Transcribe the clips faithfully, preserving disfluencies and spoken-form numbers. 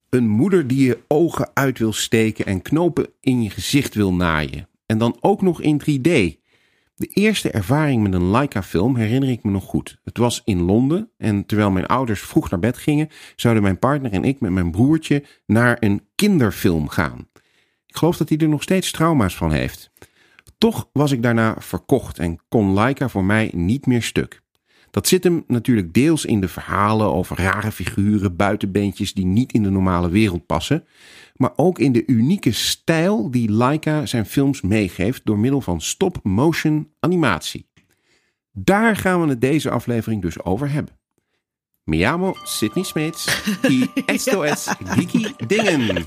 Een moeder die je ogen uit wil steken en knopen in je gezicht wil naaien. En dan ook nog in drie D. De eerste ervaring met een Leica-film herinner ik me nog goed. Het was in Londen en terwijl mijn ouders vroeg naar bed gingen, zouden mijn partner en ik met mijn broertje naar een kinderfilm gaan. Ik geloof dat hij er nog steeds trauma's van heeft. Toch was ik daarna verkocht en kon Leica voor mij niet meer stuk. Dat zit hem natuurlijk deels in de verhalen over rare figuren, buitenbeentjes die niet in de normale wereld passen, maar ook in de unieke stijl die Leica zijn films meegeeft door middel van stop-motion animatie. Daar gaan we het deze aflevering dus over hebben. Me llamo Sydney Smeets y esto es Geeky Dingen.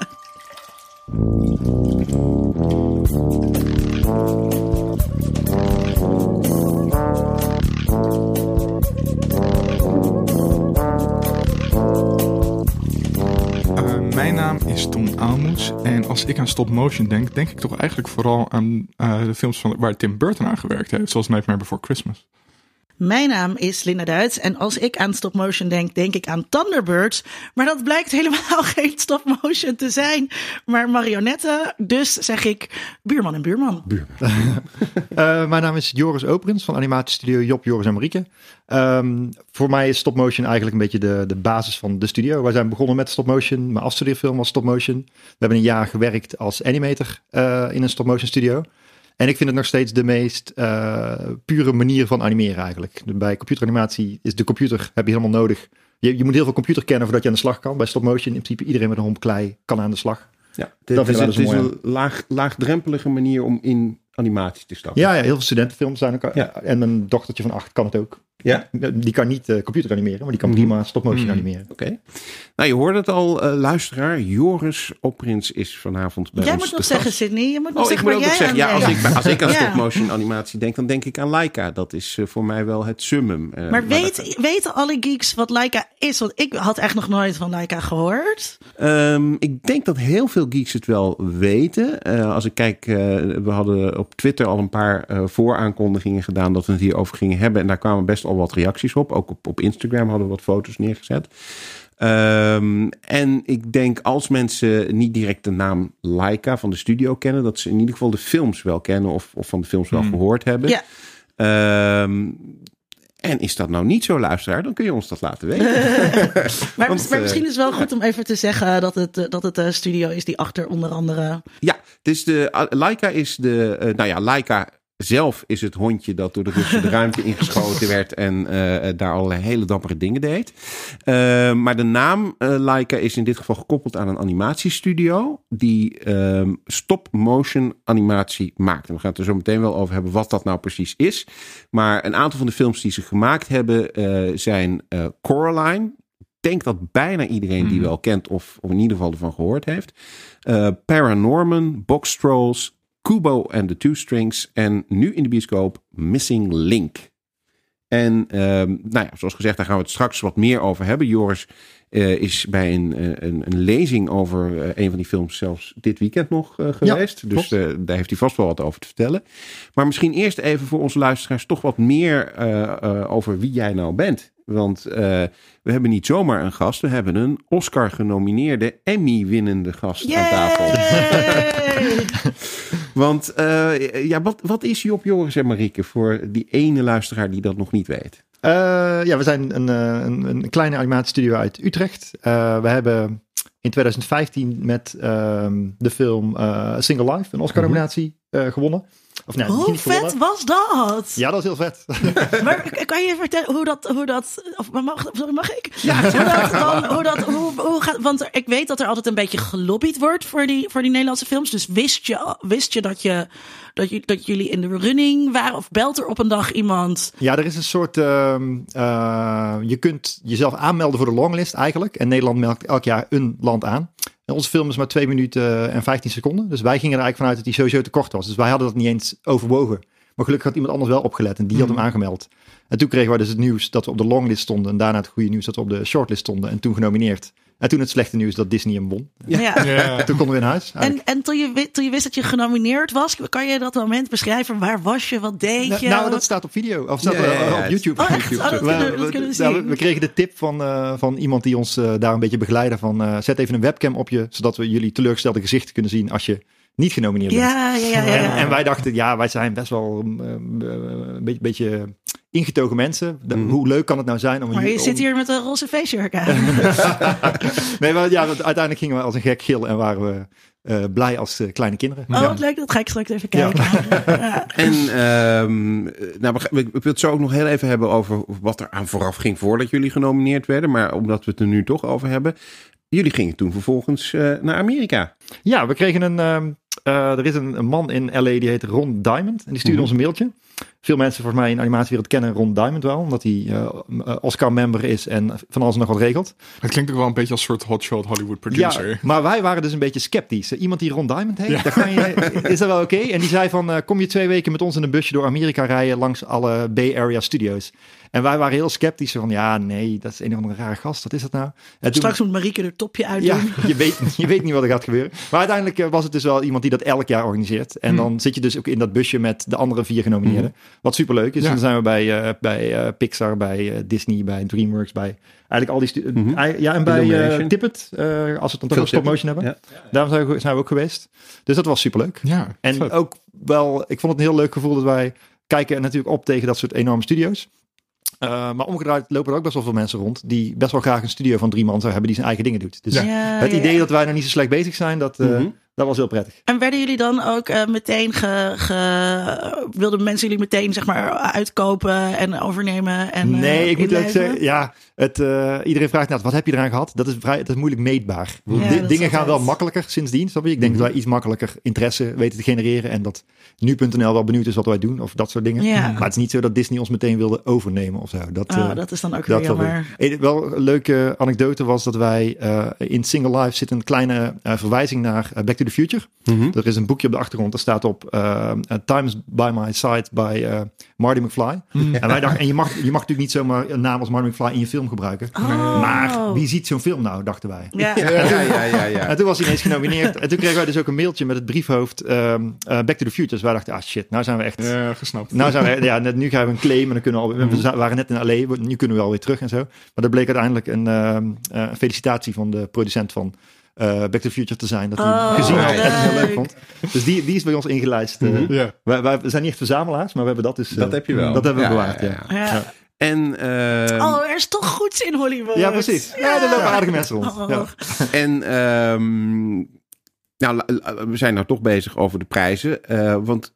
Mijn naam is Tom Aalmoes en als ik aan stop-motion denk, denk ik toch eigenlijk vooral aan uh, de films van, waar Tim Burton aan gewerkt heeft, zoals Nightmare Before Christmas. Mijn naam is Linda Duits en als ik aan stop-motion denk, denk ik aan Thunderbirds. Maar dat blijkt helemaal geen stop-motion te zijn, maar marionetten. Dus zeg ik buurman en buurman. buurman. uh, mijn naam is Joris Operens van animatiestudio Job, Joris en Marieke. Um, voor mij is stop-motion eigenlijk een beetje de, de basis van de studio. Wij zijn begonnen met stop-motion. Mijn afstudeerfilm was stop-motion. We hebben een jaar gewerkt als animator uh, in een stop-motion studio. En ik vind het nog steeds de meest uh, pure manier van animeren eigenlijk. Bij computeranimatie is de computer heb je helemaal nodig. Je, je moet heel veel computer kennen voordat je aan de slag kan. Bij stop-motion in principe iedereen met een homp klei kan aan de slag. Ja, het is, het is een laag, laagdrempelige manier om in animatie te stappen. Ja, ja, heel veel studentenfilms zijn ook. Ja. En mijn dochtertje van acht kan het ook. Ja. Die kan niet uh, computer animeren, maar die kan prima stop-motion mm. animeren. Oké. Okay. Nou, je hoorde het al, uh, luisteraar. Joris Oprins is vanavond bij jij ons moet nog gast. zeggen, Sydney. Je moet nog oh, zeggen ik moet ook nog zeggen. Ja, als ik, als ik aan ja. stop-motion animatie denk, dan denk ik aan Leica. Dat is uh, voor mij wel het summum. Uh, maar maar weet, dat, weten alle geeks wat Leica is? Want ik had echt nog nooit van Leica gehoord. Um, ik denk dat heel veel geeks het wel weten. Uh, als ik kijk, uh, we hadden op Twitter al een paar uh, vooraankondigingen gedaan dat we het hierover gingen hebben. En daar kwamen best al wat reacties op. Ook op, op Instagram hadden we wat foto's neergezet. Um, en ik denk als mensen niet direct de naam Leica van de studio kennen, dat ze in ieder geval de films wel kennen of, of van de films wel hmm. gehoord hebben. Ja. Um, En is dat nou niet zo, luisteraar? Dan kun je ons dat laten weten. maar, Want, maar misschien is het wel goed om even te zeggen dat het, dat het de studio is die achter onder andere... Ja, dus de Leica is de... Uh, nou ja, Leica zelf is het hondje dat door de Russen de ruimte ingeschoten werd en uh, daar allerlei hele dappere dingen deed. Uh, maar de naam uh, Leica is in dit geval gekoppeld aan een animatiestudio die uh, stop-motion animatie maakt. En we gaan het er zo meteen wel over hebben wat dat nou precies is. Maar een aantal van de films die ze gemaakt hebben uh, zijn uh, Coraline. Ik denk dat bijna iedereen mm. die wel kent of, of in ieder geval ervan gehoord heeft. Uh, Paranorman, Box Trolls, Kubo and the Two Strings en nu in de bioscoop Missing Link. En um, nou ja, zoals gezegd, daar gaan we het straks wat meer over hebben. Joris uh, is bij een, een, een lezing over uh, een van die films zelfs dit weekend nog uh, geweest. Ja, dus uh, daar heeft hij vast wel wat over te vertellen. Maar misschien eerst even voor onze luisteraars toch wat meer uh, uh, over wie jij nou bent. Want uh, we hebben niet zomaar een gast. We hebben een Oscar-genomineerde, Emmy-winnende gast Yay! aan tafel. Want uh, ja, wat, wat is Job, Joris en Marieke voor die ene luisteraar die dat nog niet weet? Uh, ja, we zijn een, een, een kleine animatiestudio uit Utrecht. Uh, we hebben in twintig vijftien met uh, de film uh, Single Life een Oscar-nominatie uh, gewonnen. Of, nee, hoe vet gewonnen. Was dat? Ja, dat is heel vet. Maar kan je vertellen hoe dat... Hoe dat of mag, sorry, mag ik? Ja. Hoe dat dan, hoe dat, hoe, hoe gaat, want ik weet dat er altijd een beetje gelobbyd wordt voor die, voor die Nederlandse films. Dus wist je, wist je, dat, je dat, je, dat jullie in de running waren? Of belt er op een dag iemand? Ja, er is een soort... Uh, uh, je kunt jezelf aanmelden voor de longlist eigenlijk. En Nederland meldt elk jaar een land aan. En onze film is maar twee minuten en vijftien seconden. Dus wij gingen er eigenlijk vanuit dat die sowieso te kort was. Dus wij hadden dat niet eens overwogen. Maar gelukkig had iemand anders wel opgelet en die had hem aangemeld. En toen kregen wij dus het nieuws dat we op de longlist stonden. En daarna het goede nieuws dat we op de shortlist stonden. En toen genomineerd. En toen het slechte nieuws dat Disney hem won. Ja. Ja. Ja. Toen konden we in huis. En, en toen, je, toen je wist dat je genomineerd was, kan je dat moment beschrijven? Waar was je? Wat deed je? Nou, nou dat staat op video. Of staat Ja, ja, ja, uh, ja. op YouTube. Oh, echt? Oh, dat we, kunnen, dat we, kunnen we nou, zien. we, we kregen de tip van, uh, van iemand die ons uh, daar een beetje begeleidde. Van uh, zet even een webcam op je, zodat we jullie teleurgestelde gezichten kunnen zien als je niet genomineerd bent. Ja, ja, ja. ja. En, en wij dachten, ja, wij zijn best wel uh, een beetje, beetje ingetogen mensen. De, mm. Hoe leuk kan het nou zijn om... Maar je om... zit hier met een roze feestjurk aan. Nee, maar ja, uiteindelijk gingen we als een gek gillen en waren we uh, blij als uh, kleine kinderen. Oh, ja. wat leuk. Dat ga ik straks even kijken. Ja. Ja. En um, nou, ik wil het zo ook nog heel even hebben over wat er aan vooraf ging voordat jullie genomineerd werden. Maar omdat we het er nu toch over hebben. Jullie gingen toen vervolgens uh, naar Amerika. Ja, we kregen een... Uh, uh, er is een, een man in L A die heet Ron Diamond. En die stuurde mm-hmm. ons een mailtje. Veel mensen volgens mij in de animatiewereld kennen Ron Diamond wel. Omdat hij uh, Oscar-member is en van alles nog wat regelt. Het klinkt ook wel een beetje als een soort hotshot Hollywood producer. Ja, maar wij waren dus een beetje sceptisch. Iemand die Ron Diamond heet, ja. daar kan je, is dat wel oké? Okay? En die zei van, uh, kom je twee weken met ons in een busje door Amerika rijden langs alle Bay Area studios. En wij waren heel sceptisch van, ja, nee, dat is een of andere rare gast. Wat is dat nou? En Straks toen, moet Marieke er topje uit doen. Ja, je weet, je weet niet wat er gaat gebeuren. Maar uiteindelijk uh, was het dus wel iemand die dat elk jaar organiseert. En hmm. dan zit je dus ook in dat busje met de andere vier genomineerden. Hmm. Wat superleuk is. Ja. En dan zijn we bij, uh, bij uh, Pixar, bij uh, Disney, bij DreamWorks, bij eigenlijk al die... Stu- mm-hmm. uh, ja, en bij uh, Tippet, uh, als we het dan toch op stop motion hebben. Ja. Daar zijn we, zijn we ook geweest. Dus dat was superleuk. Ja, en vet. Ook wel, ik vond het een heel leuk gevoel dat wij kijken natuurlijk op tegen dat soort enorme studio's. Uh, maar omgedraaid lopen er ook best wel veel mensen rond die best wel graag een studio van drie man zou hebben die zijn eigen dingen doet. Dus ja, het idee ja. dat wij nog niet zo slecht bezig zijn, dat, uh, mm-hmm. dat was heel prettig. En werden jullie dan ook uh, meteen ge, ge, wilden mensen jullie meteen zeg maar uitkopen en overnemen? En, nee, uh, ik moet ook zeggen, ja, het, uh, iedereen vraagt nou, wat heb je eraan gehad? Dat is vrij, dat is moeilijk meetbaar. Ja, D- dingen gaan wel makkelijker sindsdien, snap je? Ik denk mm-hmm. dat wij iets makkelijker interesse weten te genereren en dat nu punt n l wel benieuwd is wat wij doen of dat soort dingen. Ja. Maar het is niet zo dat Disney ons meteen wilde overnemen of zo. Dat, oh, uh, dat is dan ook weer jammer. Wel, wel een leuke anekdote was dat wij uh, in Single Life zit een kleine uh, verwijzing naar uh, Back to the Future. Mm-hmm. Er is een boekje op de achtergrond, daar staat op uh, Times by My Side by uh, Marty McFly. Mm-hmm. En wij dachten, en je mag, je mag natuurlijk niet zomaar een naam als Marty McFly in je film gebruiken. Oh. Maar wie ziet zo'n film nou, dachten wij. Ja. Ja, ja, ja, ja, ja. En toen was hij ineens genomineerd. En toen kregen wij dus ook een mailtje met het briefhoofd um, uh, Back to the Future. Dus wij dachten, ah shit, nou zijn we echt... Ja, gesnapt. Nou zijn we, ja, net, nu gaan we een claim en dan kunnen we al... We waren net in L A, nu kunnen we alweer terug en zo. Maar dat bleek uiteindelijk een uh, uh, felicitatie van de producent van uh, Back to the Future te zijn. Dat hij oh, gezien had leuk. en het heel leuk vond. Dus die, die is bij ons ingelijst. Uh, mm-hmm. yeah. wij, wij zijn niet echt verzamelaars, maar we hebben dat dus... Uh, dat heb je wel. Dat hebben we ja, bewaard, ja. ja, ja. ja. ja. En, uh, oh, er is toch goeds in Hollywood. Ja, precies. Ja, ja er lopen aardige mensen rond. Oh. Ja. En um, nou, we zijn nou toch bezig over de prijzen. Uh, want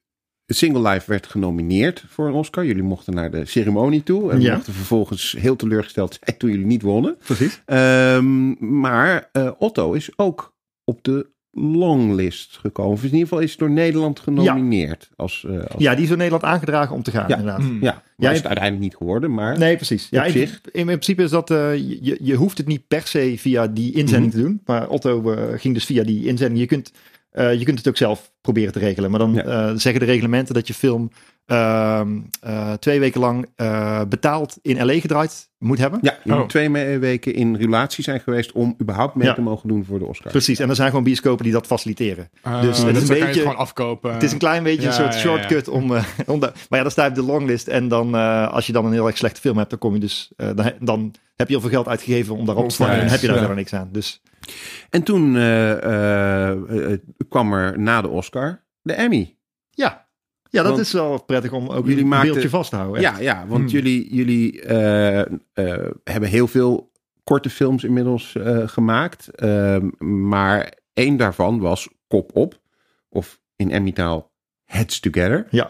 Single Life werd genomineerd voor een Oscar. Jullie mochten naar de ceremonie toe. En ja. mochten vervolgens heel teleurgesteld zijn toen jullie niet wonnen. Precies. Um, maar uh, Otto is ook op de longlist gekomen. Of in ieder geval is door Nederland genomineerd. Ja, als, uh, als... ja die is door Nederland aangedragen om te gaan, ja. inderdaad. Mm. Ja, maar ja, is het uiteindelijk niet geworden. Maar nee, precies. Ja, in, in, in principe is dat... Uh, je, je hoeft het niet per se via die inzending mm-hmm. te doen. Maar Otto uh, ging dus via die inzending. Je kunt, uh, je kunt het ook zelf proberen te regelen. Maar dan ja. uh, zeggen de reglementen dat je film... Uh, uh, twee weken lang uh, betaald in L A gedraaid moet hebben. Ja, je moet oh. twee me- weken in relatie zijn geweest om überhaupt mee ja. te mogen doen voor de Oscar. Precies, en er zijn gewoon bioscopen die dat faciliteren. Uh, dus het dus is een beetje, kan je het gewoon afkopen. Het is een klein beetje ja, een soort ja, shortcut ja. om... Uh, om de, maar ja, dan sta je op de longlist en dan uh, als je dan een heel erg slechte film hebt, dan kom je dus... Uh, dan, dan heb je al veel geld uitgegeven om daarop te staan en dan heb je daar ja. verder niks aan. Dus. En toen uh, uh, uh, kwam er na de Oscar de Emmy. Ja. Ja, dat want is wel prettig om ook jullie een maakten, beeldje vast te houden. Echt. Ja, ja, want hmm. jullie, jullie uh, uh, hebben heel veel korte films inmiddels uh, gemaakt. Uh, maar één daarvan was Kop Op. Of in Emmy-taal Heads Together. Ja.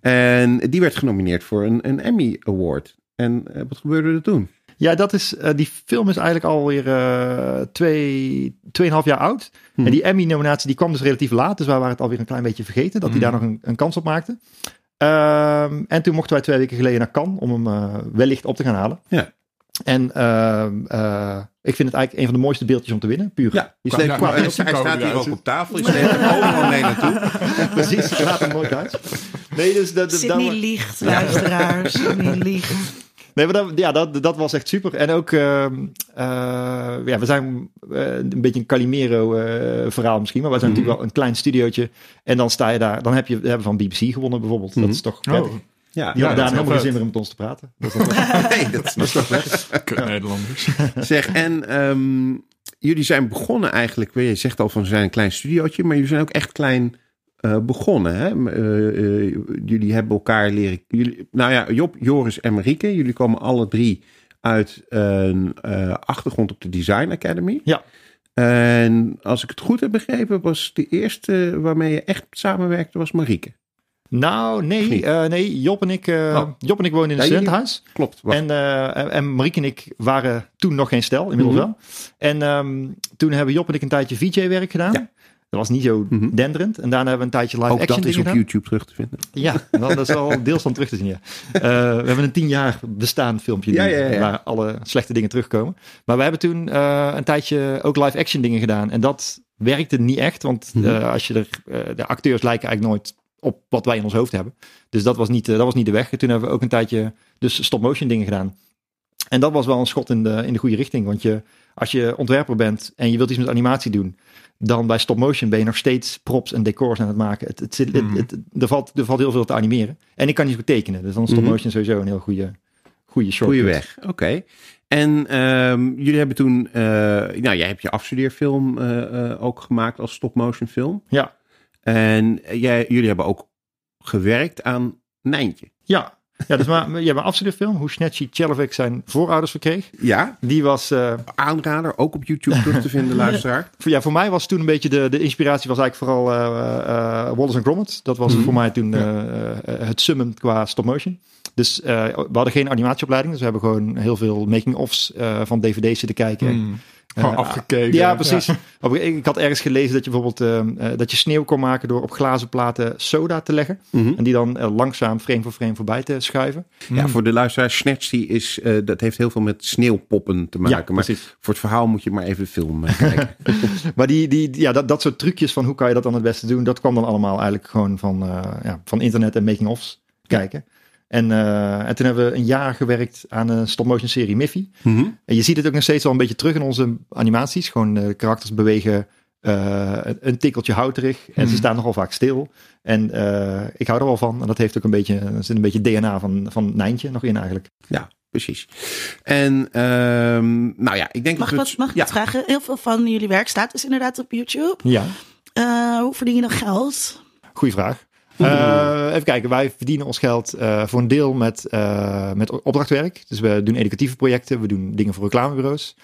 En die werd genomineerd voor een, een Emmy Award. En uh, wat gebeurde er toen? Ja, dat is, uh, die film is eigenlijk alweer uh, twee, tweeënhalf jaar oud. Hmm. En die Emmy-nominatie die kwam dus relatief laat. Dus wij waren het alweer een klein beetje vergeten. Dat hij hmm. daar nog een, een kans op maakte. Um, en toen mochten wij twee weken geleden naar Cannes om hem uh, wellicht op te gaan halen. Ja. En uh, uh, ik vind het eigenlijk een van de mooiste beeldjes om te winnen. Puur. Ja, je sleept, ja, hij, hij staat hier ook op tafel. Je sleept hem overal mee naartoe. Precies, het gaat er mooi uit. Nee, dus dat, Sydney dat, liegt, luisteraars. Sydney liegt. Nee, maar dat, ja, dat, dat was echt super. En ook, uh, uh, ja, we zijn uh, een beetje een Calimero uh, verhaal misschien, maar wij zijn mm-hmm. natuurlijk wel een klein studiootje. En dan sta je daar, dan heb je, we hebben van B B C gewonnen bijvoorbeeld. Mm-hmm. Dat is toch prettig. Oh. Ja, die ja, hadden daar helemaal geen zin meer om met ons te praten. Dat is nee, dat is, dat is toch lekker. Kut Nederlanders. Zeg, en um, jullie zijn begonnen eigenlijk, je zegt al van we zijn een klein studiootje, maar jullie zijn ook echt klein uh, begonnen. Hè? Uh, uh, jullie hebben elkaar leren, jullie, nou ja, Job, Joris en Marieke, jullie komen alle drie uit een uh, achtergrond op de Design Academy. Ja. En als ik het goed heb begrepen, was de eerste waarmee je echt samenwerkte, was Marieke. Nou, nee, uh, nee. Job en ik, uh, oh. Job en ik woonden in een ja, studentenhuis. Klopt. En, uh, en Marieke en ik waren toen nog geen stel, inmiddels mm-hmm. wel. En um, toen hebben Job en ik een tijdje V J-werk gedaan. Ja. Dat was niet zo mm-hmm. denderend. En daarna hebben we een tijdje live Ook action dat is op gedaan. YouTube terug te vinden. Ja, dat is wel deels van terug te zien, ja. Uh, we hebben een tien jaar bestaan filmpje ja, ja, ja, ja. waar alle slechte dingen terugkomen. Maar we hebben toen uh, een tijdje ook live action dingen gedaan. En dat werkte niet echt, want mm-hmm. uh, als je er, uh, de acteurs lijken eigenlijk nooit op wat wij in ons hoofd hebben. Dus dat was niet, uh, dat was niet de weg. En toen hebben we ook een tijdje dus stop-motion dingen gedaan. En dat was wel een schot in de, in de goede richting. Want je, als je ontwerper bent en je wilt iets met animatie doen, dan bij stop-motion ben je nog steeds props en decors aan het maken. Het, het, het, mm. het, het, er, valt, er valt heel veel te animeren. En ik kan niet zo goed tekenen. Dus dan is stop-motion mm-hmm. sowieso een heel goede, goede shortcut. Goeie weg, oké. Okay. En um, jullie hebben toen, uh, nou jij hebt je afstudeerfilm uh, uh, ook gemaakt als stop-motion film. Ja. En jij, jullie hebben ook gewerkt aan Nijntje. Ja, ja dus maar, je hebt een afstudeerfilm, hoe Snetchy Tjelovic zijn voorouders verkreeg. Ja. Die was... Uh, aanrader, ook op YouTube terug te vinden, luisteraar. Ja, voor mij was toen een beetje de, de inspiratie was eigenlijk vooral uh, uh, Wallace and Gromit. Dat was mm-hmm. voor mij toen uh, uh, het summum qua stop-motion. Dus uh, we hadden geen animatieopleiding, dus we hebben gewoon heel veel making-ofs uh, van D V D's zitten kijken. Mm. Uh, afgekeken. Ja, precies. Ja. Ik had ergens gelezen dat je bijvoorbeeld uh, uh, dat je sneeuw kon maken door op glazen platen soda te leggen. Mm-hmm. En die dan uh, langzaam frame voor frame voorbij te schuiven. Ja, mm. voor de luisteraars, Snatchy is, uh, dat heeft heel veel met sneeuwpoppen te maken. Ja, maar precies. Voor het verhaal moet je maar even film uh, kijken. Maar die, die, ja, dat, dat soort trucjes van hoe kan je dat dan het beste doen, dat kwam dan allemaal eigenlijk gewoon van, uh, ja, van internet en making-ofs kijken. En, uh, en toen hebben we een jaar gewerkt aan een stop-motion serie Miffy. Mm-hmm. En je ziet het ook nog steeds wel een beetje terug in onze animaties. Gewoon uh, karakters bewegen uh, een tikkeltje houterig. En mm-hmm. ze staan nogal vaak stil. En uh, ik hou er wel van. En dat heeft ook een beetje, er zit een beetje D N A van, van Nijntje nog in eigenlijk. Ja, precies. En um, nou ja, ik denk mag dat... Mag, het, mag ik ja. wat vragen? Heel veel van jullie werk staat dus inderdaad op YouTube. Ja. Uh, hoe verdien je dan geld? Goeie vraag. Uh, even kijken, wij verdienen ons geld uh, voor een deel met, uh, met opdrachtwerk. Dus we doen educatieve projecten, we doen dingen voor reclamebureaus.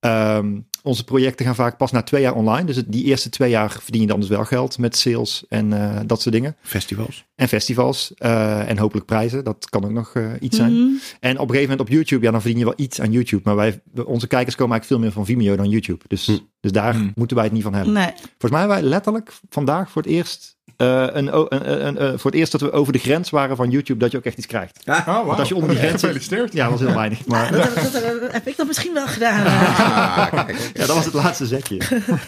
Um, onze projecten gaan vaak pas na twee jaar online. Dus het, die eerste twee jaar verdien je dan dus wel geld met sales en uh, dat soort dingen. Festivals. En festivals. Uh, en hopelijk prijzen. Dat kan ook nog uh, iets zijn. Mm-hmm. En op een gegeven moment op YouTube, ja, dan verdien je wel iets aan YouTube. Maar wij, onze kijkers komen eigenlijk veel meer van Vimeo dan YouTube. Dus, mm. dus daar mm. moeten wij het niet van hebben. Nee. Volgens mij hebben wij letterlijk vandaag voor het eerst... Uh, een, een, een, een, een, voor het eerst dat we over de grens waren van YouTube, dat je ook echt iets krijgt. Ah, wow. Want als je onder die grens zit, ja, dat was heel weinig. Maar dat, dat, dat, dat heb ik dan misschien wel gedaan. Ah, kijk. Ja, dat was het laatste zetje.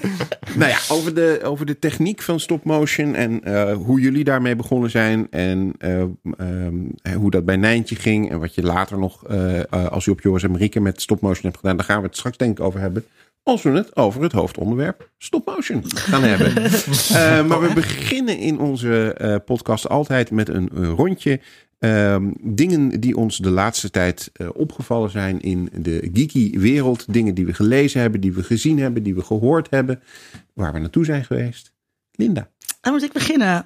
Nou ja, over de, over de techniek van stop-motion en uh, hoe jullie daarmee begonnen zijn en uh, um, hoe dat bij Nijntje ging en wat je later nog, uh, uh, als je op Joris en Marieke met stop-motion hebt gedaan, daar gaan we het straks denk ik over hebben. Als we het over het hoofdonderwerp stop-motion gaan hebben. uh, maar we beginnen in onze uh, podcast altijd met een uh, rondje. Uh, dingen die ons de laatste tijd uh, opgevallen zijn in de geeky wereld. Dingen die we gelezen hebben, die we gezien hebben, die we gehoord hebben. Waar we naartoe zijn geweest. Linda. Dan moet ik beginnen.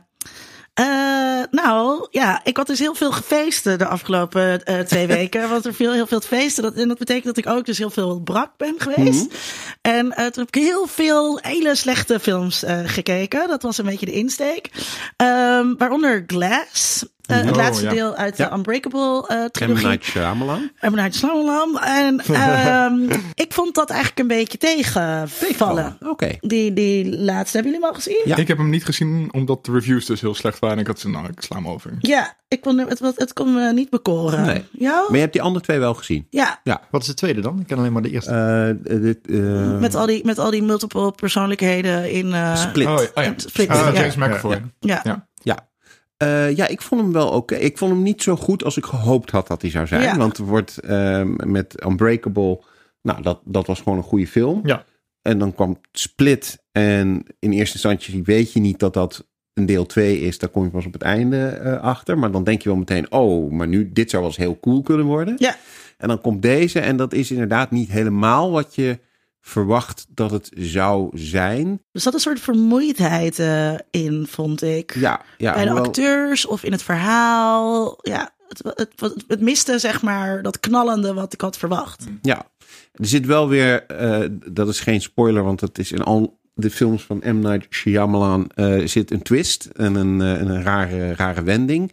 Uh, nou, ja, ik had dus heel veel gefeesten de afgelopen uh, twee weken. Want er viel heel veel te feesten. Dat, en dat betekent dat ik ook dus heel veel brak ben geweest. Mm-hmm. En uh, toen heb ik heel veel hele slechte films uh, gekeken. Dat was een beetje de insteek. Um, waaronder Glass. Uh, het Oh, laatste ja. deel uit Ja. de Unbreakable uh, M. trilogie. Night Shyamalan. M. Night Shyamalan. En uh, ik vond dat eigenlijk een beetje tegenvallen. Oké. Die, die laatste, hebben jullie hem al gezien? Ja. Ik heb hem niet gezien omdat de reviews dus heel slecht waren. En ik had ze, nou, ik sla hem over. Ja, ik kon, het, het, het kon me niet bekoren. Nee. Jou? Maar je hebt die andere twee wel gezien. Ja, Wat is de tweede dan? Ik ken alleen maar de eerste. Uh, dit, uh, met al, die, met al die multiple persoonlijkheden in... Uh, Split. Oh, ja. Oh, ja. Split, Ah, ja. James McAvoy. Ja. Ja. Ja. Uh, ja, ik vond hem wel oké. Ik vond hem niet zo goed als ik gehoopt had dat hij zou zijn. Ja. Want er wordt uh, met Unbreakable... Nou, dat, dat was gewoon een goede film. Ja. En dan kwam Split. En in eerste instantie weet je niet dat dat een deel twee is. Daar kom je pas op het einde uh, achter. Maar dan denk je wel meteen... Oh, maar nu, dit zou wel eens heel cool kunnen worden. Ja. En dan komt deze. En dat is inderdaad niet helemaal wat je verwacht dat het zou zijn. Er zat een soort vermoeidheid uh, in, vond ik. Ja, ja. Bij de hoewel... acteurs of in het verhaal. Ja, het, het, het, het miste zeg maar dat knallende wat ik had verwacht. Ja, er zit wel weer, uh, dat is geen spoiler, want het is in al de films van M. Night Shyamalan uh, zit een twist en een, uh, een rare, rare wending.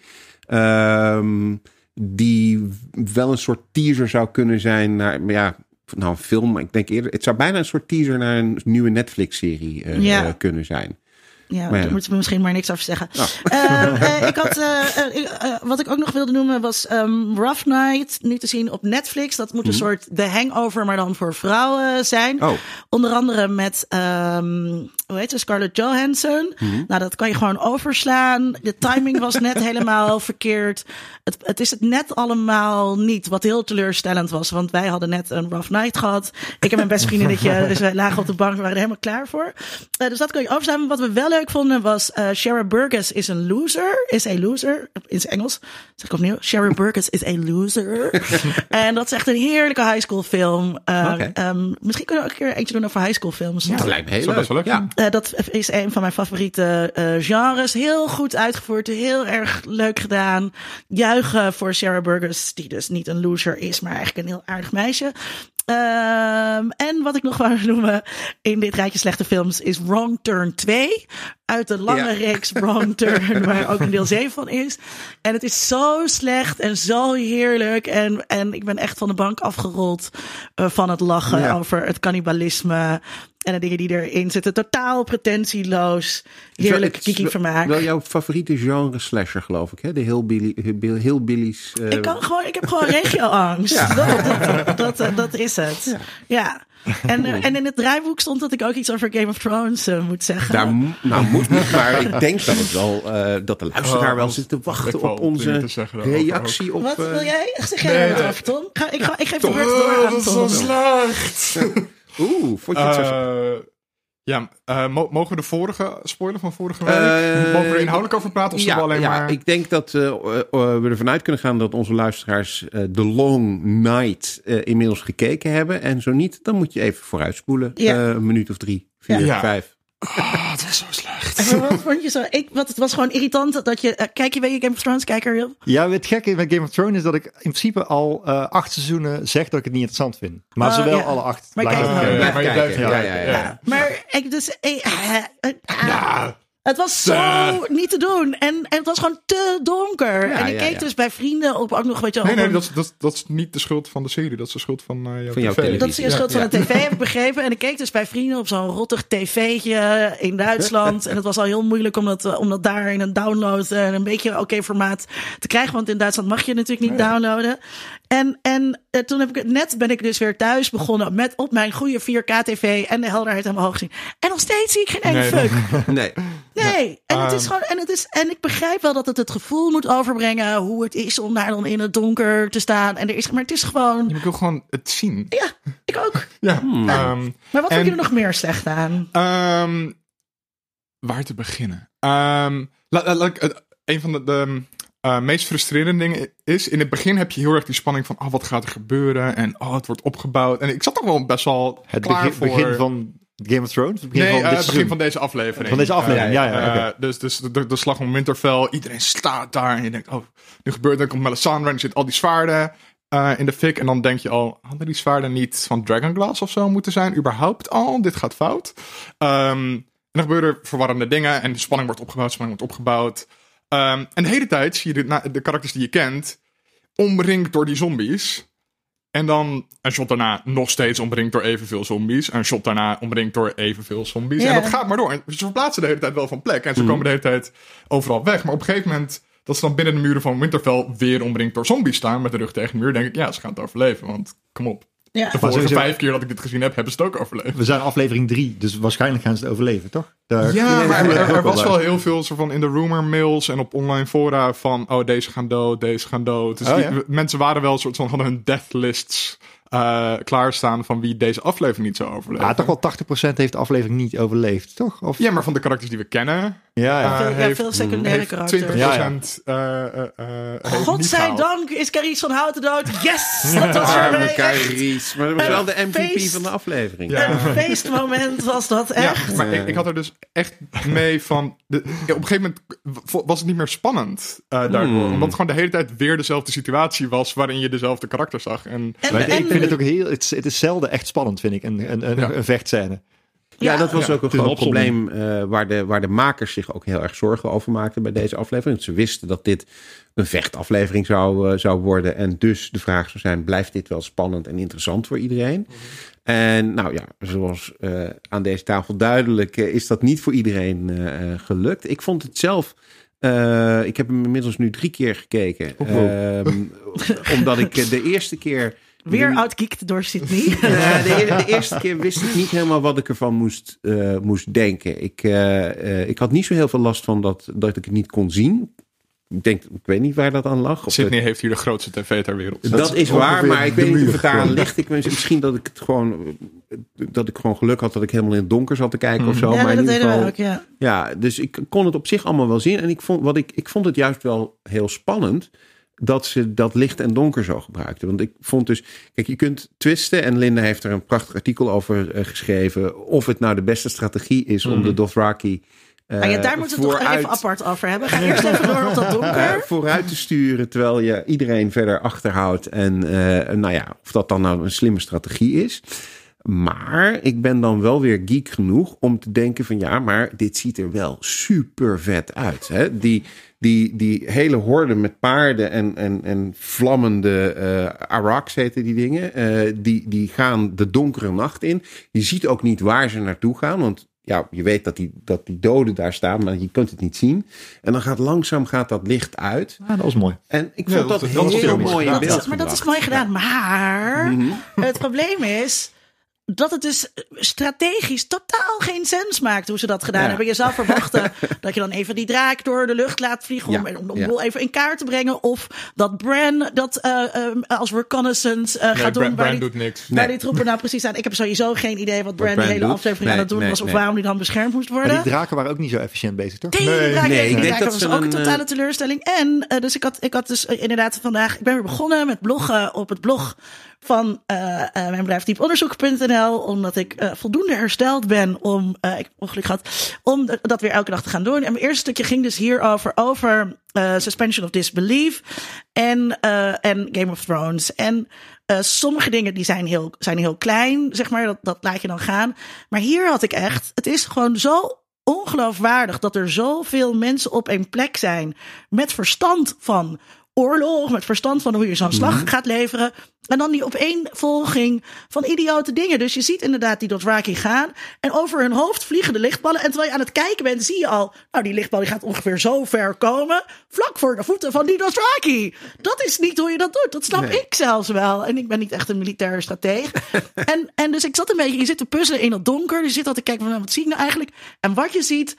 Um, die wel een soort teaser zou kunnen zijn naar, ja, nou een film, maar ik denk eerder, het zou bijna een soort teaser naar een nieuwe Netflix-serie uh, ja. uh, kunnen zijn. Ja, maar ja. daar moeten we misschien maar niks over zeggen. Oh. Uh, uh, ik had, uh, uh, uh, wat ik ook nog wilde noemen was um, Rough Night, nu te zien op Netflix. Dat moet een mm-hmm. soort The Hangover, maar dan voor vrouwen zijn. Oh. Onder andere met, um, hoe heet ze, Scarlett Johansson. Mm-hmm. Nou, dat kan je gewoon overslaan. De timing was net helemaal verkeerd. Het, het is het net allemaal niet, wat heel teleurstellend was. Want wij hadden net een Rough Night gehad. Ik en mijn beste vriendinnetje, dus wij lagen op de bank, we waren er helemaal klaar voor. Uh, dus dat kan je overslaan. Wat we wel leuk vonden was uh, Shara Burgess is een loser. Is a loser. In zijn Engels. Zeg ik opnieuw. Shara Burgess is a loser. En dat is echt een heerlijke high school film. Uh, okay. um, misschien kunnen we ook een keer eentje doen over high school films. Ja, dat lijkt me heel leuk. leuk. Ja. Uh, dat is een van mijn favoriete uh, genres. Heel goed uitgevoerd. Heel erg leuk gedaan. Juichen voor Shara Burgess. Die dus niet een loser is. Maar eigenlijk een heel aardig meisje. Um, en wat ik nog wou noemen in dit rijtje slechte films is Wrong Turn twee. Uit de lange ja. reeks Wrong Turn, waar ook een deel zeven van is. En het is zo slecht en zo heerlijk. En, en ik ben echt van de bank afgerold uh, van het lachen ja. over het cannibalisme. En de dingen die erin zitten. Totaal pretentieloos. Heerlijk kiki-vermaak. Wel jouw favoriete genre slasher, geloof ik. Hè? De hillbilly, hillbillies. Uh... Ik, kan gewoon, ik heb gewoon regio-angst. Ja. Dat, dat, dat, dat, dat is het. Ja. ja. En, uh, en in het draaiboek stond dat ik ook iets over Game of Thrones uh, moet zeggen. Daar mo- nou, moet niet, maar ik denk dat het wel uh, dat de luisteraar oh, wel zit te wachten op onze reactie op. Wat uh... wil jij? Zeg jij nee, over, Tom? Ga, ik, ga, ik geef de beurt door aan Tom. Dat is zo slecht. Oeh, vond je het uh, zo? Ja, uh, mo- mogen we de vorige spoiler van vorige week? Uh, mogen we er inhoudelijk over praten? Of ja, we alleen ja, maar... ik denk dat uh, uh, we ervan uit kunnen gaan dat onze luisteraars uh, The Long Night uh, inmiddels gekeken hebben. En zo niet, dan moet je even vooruitspoelen. Ja. Uh, een minuut of drie, vier, ja. vijf. Oh, het was zo slecht. En wat vond je zo? Ik, wat, het was gewoon irritant dat je... Uh, kijk je, weet je Game of Thrones? Kijker, Wil? Ja, het gekke met Game of Thrones is dat ik in principe al uh, acht seizoenen zeg dat ik het niet interessant vind. Maar uh, ze wel ja. alle acht. Maar kijk, uh, uh, ja, maar je blijft ja, ja, ja, ja. Maar ik dus... Uh, uh, uh, ja. Het was zo uh. niet te doen. En, en het was gewoon te donker. Ja, en ik ja, keek ja. dus bij vrienden op ook nog... Weet je, nee, nee, een... dat, dat, dat is niet de schuld van de serie. Dat is de schuld van uh, jouw van jouw tv. Dat is de schuld ja, van de ja. tv, heb ik begrepen. En ik keek dus bij vrienden op zo'n rottig tv'tje in Duitsland. En het was al heel moeilijk om dat, om dat daar in een download... en een beetje oké okay formaat te krijgen. Want in Duitsland mag je natuurlijk niet ja. downloaden. En, en uh, toen heb ik het net ben ik dus weer thuis begonnen met op mijn goede vier K tv en de helderheid helemaal hoog zien. En nog steeds zie ik geen ene nee, fuck. Nee. Nee. En het is gewoon, en het is, en ik begrijp wel dat het het gevoel moet overbrengen hoe het is om daar dan in het donker te staan. En er is, maar het is gewoon. Je wil gewoon het zien. Ja, ik ook. Ja. Hmm. ja. Um, maar wat vond je er nog meer slecht aan? Um, waar te beginnen? Um, la, la, la, een van de, de uh, meest frustrerende dingen is, in het begin heb je heel erg die spanning van, oh, wat gaat er gebeuren? En oh, het wordt opgebouwd. En ik zat toch wel best wel het klaar begin, voor... begin van Game of Thrones? Het begin nee, van, uh, dit het begin van deze aflevering. Van deze aflevering, uh, ja. ja, ja okay. uh, dus dus de, de slag om Winterfell. Iedereen staat daar en je denkt, oh, nu gebeurt er. Dan komt Melisandre en er zit al die zwaarden uh, in de fik. En dan denk je al, hadden die zwaarden niet van Dragonglass of zo moeten zijn? Überhaupt al? Dit gaat fout. Um, en dan gebeuren verwarrende dingen en de spanning wordt opgebouwd, spanning wordt opgebouwd. Um, en de hele tijd zie je de, de karakters die je kent omringd door die zombies. En dan een shot daarna nog steeds omringd door evenveel zombies. Een shot daarna omringd door evenveel zombies. Ja. En dat gaat maar door. En ze verplaatsen de hele tijd wel van plek. En ze Mm. komen de hele tijd overal weg. Maar op een gegeven moment dat ze dan binnen de muren van Winterfell weer omringd door zombies staan met de rug tegen de muur, denk ik, ja, ze gaan het overleven. Want kom op. Ja. De vorige sowieso- vijf keer dat ik dit gezien heb, hebben ze het ook overleefd. We zijn aflevering drie, dus waarschijnlijk gaan ze het overleven, toch? Daar... Ja, maar er, er was wel wel heel veel zo van in de rumor mails en op online fora van, oh, deze gaan dood, deze gaan dood. Dus Oh, die- ja? mensen waren wel een soort van, hadden hun death lists uh, klaarstaan van wie deze aflevering niet zou overleven. Ja, toch wel tachtig procent heeft de aflevering niet overleefd, toch? Of... Ja, maar van de karakters die we kennen, ja, ja. Uh, Veel, ja, heeft- veel secundaire heeft karakters. twintig procent uh, uh, uh, heeft niet Godzijdank gehaald. is Carice van Houten dood. Yes! Dat was voor Arme mij echt Carice. Maar dat was een wel de M V P feest. van de aflevering. Ja. een feestmoment was dat echt. Ja, maar ik, ik had er dus echt mee van... De, op een gegeven moment was het niet meer spannend uh, daardoor. Hmm. Omdat het gewoon de hele tijd weer dezelfde situatie was waarin je dezelfde karakter zag. En En, Maar ik- en- ik vind het ook heel... Het is, het is zelden echt spannend, vind ik, een, een, een, Ja. een vechtscène. Ja, dat was Ja, ook een het is een groot opsomming. probleem uh, waar, de, waar de makers zich ook heel erg zorgen over maakten bij deze aflevering. Want ze wisten dat dit een vechtaflevering zou, uh, zou worden. En dus de vraag zou zijn, blijft dit wel spannend en interessant voor iedereen? Mm-hmm. En nou ja, zoals uh, aan deze tafel duidelijk uh, is dat niet voor iedereen uh, gelukt. Ik vond het zelf... Uh, ik heb hem inmiddels nu drie keer gekeken. Oh, wow. Um, omdat ik uh, de eerste keer... weer nu- outgeeked door Sydney. Uh, de, de eerste keer wist ik niet helemaal wat ik ervan moest, uh, moest denken. Ik, uh, uh, ik had niet zo heel veel last van dat, dat ik het niet kon zien. Ik denk, ik weet niet waar dat aan lag. Of Sydney heeft hier de grootste tv ter wereld. dat, dat is waar, ongeveer maar ik de weet niet muur of het daaraan gewoon. ligt. Ik wens misschien dat ik het gewoon, dat ik gewoon geluk had dat ik helemaal in het donker zat te kijken of zo. Ja, maar in dat ieder deden we geval, ook, ja. ja, dus ik kon het op zich allemaal wel zien. En ik vond, wat ik, ik vond het juist wel heel spannend dat ze dat licht en donker zo gebruikten. Want ik vond dus... Kijk, je kunt twisten en Linda heeft er een prachtig artikel over uh, geschreven. Of het nou de beste strategie is om de Dothraki... Uh, Maar ja, daar moeten we het toch vooruit, even apart over hebben. Ga eerst even door op dat donker. uh, vooruit te sturen terwijl je iedereen verder achterhoudt. En uh, nou ja, of dat dan nou een slimme strategie is. Maar ik ben dan wel weer geek genoeg om te denken van ja, maar dit ziet er wel super vet uit. Hè? Die, die, die hele horde met paarden en, en, en vlammende uh, Araks heten die dingen. Uh, die, die gaan de donkere nacht in. Je ziet ook niet waar ze naartoe gaan, want ja, je weet dat die, dat die doden daar staan, maar je kunt het niet zien. En dan gaat langzaam gaat dat licht uit. Ja, dat was mooi. En ik Ja, vond dat- dat, dat was heel filmisch mooi in gedaan. Dat beeld is, maar dat is gebracht. mooi gedaan. Maar Mhm. het probleem is dat het dus strategisch totaal geen sens maakt hoe ze dat gedaan Ja. hebben. Je zou verwachten dat je dan even die draak door de lucht laat vliegen om, Ja, om de ja. boel even in kaart te brengen. Of dat Bran dat uh, um, als reconnaissance uh, Nee, gaat doen. Bran, waar Bran die, doet niks. waar Nee. die troepen nou precies aan. Ik heb sowieso geen idee wat Bran Bran de hele doet. aflevering Nee, aan het doen nee, was. Of nee. waarom die dan beschermd moest worden. Maar die draken waren ook niet zo efficiënt bezig, toch? Nee, Nee. die draken, Nee, die ik denk draken dat was ze ook een een, totale eh, teleurstelling. En uh, dus ik had, ik had dus uh, inderdaad vandaag... Ik ben weer begonnen met bloggen op het blog van uh, uh, mijn bedrijf dieponderzoek punt n l. Omdat ik uh, voldoende hersteld ben om... Uh, ik heb ongeluk gehad om dat weer elke dag te gaan doen. En mijn eerste stukje ging dus hierover over uh, suspension of disbelief en, uh, en Game of Thrones. En uh, sommige dingen die zijn heel, zijn heel klein, zeg maar. Dat, dat laat je dan gaan. Maar hier had ik echt... Het is gewoon zo ongeloofwaardig dat er zoveel mensen op één plek zijn met verstand van oorlog, met verstand van hoe je zo'n slag Mm-hmm. gaat leveren. En dan die opeenvolging van idiote dingen. Dus je ziet inderdaad die Dothraki gaan. En over hun hoofd vliegen de lichtballen. En terwijl je aan het kijken bent, zie je al... Nou, die lichtbal die gaat ongeveer zo ver komen. Vlak voor de voeten van die Dothraki. Dat is niet hoe je dat doet. Dat snap Nee. ik zelfs wel. En ik ben niet echt een militaire strateeg. en, en dus ik zat een beetje... Je zit te puzzelen in het donker. Dus je zit al te kijken van, nou, wat zie ik nou eigenlijk? En wat je ziet...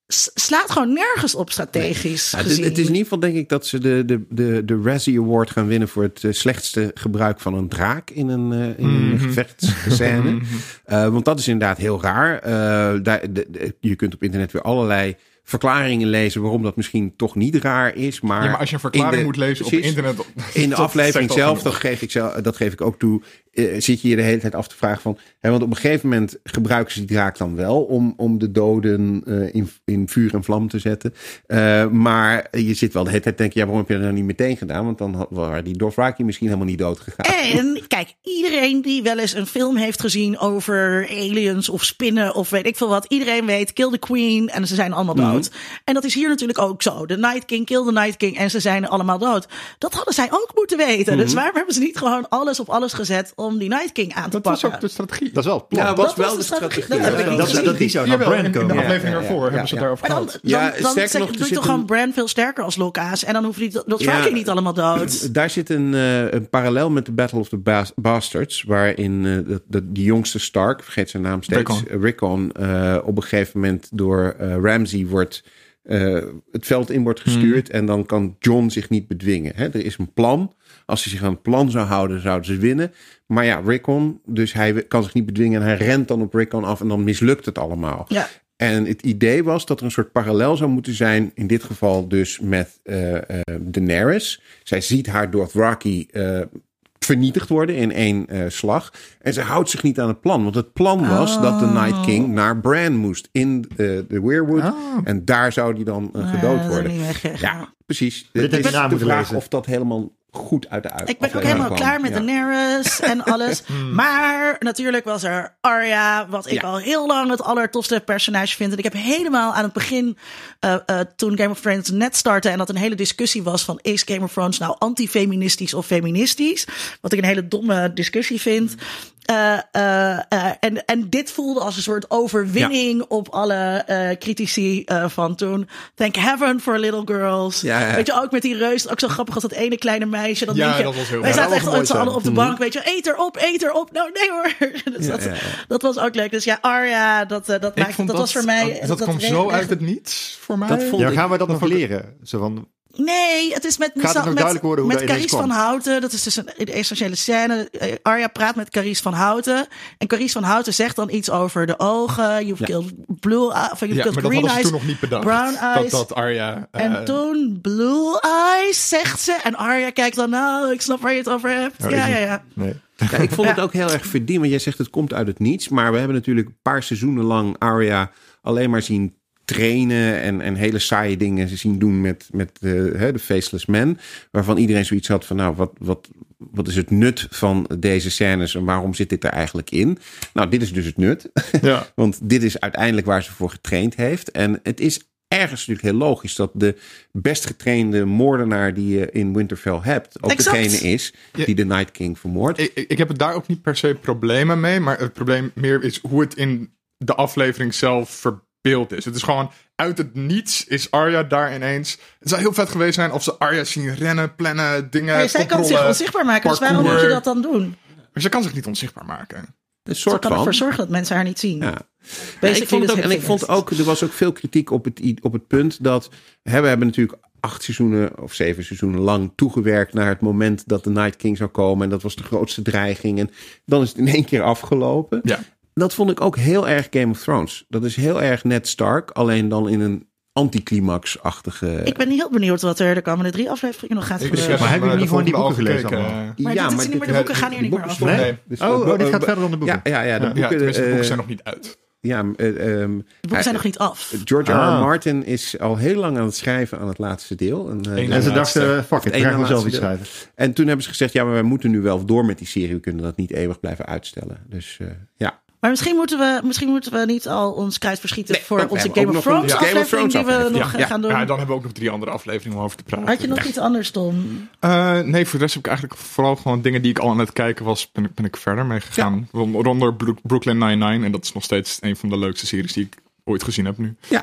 slaat gewoon nergens op strategisch Ja, het, gezien. het is in ieder geval denk ik dat ze de, de, de, de Razzie Award gaan winnen voor het uh, slechtste gebruik van een draak in een, uh, in een Mhm. gevechtsscène. uh, want dat is inderdaad heel raar. Uh, daar, de, de, je kunt op internet weer allerlei verklaringen lezen waarom dat misschien toch niet raar is. Maar, Ja, maar als je een verklaring in de- moet lezen precies, op internet... in de dat aflevering zegt al zelf, genoeg. dat geef, ik zelf, dat geef ik ook toe, uh, zit je je de hele tijd af te vragen van... Hè, want op een gegeven moment gebruiken ze die draak dan wel... om, om de doden uh, in, in vuur en vlam te zetten. Uh, maar je zit wel de hele tijd te denken... ja, waarom heb je dat nou niet meteen gedaan? Want dan waren die Dothraki misschien helemaal niet dood gegaan. En kijk, iedereen die wel eens een film heeft gezien... over aliens of spinnen of weet ik veel wat... iedereen weet, kill the queen en ze zijn allemaal dood. Mm. En dat is hier natuurlijk ook zo. De Night King, kill the Night King en ze zijn allemaal dood. Dat hadden zij ook moeten weten. Mm. Dus waarom hebben ze niet gewoon alles op alles gezet... om die Night King aan te dat pakken? Dat was ook de strategie. Dat is wel het plan. Ja, dat was dat wel was de strategie. strategie. Dat, ja, dat, dat, dat, die zou naar Bran komen. In de aflevering ja, ervoor ja, ja, hebben ze ja. daarover gehad. Dan, Ja, dan, dan sterker zeg, nog, doe er je toch zit gewoon een- Bran veel sterker als Lokaas. En dan hoeven die dat Ja. ja. niet allemaal dood. Daar zit een, uh, een parallel met de Battle of the Bas- Bastards... waarin uh, de, de, de jongste Stark, vergeet zijn naam steeds... Rickon, Rickon uh, op een gegeven moment door uh, Ramsay wordt... Uh, het veld in wordt gestuurd... Hmm. en dan kan Jon zich niet bedwingen. Hè? Er is een plan. Als hij zich aan het plan zou houden, zouden ze winnen. Maar ja, Rickon, dus hij kan zich niet bedwingen... en hij rent dan op Rickon af en dan mislukt het allemaal. Ja. En het idee was dat er een soort parallel zou moeten zijn... in dit geval dus met uh, uh, Daenerys. Zij ziet haar Dothraki uh, vernietigd worden in één uh, slag. En ze houdt zich niet aan het plan. Want het plan was Oh. dat de Night King naar Bran moest in de uh, Weirwood. Oh. En daar zou die dan uh, gedood Ja, dat worden. is niet weg, Ja, precies. Dit Het heb je is na de moeten vraag lezen. of dat helemaal goed uit de uit. Ik ben ook aflevering helemaal kwam. klaar met Ja. Daenerys en alles. Maar natuurlijk was er Arya, wat ik Ja. al heel lang het allertofste personage vind. En ik heb helemaal aan het begin, uh, uh, toen Game of Thrones net startte... en dat een hele discussie was van... is Game of Thrones nou anti-feministisch of feministisch? Wat ik een hele domme discussie vind. Uh, uh, uh, en, en dit voelde als een soort overwinning ja. op alle uh, critici uh, van toen. Thank heaven for little girls. Ja, ja. Weet je, ook met die reus. Ook zo grappig als dat ene kleine meisje. Dan Ja, denk je, dat was heel wij mooi. zaten Ja, echt dat was met z'n mooi allen op de bank. Weet je, eet erop, eet erop. Nou, nee hoor. Dus Ja, dat, ja, ja. dat was ook leuk. Dus ja, Arya, dat, uh, dat, Ik maakt, vond dat, was voor mij... Dat, dat kwam reed zo echt- uit het niets voor mij. Dat vond Ja, ik- gaan we dat nog vond ik- leren? Zo van, Nee, het is met, Gaat het nog met, duidelijk worden hoe met dat ineens Carice van kwam? Houten. Dat is dus een, een essentiële scène. Eh, Arya praat met Carice van Houten. En Carice van Houten zegt dan iets over de ogen. You've Ja. killed blue eyes. Of you've Ja, killed maar dat green hadden ze eyes. toen nog niet bedacht. Brown eyes. Dat, dat Arya... uh, En toen Blue Eyes, zegt ze. En Arya kijkt dan, nou, ik snap waar je het over hebt. Oh, ja, ik ja, niet. ja. nee. Ja, ik vond Ja. het ook heel erg verdiend. Want jij zegt het komt uit het niets. Maar we hebben natuurlijk een paar seizoenen lang Arya alleen maar zien trainen en, en hele saaie dingen zien doen met, met de, hè, de Faceless Man. Waarvan iedereen zoiets had van, nou, wat, wat, wat is het nut van deze scènes en waarom zit dit er eigenlijk in? Nou, dit is dus het nut. Ja. Want dit is uiteindelijk waar ze voor getraind heeft. En het is ergens natuurlijk heel logisch dat de best getrainde moordenaar die je in Winterfell hebt, ook Exact. degene is die Ja. de Night King vermoordt. Ik, ik ik heb het daar ook niet per se problemen mee. Maar het probleem meer is hoe het in de aflevering zelf verbeeld is. Het is gewoon uit het niets is Arya daar ineens. Het zou heel vet geweest zijn of ze Arya zien rennen, plannen, dingen Maar zij kan zich controllen, onzichtbaar maken. Dus waarom moet je parkour. dat dan doen? Maar ze kan zich niet onzichtbaar maken. Een Ze soort kan van. ervoor zorgen dat mensen haar niet zien. Ja. Ja, Basically ik vond het dus ook, en ik heb vond ik ook, er was ook veel kritiek op het, i- op het punt dat hè, we hebben natuurlijk acht seizoenen of zeven seizoenen lang toegewerkt naar het moment dat de Night King zou komen. En dat was de grootste dreiging. En dan is het in één keer afgelopen. Ja. Dat vond ik ook heel erg Game of Thrones. Dat is heel erg Ned Stark, alleen dan in een anticlimax-achtige... Ik ben heel benieuwd wat er de komende drie afleveringen nog gaat Ik- gebeuren. ik Maar hebben jullie de niet gewoon die volgende boeken al gelezen gekeken. Maar ja, dit is maar niet dit- meer, de boeken gaan hier niet meer boeken over. stonden- Nee. dus- Oh, oh, dit gaat verder dan de boeken. Ja, ja, ja, de Ja, boeken... tenminste, de boeken eh, zijn nog niet uit. ja, eh, ehm, De boeken zijn nog niet af. George R. R. Ah. Martin is al heel lang aan het schrijven aan het laatste deel. En, eh, Eén En ze Ja, dachten, het fuck it, één we gaan na zelf laatste iets deel. schrijven. En toen hebben ze gezegd, ja, maar wij moeten nu wel door met die serie. We kunnen dat niet eeuwig blijven uitstellen. Dus uh, ja. Maar misschien moeten we, misschien moeten we niet al ons kruid verschieten Nee, voor we onze hebben Game ook of nog een Thrones Game of aflevering Thrones die we aflevering. nog Ja. eh, gaan doen. Ja, dan hebben we ook nog drie andere afleveringen om over te praten. Had je nog iets anders, Tom? Uh, nee, voor de rest heb ik eigenlijk vooral gewoon dingen die ik al aan het kijken was, ben ik, ben ik verder mee gegaan. Ronder Brook- Brooklyn Nine-Nine. En dat is nog steeds een van de leukste series die ik ooit gezien heb nu. Ja.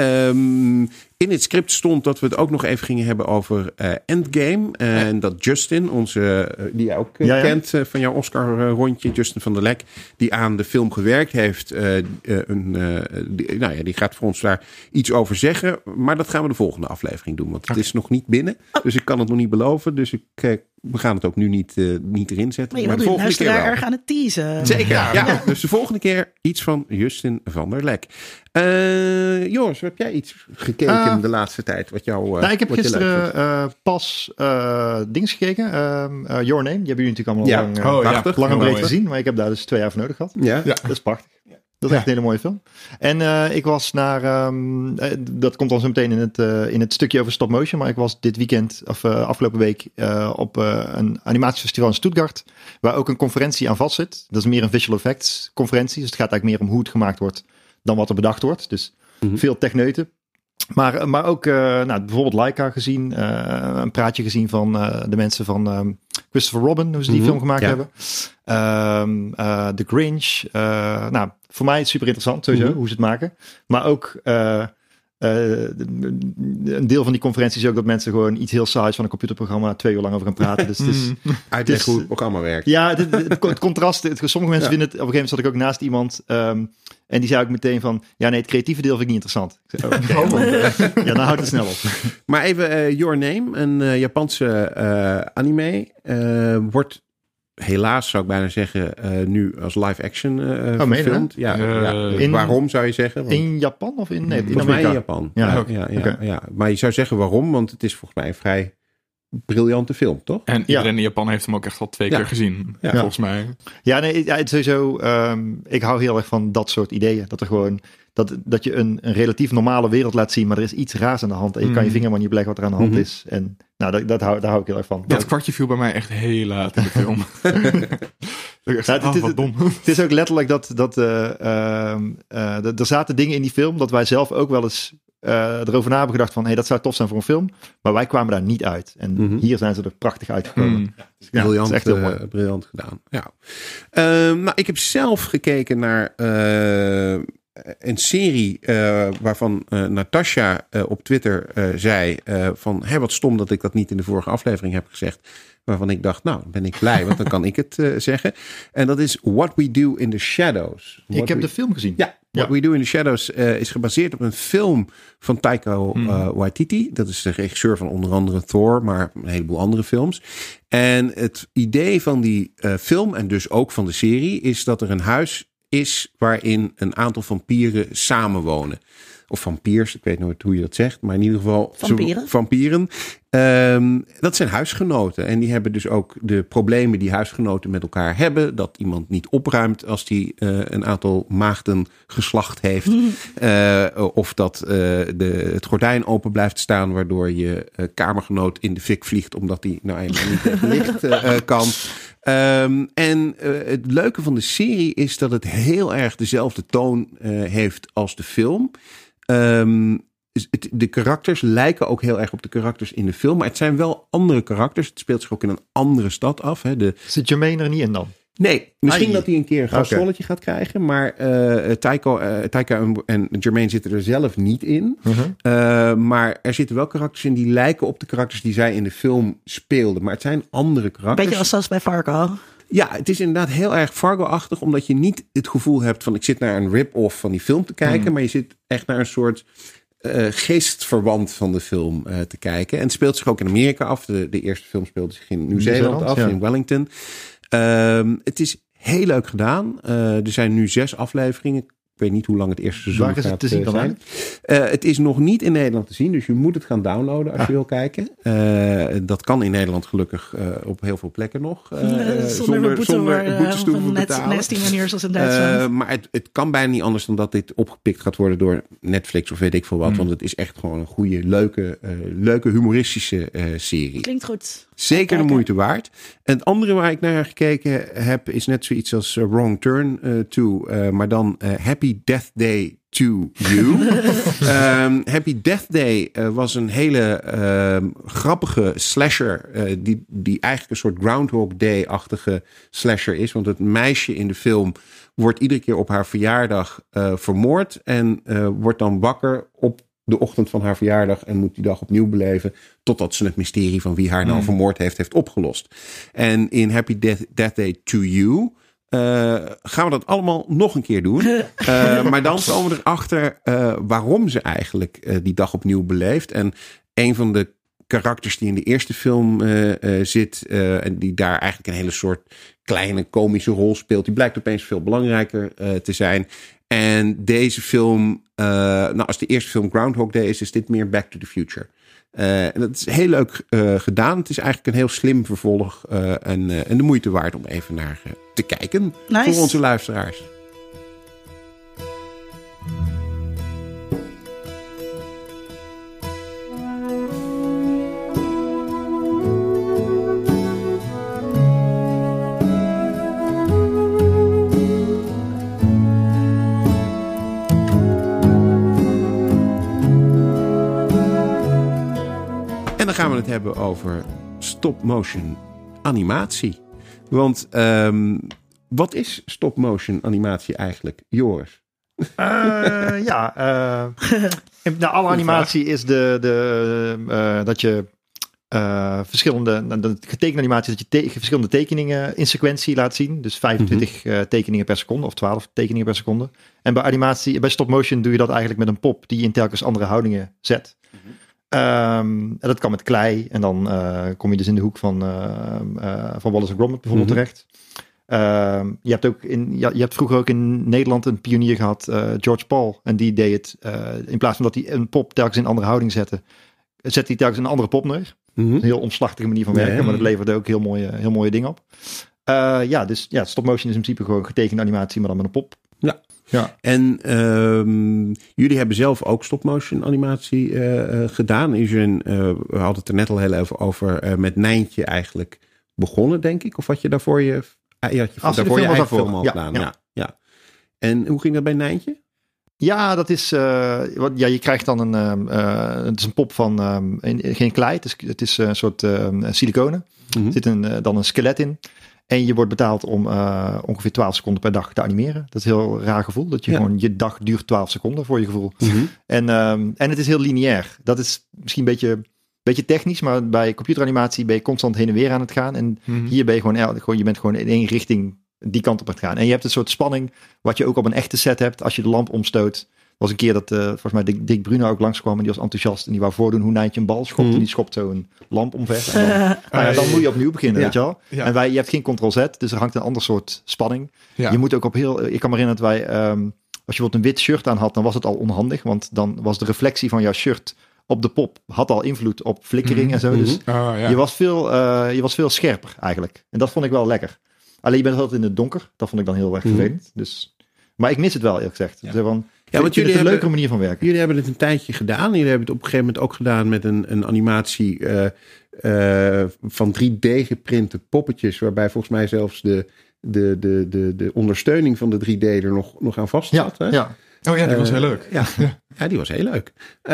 Um, in het script stond dat we het ook nog even gingen hebben over uh, Endgame. Uh, en dat Justin, onze, uh, die jij ook uh, Ja, ja. kent uh, van jouw Oscar-rondje, Justin van der Lek, die aan de film gewerkt heeft. Uh, uh, een, uh, die, nou ja, die gaat voor ons daar iets over zeggen. Maar dat gaan we de volgende aflevering doen. Want het is nog niet binnen. Dus ik kan het nog niet beloven. Dus ik uh, we gaan het ook nu niet, uh, niet erin zetten. Maar je maar de wil de volgende keer wel. luisteraar erg aan het teasen. Zeker, ja. Ja. ja. Dus de volgende keer iets van Justin van der Lek. Uh, Joris, heb jij iets gekeken uh, de laatste tijd? Wat jou, uh, nou, ik heb wat gisteren uh, pas uh, dings gekeken. Uh, uh, Your Name. Die hebben jullie natuurlijk allemaal ja. lang, uh, oh, prachtig, ja. lang en breed mooi. gezien. Maar ik heb daar dus twee jaar voor nodig gehad. Ja. ja. Dat is prachtig. Dat is echt een hele mooie film. En uh, ik was naar, um, uh, dat komt dan zo meteen in het, uh, in het stukje over stop motion, maar ik was dit weekend, of uh, afgelopen week, uh, op uh, een animatiefestival in Stuttgart, waar ook een conferentie aan vast zit. Dat is meer een visual effects conferentie, dus het gaat eigenlijk meer om hoe het gemaakt wordt dan wat er bedacht wordt. Dus mm-hmm. veel techneuten. Maar, maar ook uh, nou, bijvoorbeeld Laika gezien, uh, een praatje gezien van uh, de mensen van um, Christopher Robin, hoe ze die mm-hmm. film gemaakt ja. hebben. Um, uh, The Grinch. Uh, nou, voor mij is het super interessant sowieso, mm-hmm. hoe ze het maken. Maar ook uh, uh, een deel van die conferentie is ook dat mensen gewoon iets heel saais van een computerprogramma twee uur lang over gaan praten. Dus het is, uitleg hoe het programma werkt. Ja, het, het, het contrast. Het, sommige mensen ja. vinden het, op een gegeven moment zat ik ook naast iemand um, en die zei ook meteen van, ja nee, het creatieve deel vind ik niet interessant. Ik zei, oh, okay. Ja, dan houdt het snel op. Maar even uh, Your Name, een uh, Japanse uh, anime, uh, wordt helaas, zou ik bijna zeggen, uh, nu als live action uh, oh, verfilmd. Ja, uh, ja. In, waarom zou je zeggen? Want, in Japan of in, nee, in volgens mij in Japan. Ja, ja, ja, ja, okay. ja. Maar je zou zeggen waarom, want het is volgens mij een vrij briljante film, toch? En iedereen ja. in Japan heeft hem ook echt al twee ja. keer gezien, ja. volgens mij. Ja, nee, ja, het is sowieso, um, ik hou heel erg van dat soort ideeën. Dat er gewoon, dat, dat je een, een relatief normale wereld laat zien, maar er is iets raars aan de hand. En je mm. kan je vinger maar niet beleggen wat er aan de hand mm-hmm. is. En nou, dat, dat hou, daar hou ik heel erg van. Dat kwartje viel bij mij echt heel laat in de film. Echt, ja, het, oh, wat dom. Het is ook letterlijk dat, dat uh, uh, uh, er zaten dingen in die film dat wij zelf ook wel eens uh, erover na hebben gedacht van, hey, dat zou tof zijn voor een film. Maar wij kwamen daar niet uit. En mm-hmm. hier zijn ze er prachtig uitgekomen. Mm. Dus, ja, briljant, echt heel mooi. Uh, briljant gedaan. Ja. Uh, nou, ik heb zelf gekeken naar uh, een serie uh, waarvan uh, Natasha uh, op Twitter uh, zei uh, van, hé, wat stom dat ik dat niet in de vorige aflevering heb gezegd. Waarvan ik dacht, nou, ben ik blij, want dan kan ik het uh, zeggen. En dat is What We Do in the Shadows. What ik heb we... de film gezien. Ja, What ja. We Do in the Shadows uh, is gebaseerd op een film van Taika uh, Waititi. Dat is de regisseur van onder andere Thor, maar een heleboel andere films. En het idee van die uh, film, en dus ook van de serie, is dat er een huis is waarin een aantal vampieren samenwonen. Of vampiers, ik weet nooit hoe je dat zegt. Maar in ieder geval vampieren. Zo, vampieren. Um, dat zijn huisgenoten. En die hebben dus ook de problemen die huisgenoten met elkaar hebben. Dat iemand niet opruimt als die uh, een aantal maagden geslacht heeft. uh, of dat uh, de, het gordijn open blijft staan. Waardoor je uh, kamergenoot in de fik vliegt. Omdat die nou eenmaal niet tegen licht uh, kan. Um, en uh, het leuke van de serie is dat het heel erg dezelfde toon uh, heeft als de film. Um, het, de karakters lijken ook heel erg op de karakters in de film. Maar het zijn wel andere karakters. Het speelt zich ook in een andere stad af. Hè. De... Zit Jermaine er niet in dan? Nee, misschien Ai. dat hij een keer een gastrolletje okay. gaat krijgen. Maar uh, Taika, uh, Taika en, en Jermaine zitten er zelf niet in. Uh-huh. Uh, maar er zitten wel karakters in die lijken op de karakters die zij in de film speelden. Maar het zijn andere karakters. Beetje als zoals bij Fargo. Ja, het is inderdaad heel erg Fargo-achtig. Omdat je niet het gevoel hebt van ik zit naar een rip-off van die film te kijken. Mm. Maar je zit echt naar een soort uh, geestverwant van de film uh, te kijken. En het speelt zich ook in Amerika af. De, de eerste film speelde zich in Nieuw-Zeeland af, ja. in Wellington. Um, het is heel leuk gedaan. Uh, er zijn nu zes afleveringen. Ik weet niet hoe lang het eerste seizoen Waar is gaat het te zien uh, zijn. Uh, het is nog niet in Nederland te zien. Dus je moet het gaan downloaden als ah. je wil kijken. Uh, dat kan in Nederland gelukkig uh, op heel veel plekken nog. Uh, zonder zonder, boete zonder uh, boetes te hoeven betalen. Nasty manier zoals in Duitsland. Uh, maar het, het kan bijna niet anders dan dat dit opgepikt gaat worden door Netflix of weet ik veel wat. Mm. Want het is echt gewoon een goede, leuke, uh, leuke humoristische uh, serie. Klinkt goed. Zeker de moeite waard. En het andere waar ik naar gekeken heb is net zoiets als uh, Wrong Turn uh, two. Uh, maar dan uh, Happy Death Day to You. um, Happy Death Day uh, was een hele uh, grappige slasher. Uh, die, die eigenlijk een soort Groundhog Day-achtige slasher is. Want het meisje in de film wordt iedere keer op haar verjaardag uh, vermoord. En uh, wordt dan wakker op de ochtend van haar verjaardag en moet die dag opnieuw beleven totdat ze het mysterie van wie haar nou mm. vermoord heeft, heeft opgelost. En in Happy Death, Death Day to You uh, gaan we dat allemaal nog een keer doen. Uh, maar dan komen we erachter uh, waarom ze eigenlijk uh, die dag opnieuw beleeft. En een van de karakters die in de eerste film uh, uh, zit. Uh, en die daar eigenlijk een hele soort kleine komische rol speelt. Die blijkt opeens veel belangrijker uh, te zijn. En deze film, uh, nou als de eerste film Groundhog Day is, is dit meer Back to the Future. Uh, en dat is heel leuk uh, gedaan. Het is eigenlijk een heel slim vervolg. Uh, en, uh, en de moeite waard om even naar uh, te kijken. Nice. Voor onze luisteraars. En dan gaan we het hebben over stop-motion animatie. Want um, wat is stop-motion animatie eigenlijk, Joris? Uh, ja, uh, nou, alle animatie is de, de, uh, dat je uh, verschillende, de getekende animatie is dat je te, verschillende tekeningen in sequentie laat zien. Dus vijfentwintig mm-hmm. uh, tekeningen per seconde of twaalf tekeningen per seconde. En bij animatie, bij stop-motion doe je dat eigenlijk met een pop die je in telkens andere houdingen zet. Mm-hmm. Um, en dat kan met klei. En dan uh, kom je dus in de hoek van, uh, uh, van Wallace en Gromit bijvoorbeeld mm-hmm. terecht. Um, je, hebt ook in, ja, je hebt vroeger ook in Nederland een pionier gehad, uh, George Paul. En die deed het, uh, in plaats van dat hij een pop telkens in een andere houding zette, zette hij telkens een andere pop neer. Mm-hmm. Een heel omslachtige manier van werken, nee, maar dat leverde ook heel mooie, heel mooie dingen op. Uh, ja, dus ja, stop-motion is in principe gewoon getekende animatie, maar dan met een pop. Ja. Ja. En um, jullie hebben zelf ook stop-motion animatie uh, uh, gedaan. Eugene, uh, we hadden het er net al heel even over, uh, met Nijntje eigenlijk begonnen, denk ik. Of had je daarvoor je, uh, je, had je Als daarvoor je eigen daarvoor. film al Ja, gedaan? ja. Ja, ja. En hoe ging dat bij Nijntje? Ja, dat is, uh, wat, ja, je krijgt dan een, uh, het is een pop van, um, geen klei, het is, het is een soort uh, siliconen. Mm-hmm. Er zit een, uh, dan een skelet in. En je wordt betaald om uh, ongeveer twaalf seconden per dag te animeren. Dat is een heel raar gevoel. Dat je ja. gewoon, je dag duurt twaalf seconden voor je gevoel. Mm-hmm. En, um, en het is heel lineair. Dat is misschien een beetje, beetje technisch, maar bij computeranimatie ben je constant heen en weer aan het gaan. En mm-hmm. hier ben je gewoon, gewoon, je bent gewoon in één richting die kant op het gaan. En je hebt een soort spanning wat je ook op een echte set hebt als je de lamp omstoot. Er was een keer dat uh, volgens mij Dick, Dick Bruno ook langskwam en die was enthousiast en die wou voordoen hoe Nijntje een bal schopt. Mm. En die schopt zo een lamp omver. En dan, uh, nou ja, dan moet je opnieuw beginnen, ja. weet je wel. Ja. En wij, je hebt geen control-Z, dus er hangt een ander soort spanning. Ja. Je moet ook op heel, ik kan me herinneren dat wij, um, als je bijvoorbeeld een wit shirt aan had, dan was het al onhandig, want dan was de reflectie van jouw shirt op de pop had al invloed op flikkering mm. en zo. Mm-hmm. Dus oh, ja. je, was veel, uh, je was veel scherper eigenlijk. En dat vond ik wel lekker. Alleen je bent altijd in het donker. Dat vond ik dan heel erg vervelend. Mm. Dus, maar ik mis het wel, eerlijk gezegd. Ja. Van, ja, want jullie het een hebben, leuke manier van werken. Jullie hebben het een tijdje gedaan. Jullie hebben het op een gegeven moment ook gedaan met een, een animatie uh, uh, van drie D geprinte poppetjes. Waarbij volgens mij zelfs de, de, de, de, de ondersteuning van de drie D er nog, nog aan vast zat. Ja, hè? ja. Oh ja, die was heel leuk. Uh, ja, ja. ja, die was heel leuk.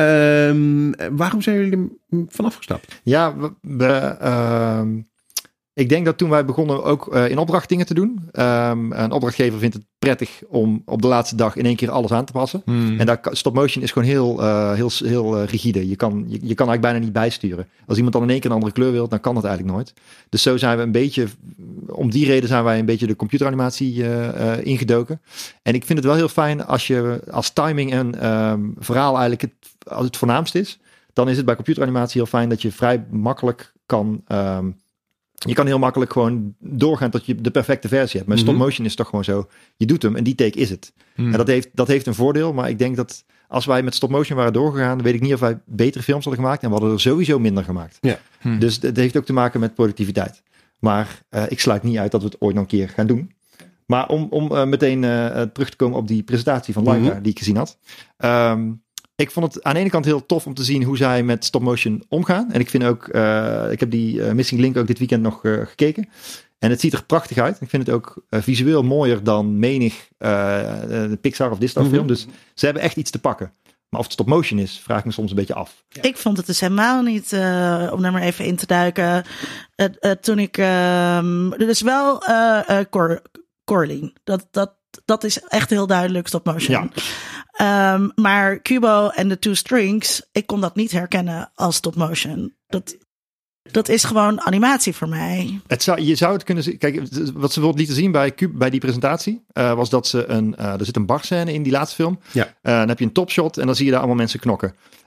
Uh, waarom zijn jullie er vanaf gestapt? Ja, we... we uh... Ik denk dat toen wij begonnen ook uh, in opdracht dingen te doen. Um, een opdrachtgever vindt het prettig om op de laatste dag in één keer alles aan te passen. Hmm. En daar, stop motion is gewoon heel, uh, heel, heel uh, rigide. Je kan, je, je kan eigenlijk bijna niet bijsturen. Als iemand dan in één keer een andere kleur wil, dan kan dat eigenlijk nooit. Dus zo zijn we een beetje, om die reden zijn wij een beetje de computeranimatie uh, uh, ingedoken. En ik vind het wel heel fijn als je als timing en um, verhaal eigenlijk het, als het voornaamst is. Dan is het bij computeranimatie heel fijn dat je vrij makkelijk kan... Um, Je kan heel makkelijk gewoon doorgaan tot je de perfecte versie hebt. Maar mm-hmm. stop motion is toch gewoon zo. Je doet hem en die take is het. Mm. En dat heeft, dat heeft een voordeel. Maar ik denk dat als wij met stop motion waren doorgegaan, weet ik niet of wij betere films hadden gemaakt. En we hadden er sowieso minder gemaakt. Ja. Mm. Dus het heeft ook te maken met productiviteit. Maar uh, ik sluit niet uit dat we het ooit nog een keer gaan doen. Maar om, om uh, meteen uh, terug te komen op die presentatie van Laika mm-hmm. die ik gezien had. Um, Ik vond het aan de ene kant heel tof om te zien hoe zij met stop motion omgaan. En ik vind ook, uh, ik heb die uh, Missing Link ook dit weekend nog uh, gekeken. En het ziet er prachtig uit. Ik vind het ook uh, visueel mooier dan menig uh, de Pixar of Disney mm-hmm. film. Dus ze hebben echt iets te pakken. Maar of het stop motion is, vraag ik me soms een beetje af. Ja. Ik vond het dus helemaal niet, uh, om daar maar even in te duiken. Uh, uh, toen ik, uh, dus wel uh, uh, Cor- Coraline. Dat, dat, dat is echt heel duidelijk stop motion. Ja. Um, maar Kubo en de Two Strings, ik kon dat niet herkennen als stop motion. Dat, dat is gewoon animatie voor mij. Het zou, je zou het kunnen zien. Kijk, wat ze bijvoorbeeld lieten zien bij, bij die presentatie, uh, was dat ze een, uh, er zit een barscène in die laatste film. Ja. Uh, dan heb je een topshot en dan zie je daar allemaal mensen knokken.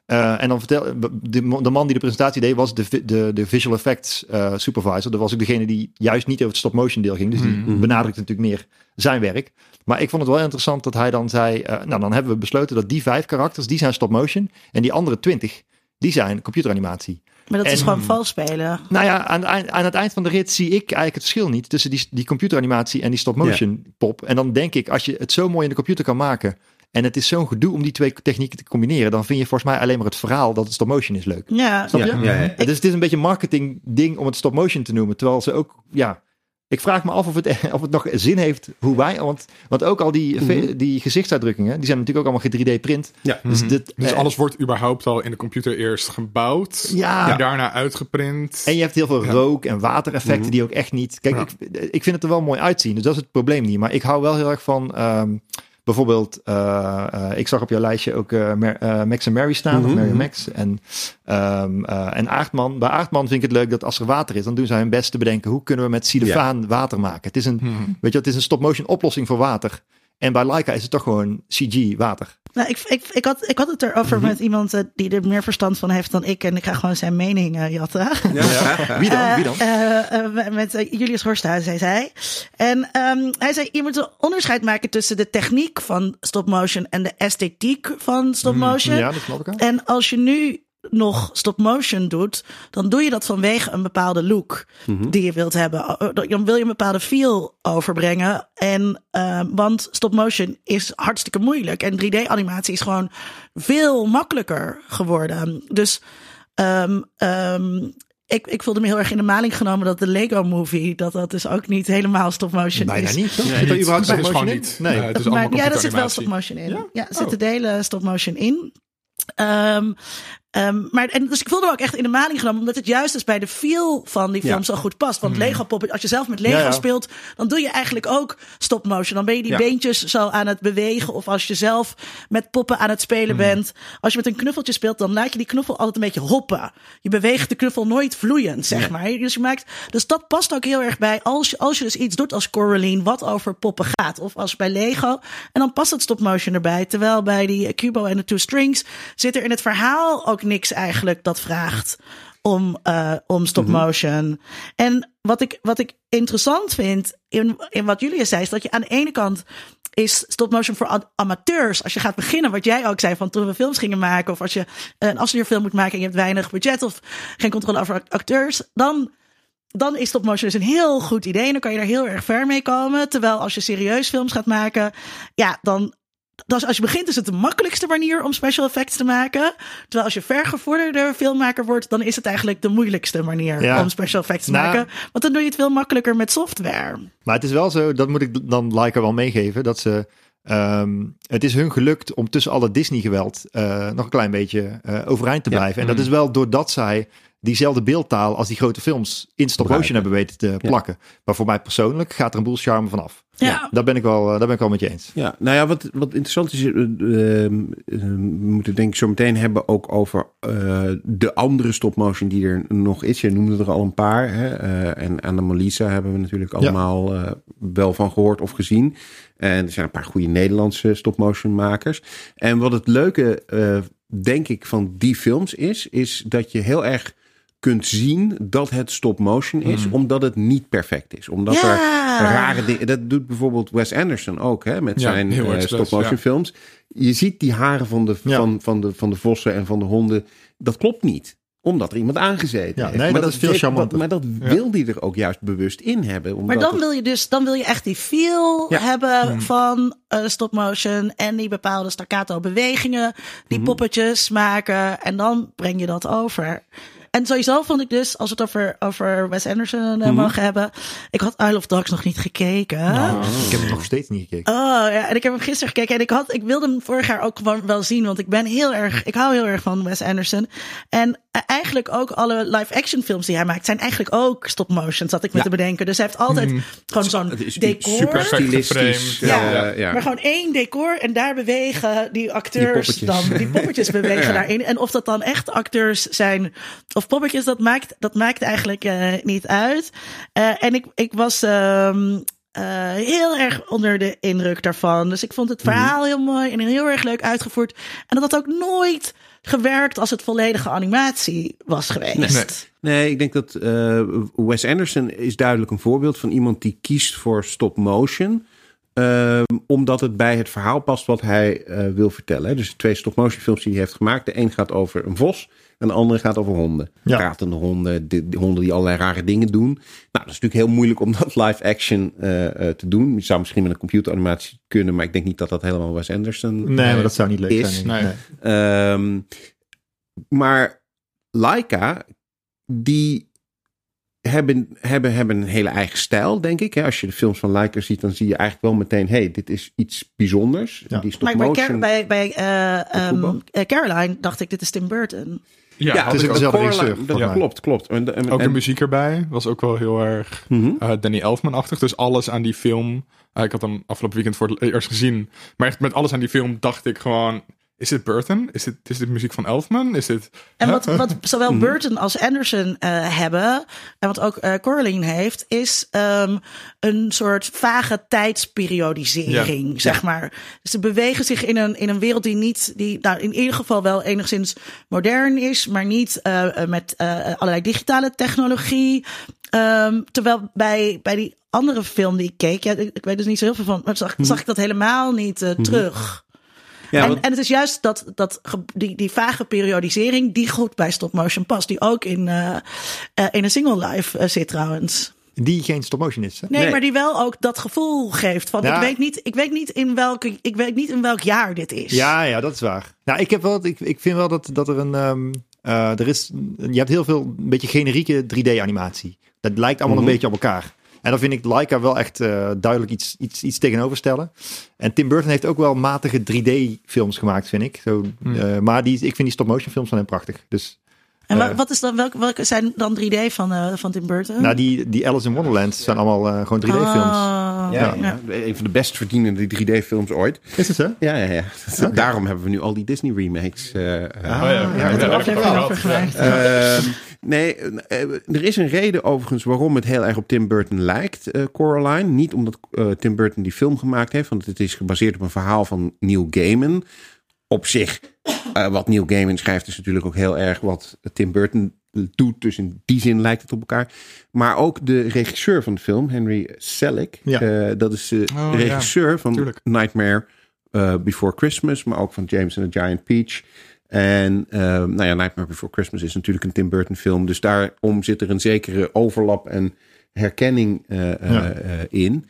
Uh, en dan vertel de, de man die de presentatie deed was de, de, de visual effects uh, supervisor. Dat was ook degene die juist niet over het stop-motion deel ging. Dus die mm-hmm. benadrukte natuurlijk meer zijn werk. Maar ik vond het wel interessant dat hij dan zei... Uh, nou, dan hebben we besloten dat die vijf karakters, die zijn stop-motion. En die andere twintig, die zijn computeranimatie. Maar dat en, is gewoon vals spelen. Nou ja, aan, aan, aan het eind van de rit zie ik eigenlijk het verschil niet... tussen die, die computeranimatie en die stop-motion ja. pop. En dan denk ik, als je het zo mooi in de computer kan maken... en het is zo'n gedoe om die twee technieken te combineren... dan vind je volgens mij alleen maar het verhaal dat het stop-motion is leuk. Ja. Snap je? Ja, ja, ja. Dus het is een beetje een marketing ding om het stop-motion te noemen. Terwijl ze ook, ja... Ik vraag me af of het, of het nog zin heeft hoe wij... Want, want ook al die, mm-hmm. die gezichtsuitdrukkingen... die zijn natuurlijk ook allemaal ge drie D-print. Ja. Dus, mm-hmm. dit, dus eh, alles wordt überhaupt al in de computer eerst gebouwd. Ja. En daarna uitgeprint. En je hebt heel veel ja. rook- en watereffecten... Mm-hmm. die ook echt niet... Kijk, ja. ik, ik vind het er wel mooi uitzien. Dus dat is het probleem niet. Maar ik hou wel heel erg van... Um, bijvoorbeeld, uh, uh, ik zag op jouw lijstje ook uh, Mer- uh, Max en Mary staan, mm-hmm. of Mary en Max. En, um, uh, en Aardman. Bij Aardman vind ik het leuk dat als er water is, dan doen zij hun best te bedenken, hoe kunnen we met xylofaan ja. water maken? Het is een, mm-hmm. weet je, het is een stop-motion oplossing voor water. En bij Laika is het toch gewoon C G water. Nou, ik, ik, ik, had, ik had het erover mm-hmm. met iemand uh, die er meer verstand van heeft dan ik. En ik ga gewoon zijn mening uh, jatten. Ja, ja. Wie dan? Wie dan? Uh, uh, met uh, Julius Horsthuis, hij zei. En um, hij zei, je moet een onderscheid maken tussen de techniek van stop-motion en de esthetiek van stop-motion. Mm, ja, dat snap ik ook. En als je nu nog stop-motion doet, dan doe je dat vanwege een bepaalde look mm-hmm. die je wilt hebben. Dan wil je een bepaalde feel overbrengen. En uh, want stop-motion is hartstikke moeilijk. En drie D-animatie is gewoon veel makkelijker geworden. Dus um, um, ik, ik voelde me heel erg in de maling genomen dat de Lego Movie, dat dat dus ook niet helemaal stop-motion Bijna is. niet, toch? Nee, nee, dat is gewoon in? niet. Nee. Uh, het is maar, ja, daar zit wel stop-motion in. Ja, ja er zitten oh. delen stop-motion in. Um, um, maar en dus ik voelde me ook echt in de maling genomen, omdat het juist dus bij de feel van die film ja. zo goed past. Want mm. Lego Pop, als je zelf met Lego ja, ja. speelt, dan doe je eigenlijk ook stop motion. Dan ben je die ja. beentjes zo aan het bewegen. Of als je zelf met poppen aan het spelen mm. bent. Als je met een knuffeltje speelt, dan laat je die knuffel altijd een beetje hoppen. Je beweegt de knuffel nooit vloeiend, zeg ja. maar. Dus je maakt, dus dat past ook heel erg bij als je, als je dus iets doet als Coraline, wat over poppen gaat. Of als bij Lego. En dan past het stop motion erbij. Terwijl bij die Cubo en de Two Strings zit er in het verhaal ook niks eigenlijk dat vraagt om, uh, om stop motion. Mm-hmm. En wat ik, wat ik interessant vind in, in wat Julia zei, is dat je aan de ene kant is stop motion voor a- amateurs. Als je gaat beginnen, wat jij ook zei van toen we films gingen maken, of als je een afstudeerfilm moet maken en je hebt weinig budget of geen controle over acteurs, dan dan is stop motion dus een heel goed idee en dan kan je daar heel erg ver mee komen. Terwijl als je serieus films gaat maken, ja, dan Dus als je begint is het de makkelijkste manier om special effects te maken. Terwijl als je vergevorderde filmmaker wordt, dan is het eigenlijk de moeilijkste manier ja. om special effects te nou, maken. Want dan doe je het veel makkelijker met software. Maar het is wel zo, dat moet ik dan Laika wel meegeven, dat ze Um, het is hun gelukt om tussen alle Disney-geweld uh, nog een klein beetje uh, overeind te blijven. Ja. En dat is wel doordat zij diezelfde beeldtaal als die grote films in stop-motion hebben weten te plakken. Ja. Maar voor mij persoonlijk gaat er een boel charme vanaf. Ja. Ja, daar ben ik wel, daar ben ik wel met je eens. Ja, nou ja, wat, wat interessant is, uh, uh, we moeten denk ik zo meteen hebben ook over uh, de andere stop-motion die er nog is. Je noemde er al een paar. Hè? Uh, en Anomalisa hebben we natuurlijk allemaal ja. uh, wel van gehoord of gezien. En er zijn een paar goede Nederlandse stop-motion makers. En wat het leuke, uh, denk ik, van die films is, is dat je heel erg kunt zien dat het stop-motion is, mm. omdat het niet perfect is. Omdat ja. er rare dingen... Dat doet bijvoorbeeld Wes Anderson ook, hè, met ja, zijn uh, stop-motion ja. films. Je ziet die haren van de, ja. van, van, de, van de vossen en van de honden. Dat klopt niet. Omdat er iemand aangezeten ja, heeft. Nee, maar dat, dat is veel charmanter. Maar dat ja. wil die er ook juist bewust in hebben. Maar dan het... wil je dus, dan wil je echt die feel ja. hebben hmm. van uh, stop motion en die bepaalde staccato bewegingen, die hmm. poppetjes maken en dan breng je dat over. En sowieso vond ik dus, als we het over, over Wes Anderson uh, mm-hmm. mogen hebben. Ik had Isle of Dogs nog niet gekeken. Oh, ik heb hem nog steeds niet gekeken. Oh ja, en ik heb hem gisteren gekeken. En ik, had, ik wilde hem vorig jaar ook gewoon wel zien. Want ik ben heel erg, ik hou heel erg van Wes Anderson. En uh, eigenlijk ook alle live-action films die hij maakt zijn eigenlijk ook stop-motion, zat ik me ja. te bedenken. Dus hij heeft altijd mm. gewoon zo'n decor. Super stilistisch. Ja, ja. ja, maar gewoon één decor en daar bewegen die acteurs die dan. Die poppetjes bewegen ja. daarin. En of dat dan echt acteurs zijn of poppetjes, dat maakt, dat maakt eigenlijk uh, niet uit. Uh, en ik, ik was... Um, uh, heel erg onder de indruk daarvan. Dus ik vond het verhaal heel mooi en heel erg leuk uitgevoerd. En dat had ook nooit gewerkt als het volledige animatie was geweest. Nee, nee. nee ik denk dat uh, Wes Anderson is duidelijk een voorbeeld van iemand die kiest voor stop motion. Uh, omdat het bij het verhaal past wat hij uh, wil vertellen. Hè. Dus de twee stop motion films die hij heeft gemaakt. De een gaat over een vos en de andere gaat over honden. Ja. Pratende honden, de, de honden die allerlei rare dingen doen. Nou, dat is natuurlijk heel moeilijk om dat live action uh, uh, te doen. Je zou misschien met een computeranimatie kunnen, maar ik denk niet dat dat helemaal Wes Anderson Nee, nee maar dat zou niet leuk is. zijn. Nee. Nee. Um, maar Laika, die hebben, hebben, hebben een hele eigen stijl, denk ik. Als je de films van Laika ziet, dan zie je eigenlijk wel meteen, hey, dit is iets bijzonders. Ja. Die stop maar motion, bij, bij, bij uh, um, Caroline dacht ik, dit is Tim Burton. Ja, ja, het is ook dezelfde regisseur. Dat ja. klopt, klopt. En, en, ook de en, muziek erbij was ook wel heel erg mm-hmm. uh, Danny Elfman-achtig. Dus alles aan die film... Uh, ik had hem afgelopen weekend voor het eerst gezien. Maar echt met alles aan die film dacht ik gewoon... Is dit Burton? Is dit, is dit muziek van Elfman? Is dit... En wat, wat zowel Burton als Anderson uh, hebben... en wat ook uh, Coraline heeft... is um, een soort vage tijdsperiodisering, ja. zeg maar. Dus ze bewegen zich in een, in een wereld die niet... die nou, in ieder geval wel enigszins modern is... maar niet uh, met uh, allerlei digitale technologie. Um, terwijl bij, bij die andere film die ik keek... Ja, ik, ik weet dus niet zo heel veel van... maar zag, zag ik dat helemaal niet uh, terug... Ja, en, want... en het is juist dat, dat die, die vage periodisering die goed bij stop motion past. Die ook in, uh, uh, in een single life uh, zit trouwens. Die geen stop motion is. Hè? Nee, nee, maar die wel ook dat gevoel geeft van ja. ik weet niet, ik weet niet in welke, ik weet niet in welk jaar dit is. Ja, ja, dat is waar. Nou, ik heb wel, ik, ik vind wel dat, dat er een, um, uh, er is, je hebt heel veel een beetje generieke drie D animatie. Dat lijkt allemaal mm-hmm. een beetje op elkaar. En dan vind ik Laika wel echt uh, duidelijk iets, iets, iets tegenover stellen. En Tim Burton heeft ook wel matige drie D films gemaakt, vind ik. Zo, mm. uh, maar die, ik vind die stop motion films van hem prachtig. Dus, en uh, wat is dan, welke, welke zijn dan drie D van, uh, van Tim Burton? Nou, die, die Alice in Wonderland zijn allemaal uh, gewoon drie D films. Oh, ja, ja. Ja. Een van de best verdienende drie D films ooit. Is het zo? Ja, ja, ja. Okay. Daarom hebben we nu al die Disney remakes. Uh, ah, ja, ja, ja, ja, daar heb ik het over gemaakt. Uh, nee, er is een reden overigens waarom het heel erg op Tim Burton lijkt, uh, Coraline. Niet omdat uh, Tim Burton die film gemaakt heeft, want het is gebaseerd op een verhaal van Neil Gaiman. Op zich, uh, wat Neil Gaiman schrijft is natuurlijk ook heel erg wat Tim Burton doet. Dus in die zin lijkt het op elkaar. Maar ook de regisseur van de film, Henry Selick. Ja. Uh, dat is de oh, regisseur ja, van tuurlijk. Nightmare uh, Before Christmas. Maar ook van James and the Giant Peach. En uh, nou ja, Nightmare Before Christmas is natuurlijk een Tim Burton film. Dus daarom zit er een zekere overlap en herkenning uh, ja. uh, in.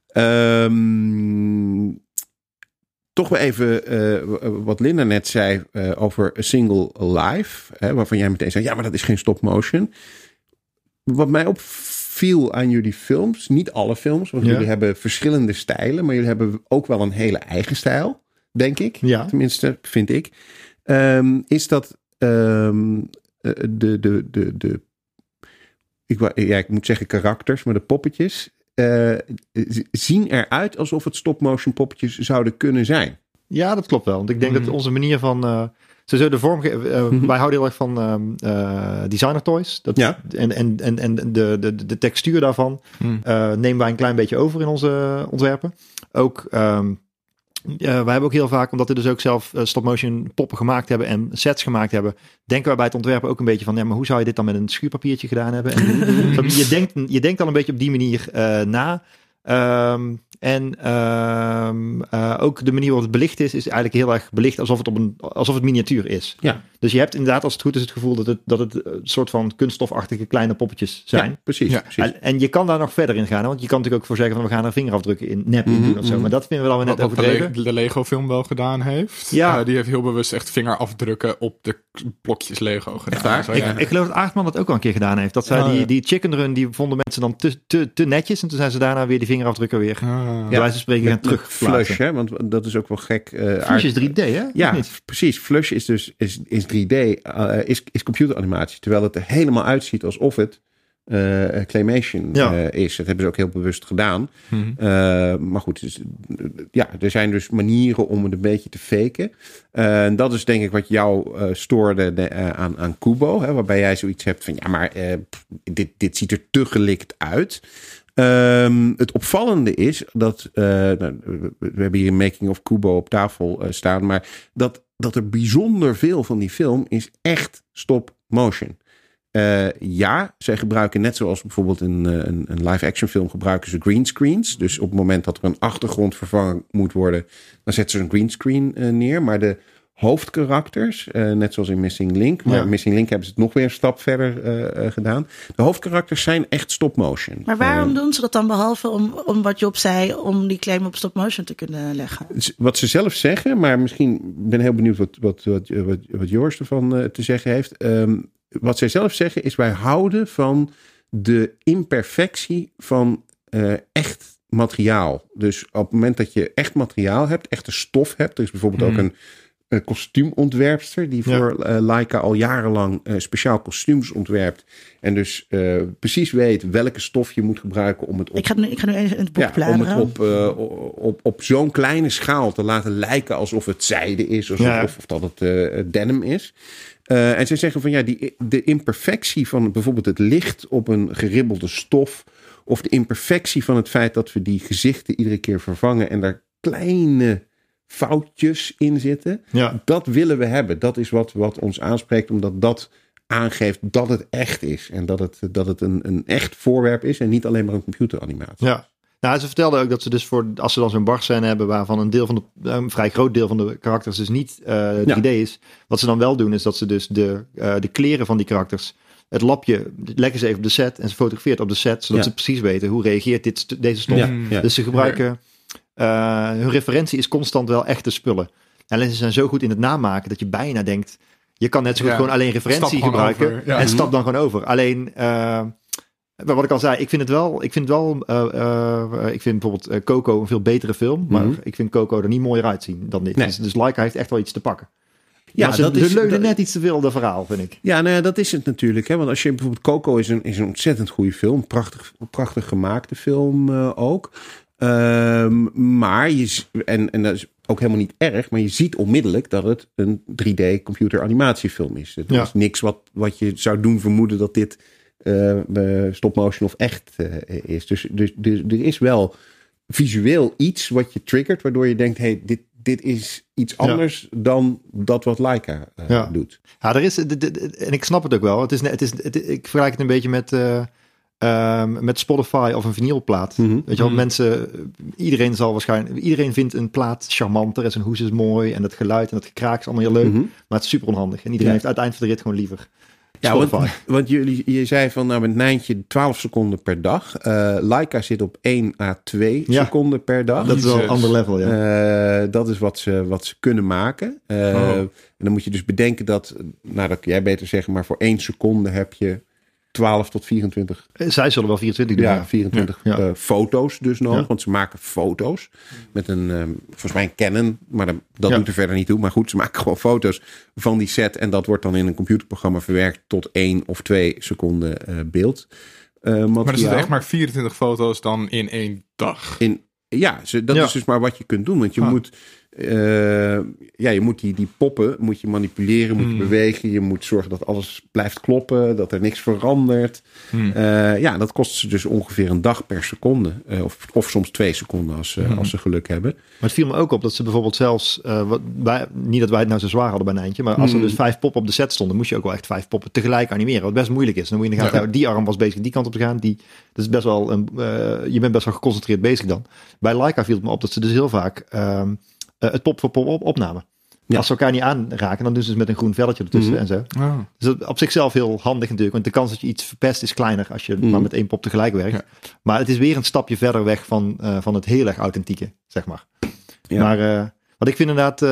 Um, Toch weer even uh, wat Linda net zei uh, over A Single Life. Hè, waarvan jij meteen zei, ja, maar dat is geen stop motion. Wat mij opviel aan jullie films, niet alle films, want ja. jullie hebben verschillende stijlen, maar jullie hebben ook wel een hele eigen stijl, denk ik. Ja. Tenminste, vind ik. Um, is dat um, de, de, de, de ik, ja, ik moet zeggen karakters, maar de poppetjes... Uh, zien eruit alsof het stop-motion poppetjes zouden kunnen zijn. Ja, dat klopt wel. Want ik denk mm. dat onze manier van... Uh, sowieso de vorm... Uh, mm-hmm. Wij houden heel erg van uh, uh, designer toys. Dat, ja. En, en, en, en de, de, de textuur daarvan mm. uh, nemen wij een klein beetje over in onze ontwerpen. Ook... Um, Uh, wij hebben ook heel vaak, omdat we dus ook zelf uh, stop-motion poppen gemaakt hebben en sets gemaakt hebben, denken wij bij het ontwerpen ook een beetje van, ja, maar hoe zou je dit dan met een schuurpapiertje gedaan hebben? En, je, denkt, je denkt al een beetje op die manier uh, na. Um, en um, uh, ook de manier waarop het belicht is, is eigenlijk heel erg belicht alsof het op een, alsof het miniatuur is. Ja. Dus je hebt inderdaad, als het goed is, het gevoel dat het, dat het een soort van kunststofachtige kleine poppetjes zijn. Ja, precies. Ja. precies. En, en je kan daar nog verder in gaan, want je kan natuurlijk ook voor zeggen van, we gaan er vingerafdrukken in nep in doen of zo. Maar dat vinden we dan weer net overdreven. De, de Lego film wel gedaan heeft. Ja. Uh, die heeft heel bewust echt vingerafdrukken op de blokjes Lego gedaan. Zo, ja. ik, ik geloof dat Aardman dat ook al een keer gedaan heeft. Dat zij oh, die, ja. die chicken run, die vonden mensen dan te, te, te netjes. En toen zijn ze daarna weer die vingerafdrukken weer Ah, bij wijze van spreken gaan terug. Flush, hè? Want dat is ook wel gek. Uh, Flush aard... is drie D, hè? Ja, precies. Flush is dus is, is drie D, uh, is, is computeranimatie. Terwijl het er helemaal uitziet alsof het uh, claymation ja. uh, is. Dat hebben ze ook heel bewust gedaan. Mm-hmm. Uh, maar goed, dus, ja, er zijn dus manieren om het een beetje te faken. Uh, en dat is denk ik wat jou uh, stoorde de, uh, aan, aan Kubo. Hè, waarbij jij zoiets hebt van, ja, maar uh, dit, dit ziet er te gelikt uit. Um, het opvallende is dat, uh, nou, we hebben hier een making of Kubo op tafel uh, staan, maar dat, dat er bijzonder veel van die film is echt stop motion. Uh, ja, zij gebruiken net zoals bijvoorbeeld een, een, een live-action film gebruiken ze greenscreens. Dus op het moment dat er een achtergrond vervangen moet worden, dan zetten ze een greenscreen uh, neer. Maar de hoofdkarakters, uh, net zoals in Missing Link, maar ja. Missing Link hebben ze het nog weer een stap verder uh, uh, gedaan. De hoofdkarakters zijn echt stop-motion. Maar waarom uh, doen ze dat dan behalve om, om wat Job zei, om die claim op stop-motion te kunnen leggen? Wat ze zelf zeggen, maar misschien ben ik heel benieuwd wat, wat, wat, wat, wat Joris ervan uh, te zeggen heeft. Um, Wat zij zelf zeggen is, wij houden van de imperfectie van uh, echt materiaal. Dus op het moment dat je echt materiaal hebt, echte stof hebt. Er is bijvoorbeeld mm. ook een, een kostuumontwerpster die ja. voor uh, Laika al jarenlang uh, speciaal kostuums ontwerpt. En dus uh, precies weet welke stof je moet gebruiken om het op... Ik ga nu, ik ga nu even in het boek ja, bladeren. om het op, uh, op, op, op zo'n kleine schaal te laten lijken alsof het zijde is. Of, ja. of, of dat het uh, denim is. Uh, en ze zeggen van ja, die, de imperfectie van bijvoorbeeld het licht op een geribbelde stof. Of de imperfectie van het feit dat we die gezichten iedere keer vervangen. En daar kleine foutjes in zitten. Ja. Dat willen we hebben. Dat is wat, wat ons aanspreekt. Omdat dat aangeeft dat het echt is. En dat het, dat het een, een echt voorwerp is. En niet alleen maar een computeranimatie. Ja. Nou, ze vertelde ook dat ze dus voor, als ze dan zo'n barscène hebben waarvan een deel van de, een vrij groot deel van de karakters dus niet uh, drie D ja. is. Wat ze dan wel doen is dat ze dus de, uh, de kleren van die karakters, het lapje, leggen ze even op de set en ze fotografeert op de set, zodat ja. ze precies weten hoe reageert dit, deze stof. Ja. Ja. Dus ze gebruiken, uh, hun referentie is constant wel echte spullen. En ze zijn zo goed in het namaken dat je bijna denkt, je kan net zo goed ja. gewoon alleen referentie stap gebruiken ja. en stap dan gewoon over. Alleen... Uh, Maar wat ik al zei, ik vind het wel, ik vind het wel, uh, uh, ik vind bijvoorbeeld uh, Coco een veel betere film, maar mm-hmm. ik vind Coco er niet mooier uitzien dan dit. Nee. Dus, dus Laika heeft echt wel iets te pakken. Ja, ja ze, dat is, leunen dat, net iets te veel de verhaal, vind ik. Ja, nou ja, dat is het natuurlijk. Hè? Want als je bijvoorbeeld Coco is een, is een ontzettend goede film, prachtig, prachtig gemaakte film uh, ook. Uh, maar je en, en dat is ook helemaal niet erg, maar je ziet onmiddellijk dat het een drie D computer animatiefilm is. Het ja. is niks wat, wat je zou doen vermoeden dat dit Uh, uh, stop-motion of echt uh, is. Dus, dus, dus er is wel visueel iets wat je triggert, waardoor je denkt, hey, dit, dit is iets anders ja. dan dat wat Laika uh, ja. doet. Ja, er is, de, de, de, en ik snap het ook wel. Het is, het is, het, ik vergelijk het een beetje met, uh, uh, met Spotify of een vinylplaat. Mm-hmm. Weet je wel, mm-hmm. mensen, iedereen zal waarschijnlijk, iedereen vindt een plaat charmanter en zijn hoes is mooi en dat geluid en dat gekraak is allemaal heel leuk, mm-hmm. maar het is super onhandig. En iedereen ja. heeft uiteindelijk van de rit gewoon liever Ja, want, want jullie, je zei van nou met Nijntje twaalf seconden per dag. Uh, Laika zit op één à twee ja. seconden per dag. Dat is wel een ander level, ja. Uh, dat is wat ze, wat ze kunnen maken. Uh, oh. En dan moet je dus bedenken dat, nou dat kun jij beter zeggen, maar voor één seconde heb je twaalf tot vierentwintig. Zij zullen wel vierentwintig doen. Ja, vierentwintig ja. Uh, foto's dus nog. Ja. Want ze maken foto's met een, uh, volgens mij een Canon. Maar dat, dat ja. doet er verder niet toe. Maar goed, ze maken gewoon foto's van die set. En dat wordt dan in een computerprogramma verwerkt tot één of twee seconden uh, beeld. Uh, maar er zitten echt maar vierentwintig foto's dan in één dag. In, ja, ze, dat ja. is dus maar wat je kunt doen. Want je ah. moet... Uh, ja, je moet die, die poppen moet je manipuleren, moet je mm. bewegen. Je moet zorgen dat alles blijft kloppen, dat er niks verandert. Mm. Uh, ja, dat kost ze dus ongeveer een dag per seconde. Uh, of, of soms twee seconden als, uh, mm. als ze geluk hebben. Maar het viel me ook op dat ze bijvoorbeeld zelfs... Uh, wat, wij, niet dat wij het nou zo zwaar hadden bij Nijntje, maar als mm. er dus vijf poppen op de set stonden, moest je ook wel echt vijf poppen tegelijk animeren. Wat best moeilijk is. Dan moet je in de gaten houden, die arm was bezig die kant op te gaan. Die, dat is best wel een, uh, je bent best wel geconcentreerd bezig dan. Bij Laika viel het me op dat ze dus heel vaak... Um, Uh, het pop voor pop op opnamen. Ja. Als ze elkaar niet aanraken, dan doen ze het met een groen velletje ertussen mm-hmm. en zo. Oh. Dus dat op zichzelf heel handig natuurlijk. Want de kans dat je iets verpest is kleiner als je mm-hmm. maar met één pop tegelijk werkt. Ja. Maar het is weer een stapje verder weg van, uh, van het heel erg authentieke, zeg maar. Ja. Maar uh, wat ik vind inderdaad...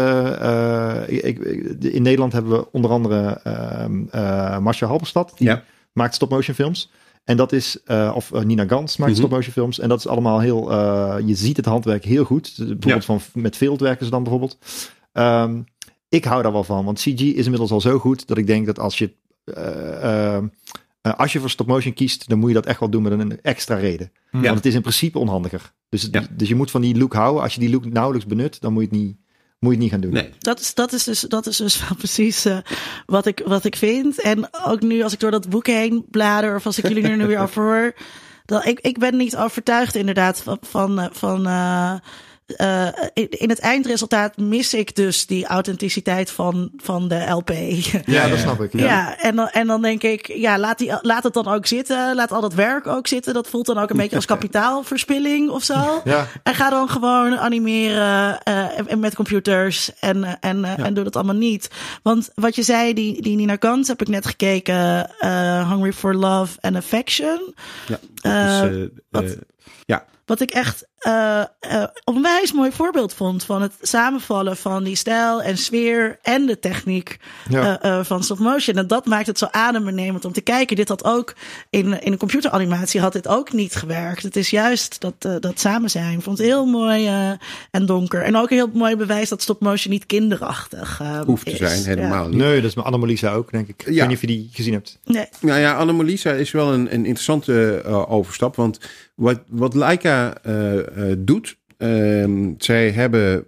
Uh, uh, ik, in Nederland hebben we onder andere uh, uh, Marcia Halberstad. Die ja. maakt stop-motion films. En dat is, uh, of uh, Nina Gans maakt mm-hmm. stop-motion films. En dat is allemaal heel, uh, je ziet het handwerk heel goed. Bijvoorbeeld ja. van, met Field werken ze dan bijvoorbeeld. Um, ik hou daar wel van, want C G is inmiddels al zo goed dat ik denk dat als je, uh, uh, uh, als je voor stop-motion kiest, dan moet je dat echt wel doen met een extra reden. Ja. Want het is in principe onhandiger. Dus, ja. dus je moet van die look houden. Als je die look nauwelijks benut, dan moet je het niet... Moet je het niet gaan doen. Nee. Dat is, dat is dus, dat is dus wel precies uh, wat, ik, wat ik vind. En ook nu als ik door dat boek heen blader, of als ik jullie er nu weer over hoor, dat ik, ik ben niet overtuigd inderdaad van... van, van uh, Uh, in, in het eindresultaat mis ik dus die authenticiteit van, van de L P. Ja, ja, dat snap ik. Ja, ja en, dan, en dan denk ik, ja, laat, die, laat het dan ook zitten. Laat al dat werk ook zitten. Dat voelt dan ook een beetje als kapitaalverspilling of zo. Ja. En ga dan gewoon animeren uh, met computers en, en, uh, ja. en doe dat allemaal niet. Want wat je zei, die, die Nina Gans heb ik net gekeken. Uh, Hungry for Love and Affection. Ja, dat is, uh, uh, wat, uh, ja. Wat ik echt uh, uh, onwijs mooi voorbeeld vond van het samenvallen van die stijl en sfeer en de techniek ja. uh, uh, van stop motion. En dat maakt het zo adembenemend om te kijken. Dit had ook in, in een computeranimatie had dit ook niet gewerkt. Het is juist dat, uh, dat samen zijn. Ik vond het heel mooi uh, en donker. En ook een heel mooi bewijs dat stop motion niet kinderachtig uh, hoeft te is. zijn, helemaal ja. niet. Nee, dat is met Anomalisa ook, denk ik. Ik ja. weet niet of je die gezien hebt. Nee. Nou ja, Anomalisa is wel een, een interessante uh, overstap. Want wat, wat Laika uh, uh, doet, um, zij hebben,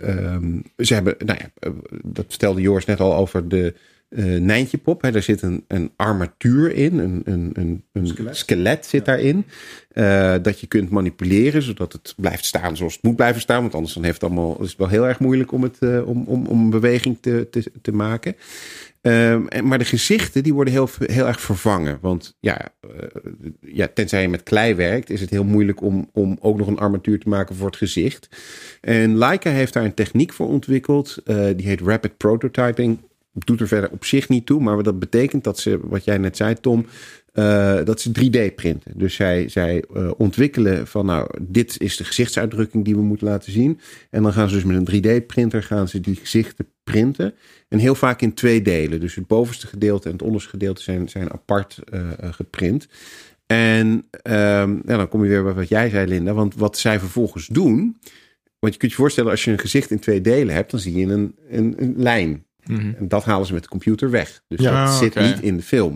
um, ze hebben, nou ja, uh, dat vertelde Joris net al over de uh, Nijntje Pop. Hè. Daar zit een, een armatuur in, een, een, een, een skelet. skelet zit ja. daarin. Uh, dat je kunt manipuleren, zodat het blijft staan zoals het moet blijven staan. Want anders dan heeft het allemaal, is het wel heel erg moeilijk om, het, uh, om, om, om een beweging te, te, te maken. Um, maar de gezichten die worden heel, heel erg vervangen. Want ja, uh, ja, tenzij je met klei werkt, is het heel moeilijk om, om ook nog een armatuur te maken voor het gezicht. En Laika heeft daar een techniek voor ontwikkeld. Uh, die heet rapid prototyping. Doet er verder op zich niet toe. Maar dat betekent dat ze, wat jij net zei, Tom, Uh, dat ze drie D printen. Dus zij, zij uh, ontwikkelen van nou, dit is de gezichtsuitdrukking die we moeten laten zien. En dan gaan ze dus met een drie D printer gaan ze die gezichten printen. En heel vaak in twee delen. Dus het bovenste gedeelte en het onderste gedeelte zijn, zijn apart uh, geprint. En um, ja, dan kom je weer bij wat jij zei, Linda. Want wat zij vervolgens doen, want je kunt je voorstellen als je een gezicht in twee delen hebt, dan zie je een, een, een lijn. Mm-hmm. En dat halen ze met de computer weg. Dus ja, dat zit okay. niet in de film.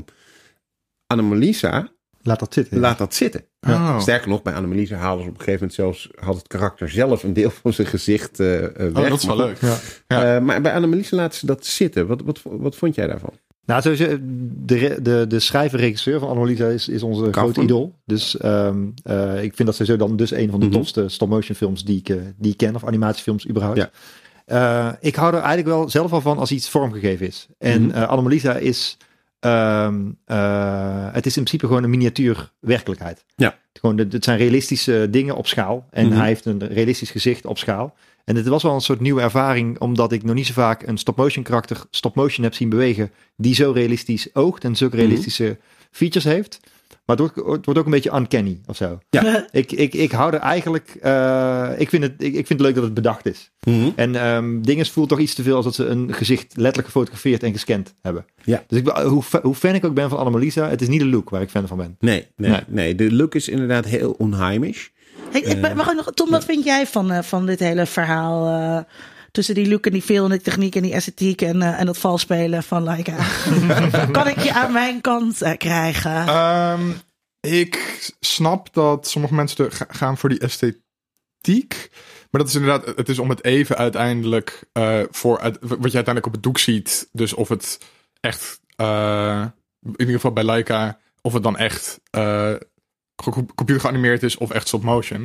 Anomalisa laat dat zitten. Laat dat zitten. Oh. Sterker nog, bij Anomalisa halen ze op een gegeven moment zelfs, had het karakter zelf een deel van zijn gezicht uh, weg. Oh, dat is wel leuk. Ja. Ja. Uh, maar bij Anomalisa laten ze dat zitten. Wat, wat, wat vond jij daarvan? Nou, sowieso, de, de, de schrijver-regisseur van Anomalisa is, is onze Kaffel. grote idool. Dus um, uh, ik vind dat sowieso dan dus een van de mm-hmm. tofste stop-motion films die ik, uh, die ik ken. Of animatiefilms überhaupt. Ja. Uh, ik hou er eigenlijk wel zelf al van als iets vormgegeven is. En mm-hmm. uh, Anomalisa is... Um, uh, het is in principe gewoon een miniatuur werkelijkheid. Ja. Gewoon de, het zijn realistische dingen op schaal. En mm-hmm. hij heeft een realistisch gezicht op schaal. En het was wel een soort nieuwe ervaring, omdat ik nog niet zo vaak een stop-motion karakter stop-motion heb zien bewegen, die zo realistisch oogt en zulke realistische mm-hmm. features heeft. Maar het wordt, het wordt ook een beetje uncanny of zo. Ja. ik, ik, ik hou er eigenlijk... Uh, ik, vind het, ik, ik vind het leuk dat het bedacht is. Mm-hmm. En um, dinges voelt toch iets te veel als dat ze een gezicht letterlijk gefotografeerd en gescand hebben. Ja. Dus ik, hoe, hoe fan ik ook ben van Anomalisa, het is niet de look waar ik fan van ben. Nee, nee, nee. nee. De look is inderdaad heel onheimisch. Hey, uh, ik mag nog, Tom, wat ja. vind jij van, uh, van dit hele verhaal... Uh, tussen die look en die feel en die techniek en die esthetiek en, uh, en dat valspelen van Laika? Kan ik je aan mijn kant uh, krijgen? Um, ik snap dat sommige mensen g- gaan voor die esthetiek. Maar dat is inderdaad, het is om het even uiteindelijk uh, voor uit, wat je uiteindelijk op het doek ziet. Dus of het echt, uh, in ieder geval bij Laika, of het dan echt uh, computer geanimeerd is of echt stop motion.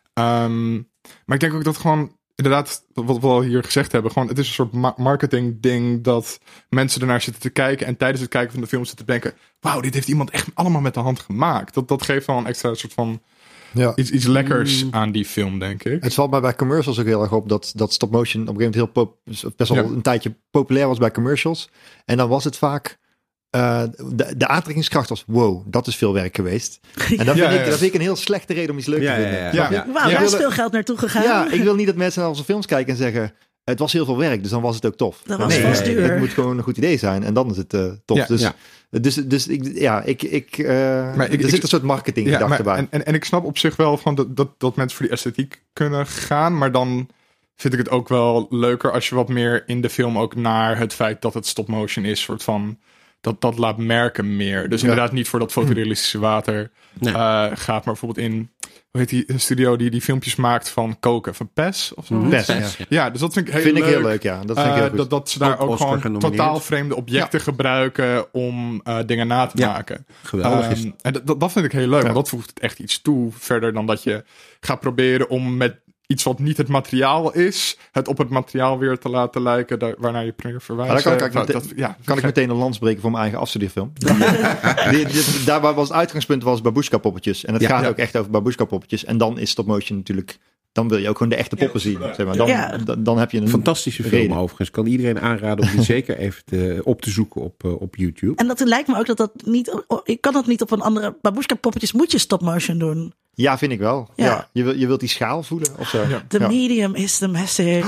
Um, maar ik denk ook dat gewoon inderdaad, wat we al hier gezegd hebben, gewoon het is een soort ma- marketing ding dat mensen ernaar zitten te kijken en tijdens het kijken van de film zitten te denken, wauw, dit heeft iemand echt allemaal met de hand gemaakt. Dat, dat geeft wel een extra soort van ja. iets, iets lekkers mm. aan die film, denk ik. Het valt mij bij commercials ook heel erg op dat, dat stop motion op een gegeven moment heel pop- best wel ja. een tijdje populair was bij commercials. En dan was het vaak Uh, de, de aantrekkingskracht was, wow, dat is veel werk geweest. En dat, ja, vind, ik, ja. dat vind ik een heel slechte reden om iets leuk ja, te vinden. Ja, ja, ja. Ja. Wauw, daar is veel geld naartoe gegaan. Ja, ik wil niet dat mensen naar onze films kijken en zeggen, het was heel veel werk, dus dan was het ook tof. Dat was nee, vast duur. Het moet gewoon een goed idee zijn en dan is het uh, tof. Ja, dus, ja. dus, dus ik, ja, ik, ik, uh, maar ik, er zit ik, een soort marketing ja, gedachte bij. En, en, en ik snap op zich wel van dat, dat, dat mensen voor die esthetiek kunnen gaan, maar dan vind ik het ook wel leuker als je wat meer in de film ook naar het feit dat het stop motion is, soort van Dat, dat laat merken meer. Dus inderdaad ja. niet voor dat fotorealistische water nee. uh, gaat. Maar bijvoorbeeld in hoe heet die studio die die filmpjes maakt van koken, van P E S of zo? Mm-hmm. P E S, Pes, ja. Ja, dus dat vind ik heel Vind leuk. ik heel leuk, ja. Dat vind ik heel Uh, goed. dat, dat ze daar Ook ook, Oscar gewoon genomineerd. totaal vreemde objecten Ja. gebruiken om uh, dingen na te Ja. maken. Geweldig is Um, en dat- dat, dat vind ik heel leuk, Ja. want dat voegt echt iets toe. Verder dan dat je gaat proberen om met iets wat niet het materiaal is, het op het materiaal weer te laten lijken, daar, waarnaar je premier verwijst. Maar dan kan ik Nou, meteen- dat- ja, Kan ik gek. meteen een lans breken voor mijn eigen afstudeerfilm? Die, die, die- daar was het uitgangspunt was babushka poppetjes. En het Ja. gaat Ja. ook echt over babushka poppetjes. En dan is stop motion natuurlijk... Dan wil je ook gewoon de echte poppen zien. Zeg maar. dan, Ja. dan, dan heb je een... Fantastische film reden. overigens. Kan iedereen aanraden om die zeker even te, op te zoeken op, uh, op YouTube. En dat lijkt me ook dat dat niet... Je kan dat niet op een andere... Babushka poppetjes moet je stop motion doen. Ja, vind ik wel. Ja. Ja. Je, wil, je wilt die schaal voelen of zo. Ja. The Ja. medium is the message.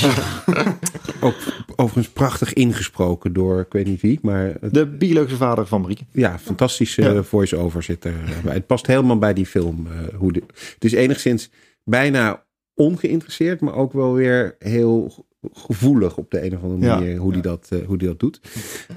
Ook overigens prachtig ingesproken door, ik weet niet wie, maar het- De biologische vader van Marieke. ja, fantastische Ja. voice-over zit er bij. Het past helemaal bij die film. uh, hoe de, het is enigszins bijna ongeïnteresseerd, maar ook wel weer heel gevoelig op de een of andere Ja. manier hoe die dat, uh, hoe die dat doet.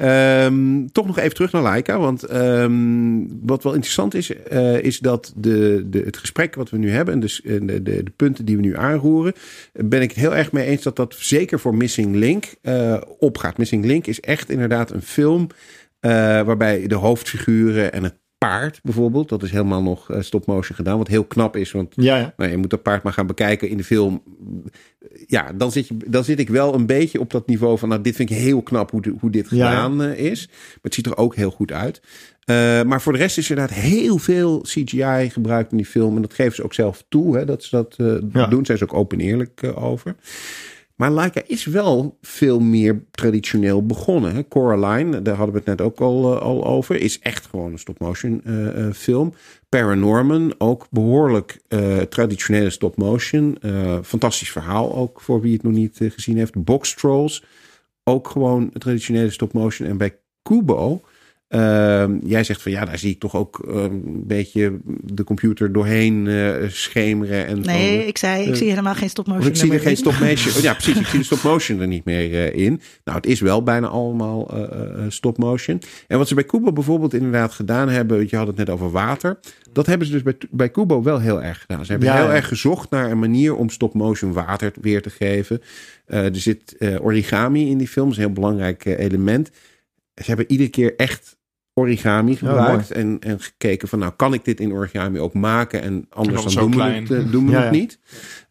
Um, toch nog even terug naar Laika, want um, wat wel interessant is, uh, is dat de, de, het gesprek wat we nu hebben en dus de, de, de punten die we nu aanroeren, ben ik het heel erg mee eens dat dat zeker voor Missing Link uh, opgaat. Missing Link is echt inderdaad een film uh, waarbij de hoofdfiguren en het paard bijvoorbeeld, dat is helemaal nog uh, stop-motion gedaan, wat heel knap is, want Ja, ja. nou, je moet dat paard maar gaan bekijken in de film. Ja, dan zit, je, dan zit ik wel een beetje op dat niveau van, nou, dit vind ik heel knap hoe, de, hoe dit Ja, gedaan uh, is. Maar het ziet er ook heel goed uit. Uh, maar voor de rest is er inderdaad heel veel C G I gebruikt in die film. En dat geven ze ook zelf toe, hè, dat ze dat uh, Ja. doen. Zijn ze ook open en eerlijk uh, over. Maar Laika is wel veel meer traditioneel begonnen. Hè. Coraline, daar hadden we het net ook al, uh, al over, is echt gewoon een stop-motion uh, uh, film. Paranorman, ook behoorlijk uh, traditionele stop-motion. Uh, fantastisch verhaal ook voor wie het nog niet uh, gezien heeft. Box Trolls, ook gewoon traditionele stop-motion. En bij Kubo, uh, jij zegt van ja, daar zie ik toch ook uh, een beetje de computer doorheen uh, schemeren. En Nee, van, ik zei, ik uh, zie helemaal geen stop motion. Of ik zie er geen in. stop-motion. Oh, ja, precies. Ik zie de stop-motion er niet meer uh, in. Nou, het is wel bijna allemaal uh, uh, stop-motion. En wat ze bij Kubo bijvoorbeeld inderdaad gedaan hebben, je had het net over water. Dat hebben ze dus bij, bij Kubo wel heel erg gedaan. Ze hebben Ja, heel ja. erg gezocht naar een manier om stop-motion water weer te geven. Uh, er zit uh, origami in die film. Dat is een heel belangrijk uh, element. Ze hebben iedere keer echt origami gebruikt Ja, en, en gekeken van, nou, kan ik dit in origami ook maken en anders En dan dan zo doen we klein. het, uh, doen we Ja, het ja. niet.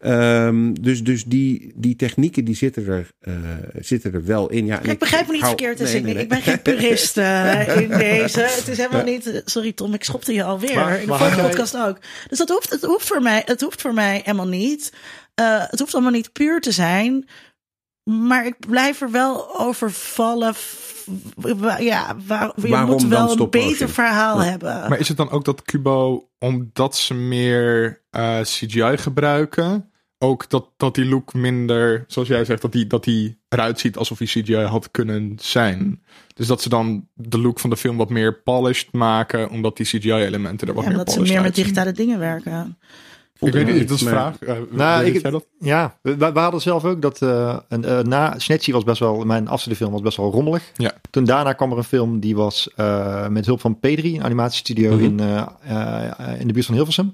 Um, dus dus die, die technieken die zitten er, uh, zitten er wel in. Ja, en Ik begrijp me niet hou- verkeerd te nee, zien. nee, nee. Ik ben geen purist uh, in deze. Het is helemaal niet... Sorry Tom, ik schopte je alweer. Maar- in de maar vorige jij- podcast ook. Dus dat hoeft, het, hoeft voor mij, het hoeft voor mij helemaal niet. Uh, het hoeft allemaal niet puur te zijn. Maar ik blijf er wel over vallen. F- wa- Ja, waar, je Waarom moet dan wel een stop-motion? beter verhaal Ja. hebben. Maar is het dan ook dat Kubo, omdat ze meer uh, C G I gebruiken, ook dat, dat die look minder, zoals jij zegt, dat die, dat die eruit ziet alsof hij C G I had kunnen zijn? Dus dat ze dan de look van de film wat meer polished maken, omdat die C G I-elementen er wat Ja, meer omdat ze polished meer met uitzien. digitale dingen werken. Ik weet niet, dat is een Maar- vraag. Uh, Nou, weet ik- jij dat? Ja, we, we hadden zelf ook dat uh, een, uh, na Snatchy was best wel, mijn afstudeerfilm was best wel rommelig. Ja. Toen daarna kwam er een film die was uh, met hulp van P drie, een animatiestudio Mhm. in, uh, uh, in de buurt van Hilversum.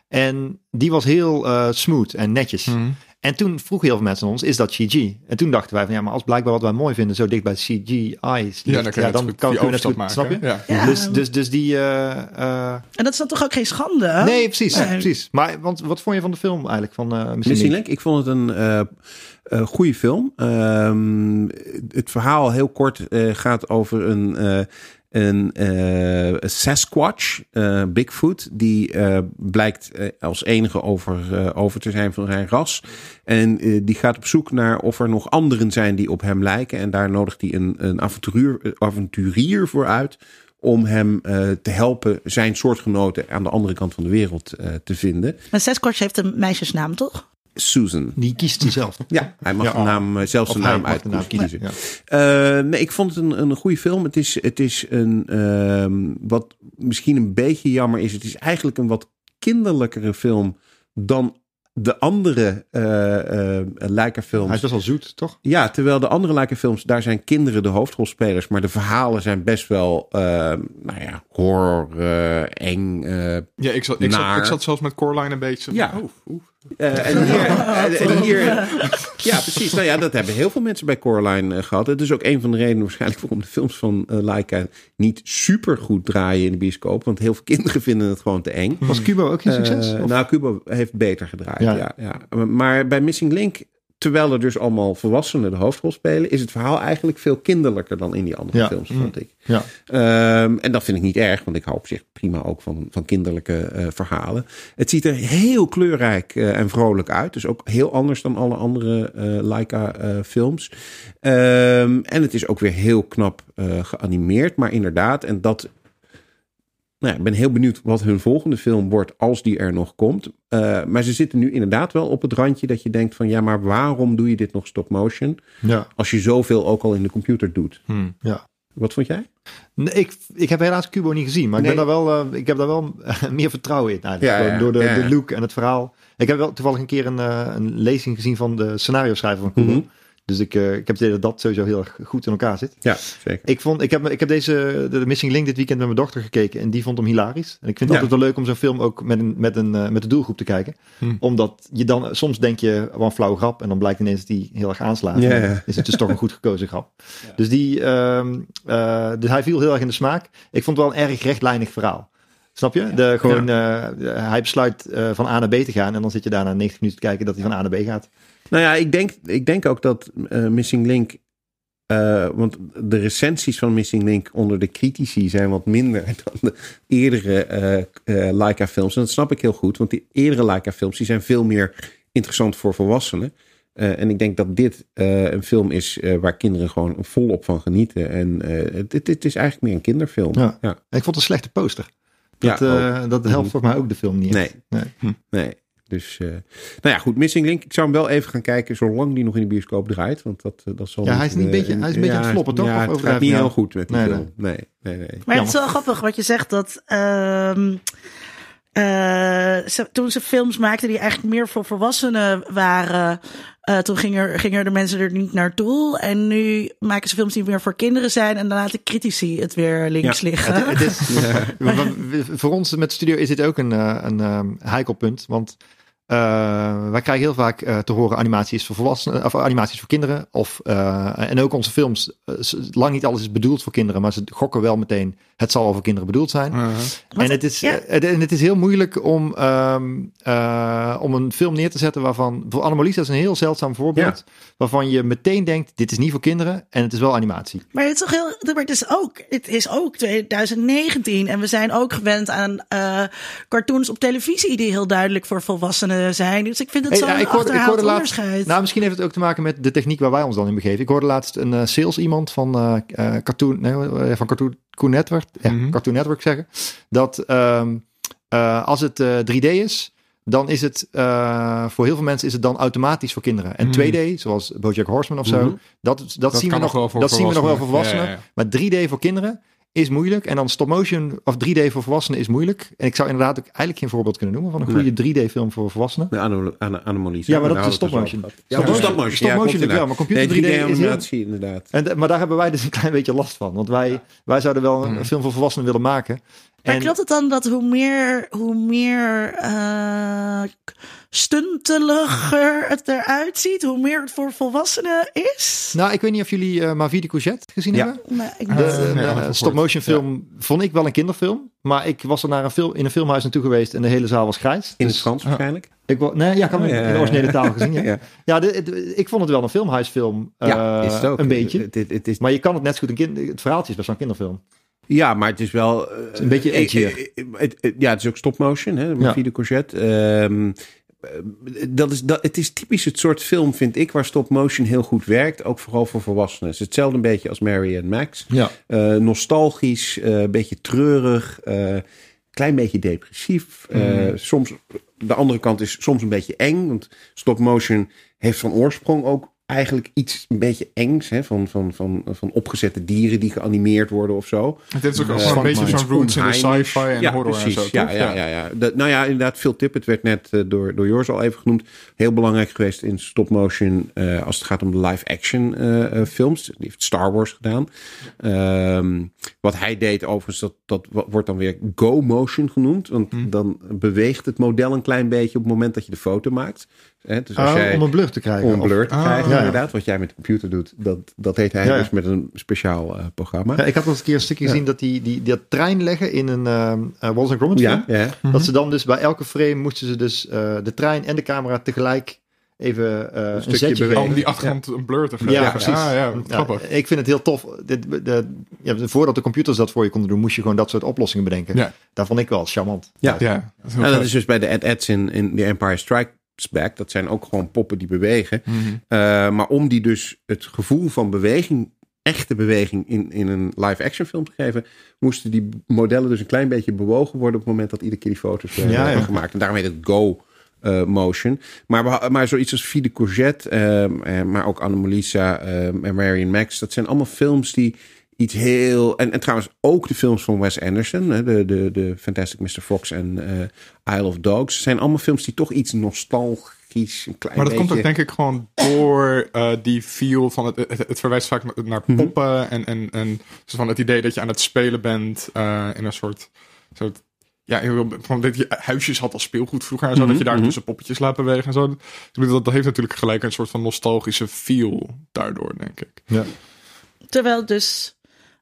En die was heel uh, smooth en netjes. Mhm. En toen vroegen heel veel mensen aan ons, is dat C G? En toen dachten wij van, ja, maar als blijkbaar wat wij mooi vinden zo dicht bij C G I is, Ja, dan kan je net dan zo goed kan die kunnen we net overstap goed, snap je? maken. Ja. Ja. Dus, dus, dus die... Uh, uh, En dat is dan toch ook geen schande? nee, precies, Nee. precies. Maar want, wat vond je van de film eigenlijk? Van, uh, Missing Link? Link, ik vond het een uh, uh, goede film. Um, het verhaal heel kort uh, gaat over een, uh, een uh, Sasquatch, uh, Bigfoot, die uh, blijkt uh, als enige over, uh, over te zijn van zijn ras. En uh, die gaat op zoek naar of er nog anderen zijn die op hem lijken. En daar nodigt hij een, een avonturier, avonturier voor uit om hem uh, te helpen zijn soortgenoten aan de andere kant van de wereld uh, te vinden. Maar Sasquatch heeft een meisjesnaam, toch? Susan. Die kiest hij zelf. Ja, hij mag Ja. de naam, uh, zelfs Of de hij naam mag uit de naam kiezen. kiezen, ja. Uh, nee, ik vond het een, een goede film. Het is, het is een, um, wat misschien een beetje jammer is. Het is eigenlijk een wat kinderlijkere film dan de andere uh, uh, Leica-films... Hij is best wel zoet, toch? Ja, terwijl de andere Leica-films, daar zijn kinderen de hoofdrolspelers. Maar de verhalen zijn best wel, uh, nou ja, horror, uh, eng, uh, Ja, ik zat, ik, zat, ik zat zelfs met Coraline een beetje... Ja. Oef, oef. Uh, en hier, uh, en hier, ja, precies. Nou ja, dat hebben heel veel mensen bij Coraline uh, gehad. Het is ook een van de redenen waarschijnlijk waarom de films van uh, Leica niet super goed draaien in de bioscoop. Want heel veel kinderen vinden het gewoon te eng. Was Kubo ook geen succes? Uh, nou, Kubo heeft beter gedraaid, Ja. ja. ja. Maar bij Missing Link, terwijl er dus allemaal volwassenen de hoofdrol spelen, is het verhaal eigenlijk veel kinderlijker dan in die andere Ja. films, vond ik. Ja. Um, en dat vind ik niet erg, want ik hou op zich prima ook van, van kinderlijke uh, verhalen. Het ziet er heel kleurrijk uh, en vrolijk uit. Dus ook heel anders dan alle andere uh, Leica uh, films. Um, en het is ook weer heel knap uh, geanimeerd. Maar inderdaad, en dat... Nou ja, ik ben heel benieuwd wat hun volgende film wordt als die er nog komt. Uh, maar ze zitten nu inderdaad wel op het randje dat je denkt van... ja, maar waarom doe je dit nog stop motion? Ja. Als je zoveel ook al in de computer doet. Hmm. Ja. Wat vond jij? Nee, ik, ik heb helaas Kubo niet gezien, maar Nee. ik, ben daar wel, uh, ik heb daar wel uh, meer vertrouwen in eigenlijk. Ja, Gewoon ja, door de, ja, ja. de look en het verhaal. Ik heb wel toevallig een keer een, uh, een lezing gezien van de scenario schrijver van Kubo. Mm-hmm. Dus ik, uh, ik heb het idee dat dat sowieso heel erg goed in elkaar zit. Ja, zeker. Ik, vond, ik, heb, ik heb deze de Missing Link dit weekend met mijn dochter gekeken en die vond hem hilarisch. En ik vind het Ja. altijd wel leuk om zo'n film ook met, een, met, een, uh, met de doelgroep te kijken. Hmm. Omdat je dan, soms denk je, wel een flauwe grap en dan blijkt ineens dat die heel erg aanslaat. Ja, En dan ja. is het dus toch een goed gekozen grap. Ja. Dus, die, um, uh, dus hij viel heel erg in de smaak. Ik vond het wel een erg rechtlijnig verhaal. Snap je? De, gewoon, ja. uh, hij besluit uh, van A naar B te gaan en dan zit je daar na negentig minuten te kijken dat hij van A naar B gaat. Nou ja, ik denk, ik denk ook dat uh, Missing Link... Uh, want de recensies van Missing Link onder de critici zijn wat minder dan de eerdere uh, uh, Leica-films. En dat snap ik heel goed, want die eerdere Leica-films die zijn veel meer interessant voor volwassenen. Uh, en ik denk dat dit uh, een film is uh, waar kinderen gewoon volop van genieten. En uh, het, het is eigenlijk meer een kinderfilm. Ja. Ja. Ik vond het een slechte poster. Dat, Ja, uh, dat helpt volgens mij ook de film niet. Nee. Echt. Nee. Hm. Nee. Dus, uh, nou ja, goed, Missing Link. Ik zou hem wel even gaan kijken zolang die nog in de bioscoop draait. Want dat, dat zal Ja, hij is, niet een uh, beetje, hij is een beetje aan het floppen, toch? Ja, Of het gaat overdrijven? niet Ja. heel goed met die Nee, film. Nee, nee, nee. Maar het is wel grappig wat je zegt dat um, uh, ze, toen ze films maakten die eigenlijk meer voor volwassenen waren, uh, toen gingen, gingen de mensen er niet naartoe. En nu maken ze films die meer voor kinderen zijn en dan laten critici het weer links Ja. liggen. Het, het is, ja. Voor ons met Studio is dit ook een, een, een heikelpunt, want Uh, wij krijgen heel vaak uh, te horen animaties voor volwassenen of animaties voor kinderen. Of, uh, en ook onze films, uh, lang niet alles is bedoeld voor kinderen, maar ze gokken wel meteen, het zal wel voor kinderen bedoeld zijn. Uh-huh. En het, is, Ja. uh, en het is heel moeilijk om, um, uh, om een film neer te zetten waarvan, voor Anomalisa is een heel zeldzaam voorbeeld, ja. waarvan je meteen denkt, dit is niet voor kinderen en het is wel animatie. Maar het is toch heel, maar het is ook, het is ook twintig negentien en we zijn ook gewend aan uh, cartoons op televisie die heel duidelijk voor volwassenen zijn. Dus ik vind het Hey, zo'n nou, ik hoorde, ik achterhaald hoorde laatst, onderscheid. nou, misschien heeft het ook te maken met de techniek waar wij ons dan in begeven. Ik hoorde laatst een uh, sales iemand van uh, uh, Cartoon, nee, uh, van Cartoon, Cartoon Network, ja, Mm-hmm. Cartoon Network zeggen, dat um, uh, als het uh, drie D is, dan is het uh, voor heel veel mensen is het dan automatisch voor kinderen. En Mm-hmm. twee D, zoals BoJack Horseman of zo, Mm-hmm. dat, dat, Dat zien we kan nog, nog wel voor dat zien we nog wel voor volwassenen. volwassenen. Ja, ja, ja. Maar drie D voor kinderen is moeilijk. En dan stop motion of drie D voor volwassenen is moeilijk. En ik zou inderdaad ook eigenlijk geen voorbeeld kunnen noemen van een goede Nee. drie D film voor volwassenen. De Anom- An- Anomalisa. Ja, maar dat Daar is hadden we stop het motion. dus over gehad. Ja, Stop stop motion- motion. stop Ja, motion klopt natuurlijk wel, maar computer inderdaad. drie D Nee, is heel- animatie inderdaad. En, maar daar hebben wij dus een klein beetje last van. Want wij, wij zouden wel een, een film voor volwassenen willen maken. Maar En, klopt het dan dat hoe meer, hoe meer uh, stunteliger het eruit ziet, hoe meer het voor volwassenen is? nou, ik weet niet of jullie uh, Ma Vie de Courgette gezien Ja. hebben. Maar ik Uh, De, nee, een, dat uh, heb ik stop-motion gehoord. film vond ik wel een kinderfilm. Maar ik was er naar een film, in een filmhuis naartoe geweest en de hele zaal was grijs. In Dus het Frans waarschijnlijk. Ik wil, nee, ja, ik had hem Oh, ja, in ja, de originele ja. taal gezien. Ja, Ja. ja de, de- ik vond het wel een filmhuisfilm. Uh, Ja, is het ook. Een beetje. Het, het, het is, Maar je kan het net zo goed een kind. Het verhaaltje is best wel een kinderfilm. ja, maar het is wel... Uh, is een beetje eh, edgier. eh, eh, het- het- Ja, het is ook stop motion, hè. Ma Ja. Vie de Courgette. Ehm, eh, dat is, dat, het is typisch het soort film, vind ik, waar stop motion heel goed werkt. Ook vooral voor volwassenen. Het is hetzelfde een beetje als Mary en Max. Ja. Uh, nostalgisch, een uh, beetje treurig, uh, klein beetje depressief. Uh, Mm. Soms, de andere kant is soms een beetje eng. Want stop motion heeft van oorsprong ook eigenlijk iets een beetje engs. Hè, van, van, van, van opgezette dieren die geanimeerd worden of zo. Dit is ook Uh, uh, een beetje zo'n roots in de sci-fi en ja, horror precies. en zo. Ja, toch? ja, ja, ja. De, nou ja, inderdaad, Phil Tippett werd net uh, door, door Joris al even genoemd. Heel belangrijk geweest in stop-motion uh, als het gaat om de live-action uh, uh, films. Die heeft Star Wars gedaan. Um, wat hij deed overigens, dat, dat wordt dan weer go-motion genoemd. Want hmm. dan beweegt het model een klein beetje op het moment dat je de foto maakt. He, dus als uh, jij, om een blur te krijgen. Om een blur te of, krijgen, ah, inderdaad. Ja. Wat jij met de computer doet, dat, dat deed hij ja. dus met een speciaal uh, programma. Ja, ik had al eens een keer een stukje ja. gezien dat die, die, die dat trein leggen in een uh, uh, Wallace en Gromit film. Ja, ja. Mm-hmm. Dat ze dan dus bij elke frame moesten ze dus uh, de trein en de camera tegelijk even uh, een, een zetje bewegen. Om die achtergrond ja. een blur te geven. Ja, precies. Ah, ja, ja, ik vind het heel tof. De, de, de, ja, voordat de computers dat voor je konden doen, moest je gewoon dat soort oplossingen bedenken. Ja. Daar vond ik wel charmant. Ja, ja. Dat, is, nou, dat is dus bij de Ed-Eds in, in The Empire Strikes Back. Dat zijn ook gewoon poppen die bewegen. Mm-hmm. Uh, maar om die dus het gevoel van beweging, echte beweging in, in een live-action film te geven, moesten die modellen dus een klein beetje bewogen worden op het moment dat iedere keer die foto's werden ja, ja. gemaakt. En daarom heet het Go uh, Motion. Maar, maar zoiets als Vie de Courgette, uh, maar ook Anomalisa uh, en Marion Max, dat zijn allemaal films die iets heel... En, en trouwens ook de films van Wes Anderson, hè, de, de, de Fantastic mister Fox en uh, Isle of Dogs, zijn allemaal films die toch iets nostalgisch, een klein Maar dat beetje... komt ook denk ik gewoon door uh, die feel van het, het, het verwijst vaak naar poppen mm-hmm. en, en, en dus van het idee dat je aan het spelen bent uh, in een soort... soort ja, heel, van dit, je huisjes had als speelgoed vroeger en zo, mm-hmm. dat je daar tussen poppetjes laat bewegen en zo. Dus dat, dat heeft natuurlijk gelijk een soort van nostalgische feel daardoor, denk ik. Ja. Terwijl dus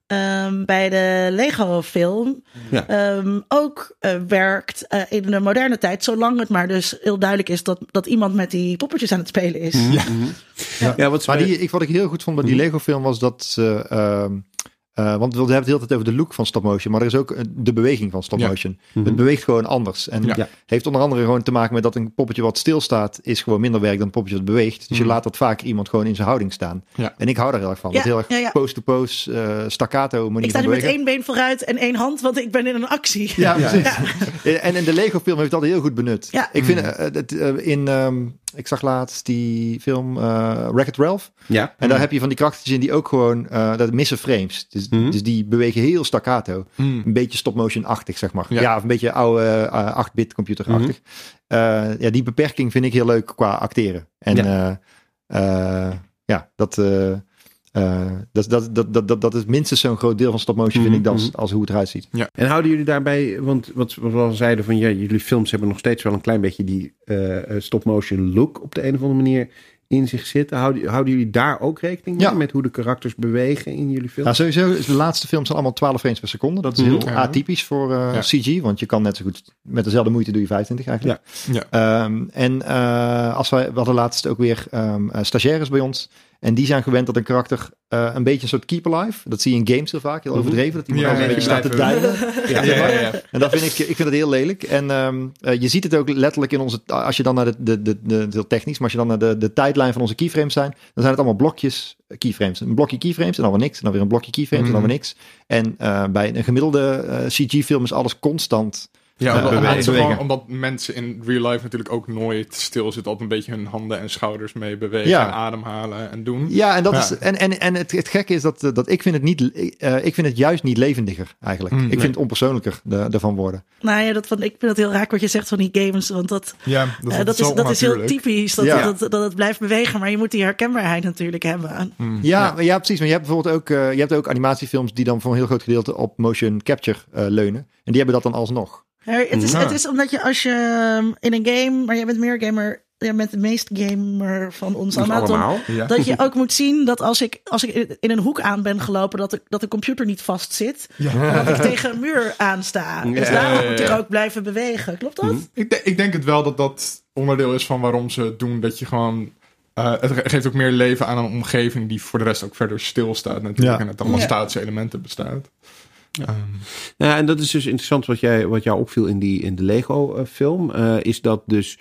um, bij de Lego-film ja. um, ook uh, werkt uh, in de moderne tijd, zolang het maar dus heel duidelijk is dat, dat iemand met die poppetjes aan het spelen is. Ja. Mm-hmm. ja. ja wat, maar die, ik, wat ik heel goed vond bij die mm-hmm. Lego-film was dat ze... Uh, Uh, want we hebben het de hele tijd over de look van stop motion, maar er is ook de beweging van stop motion. Ja. Mm-hmm. Het beweegt gewoon anders. En ja. heeft onder andere gewoon te maken met dat een poppetje wat stilstaat, is gewoon minder werk dan een poppetje wat beweegt. Dus mm-hmm. je laat dat vaak iemand gewoon in zijn houding staan. Ja. En ik hou daar heel erg van. Ja. Dat is heel erg ja, ja. pose-to-pose, uh, staccato manier ik sta van bewegen. Ik sta nu met één been vooruit en één hand, want ik ben in een actie. Ja, precies. Ja. En in de Lego film heeft dat heel goed benut. Ja. Ik vind uh, het, uh, in... Um, ik zag laatst die film uh, Wreck-It Ralph. Ja. En mm-hmm. daar heb je van die krachtjes in die ook gewoon... Uh, dat missen frames. Dus, mm-hmm. dus die bewegen heel staccato. Mm. Een beetje stop-motion-achtig, zeg maar. Ja, ja of een beetje oude uh, acht-bit computerachtig. Mm-hmm. Uh, ja, die beperking vind ik heel leuk qua acteren. En ja, uh, uh, ja dat... Uh, Uh, dat, dat, dat, dat, dat is minstens zo'n groot deel van stop-motion, vind ik, als, als hoe het eruit ziet. Ja. En houden jullie daarbij, want wat, wat we al zeiden, van ja, jullie films hebben nog steeds wel een klein beetje die uh, stop-motion look op de een of andere manier in zich zitten. Houden, houden jullie daar ook rekening mee, ja. met hoe de karakters bewegen in jullie films? Nou, sowieso is de laatste films zijn allemaal twaalf frames per seconde. Dat is heel ja. atypisch voor uh, ja. C G, want je kan net zo goed met dezelfde moeite doe je vijfentwintig eigenlijk. Ja. Ja. Um, en uh, als wij, we hadden laatst ook weer um, uh, stagiaires bij ons. En die zijn gewend dat een karakter uh, een beetje een soort keep alive. Dat zie je in games heel vaak, heel overdreven. Dat iemand ja, ja, een beetje staat te duiken. Ja, ja, ja, ja. En dat vind ik, ik vind het heel lelijk. En um, uh, je ziet het ook letterlijk in onze... Als je dan naar de... de, de, de heel technisch, maar als je dan naar de, de tijdlijn van onze keyframes zijn, dan zijn het allemaal blokjes keyframes. Een blokje keyframes en dan weer niks. En dan weer een blokje keyframes mm. en dan weer niks. En uh, bij een gemiddelde uh, C G-film is alles constant... Ja, omdat, uh, omdat, gewoon, omdat mensen in real life natuurlijk ook nooit stilzitten, altijd een beetje hun handen en schouders mee bewegen ja. en ademhalen en doen. Ja, en, dat ja. Is, en, en, en het, het gekke is dat, dat ik vind het niet, uh, ik vind het juist niet levendiger eigenlijk. Mm, ik nee. vind het onpersoonlijker de, ervan worden. Nou ja, dat van, ik vind het heel raak wat je zegt van die games, want dat, ja, dat, uh, dat, is, dat is heel typisch, dat, ja. dat, dat, dat het blijft bewegen, maar je moet die herkenbaarheid natuurlijk hebben. Mm. Ja, ja. ja, precies. Maar je hebt bijvoorbeeld ook, uh, je hebt ook animatiefilms die dan voor een heel groot gedeelte op motion capture uh, leunen. En die hebben dat dan alsnog. Het is, het is omdat je als je in een game, maar jij bent meer gamer, jij bent de meest gamer van ons allemaal, allemaal ja. dat je ook moet zien dat als ik, als ik in een hoek aan ben gelopen, dat de, dat de computer niet vast zit, ja. dat ik tegen een muur aansta. Ja. Dus daarom moet ik ook blijven bewegen. Klopt dat? Mm. Ik, de, ik denk het wel dat dat onderdeel is van waarom ze het doen, dat je gewoon... Uh, het geeft ook meer leven aan een omgeving die voor de rest ook verder stilstaat natuurlijk. Ja. En het allemaal ja. statische elementen bestaat. Ja. Um. Nou ja, en dat is dus interessant wat, jij, wat jou opviel in, die, in de Lego-film. Uh, is dat dus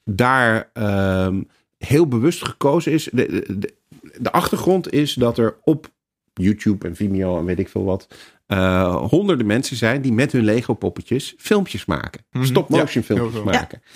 daar um, heel bewust gekozen is. De, de, de achtergrond is dat er op YouTube en Vimeo en weet ik veel wat... Uh, honderden mensen zijn die met hun Lego-poppetjes filmpjes maken. Mm-hmm. Stop-motion ja, filmpjes maken. Ja.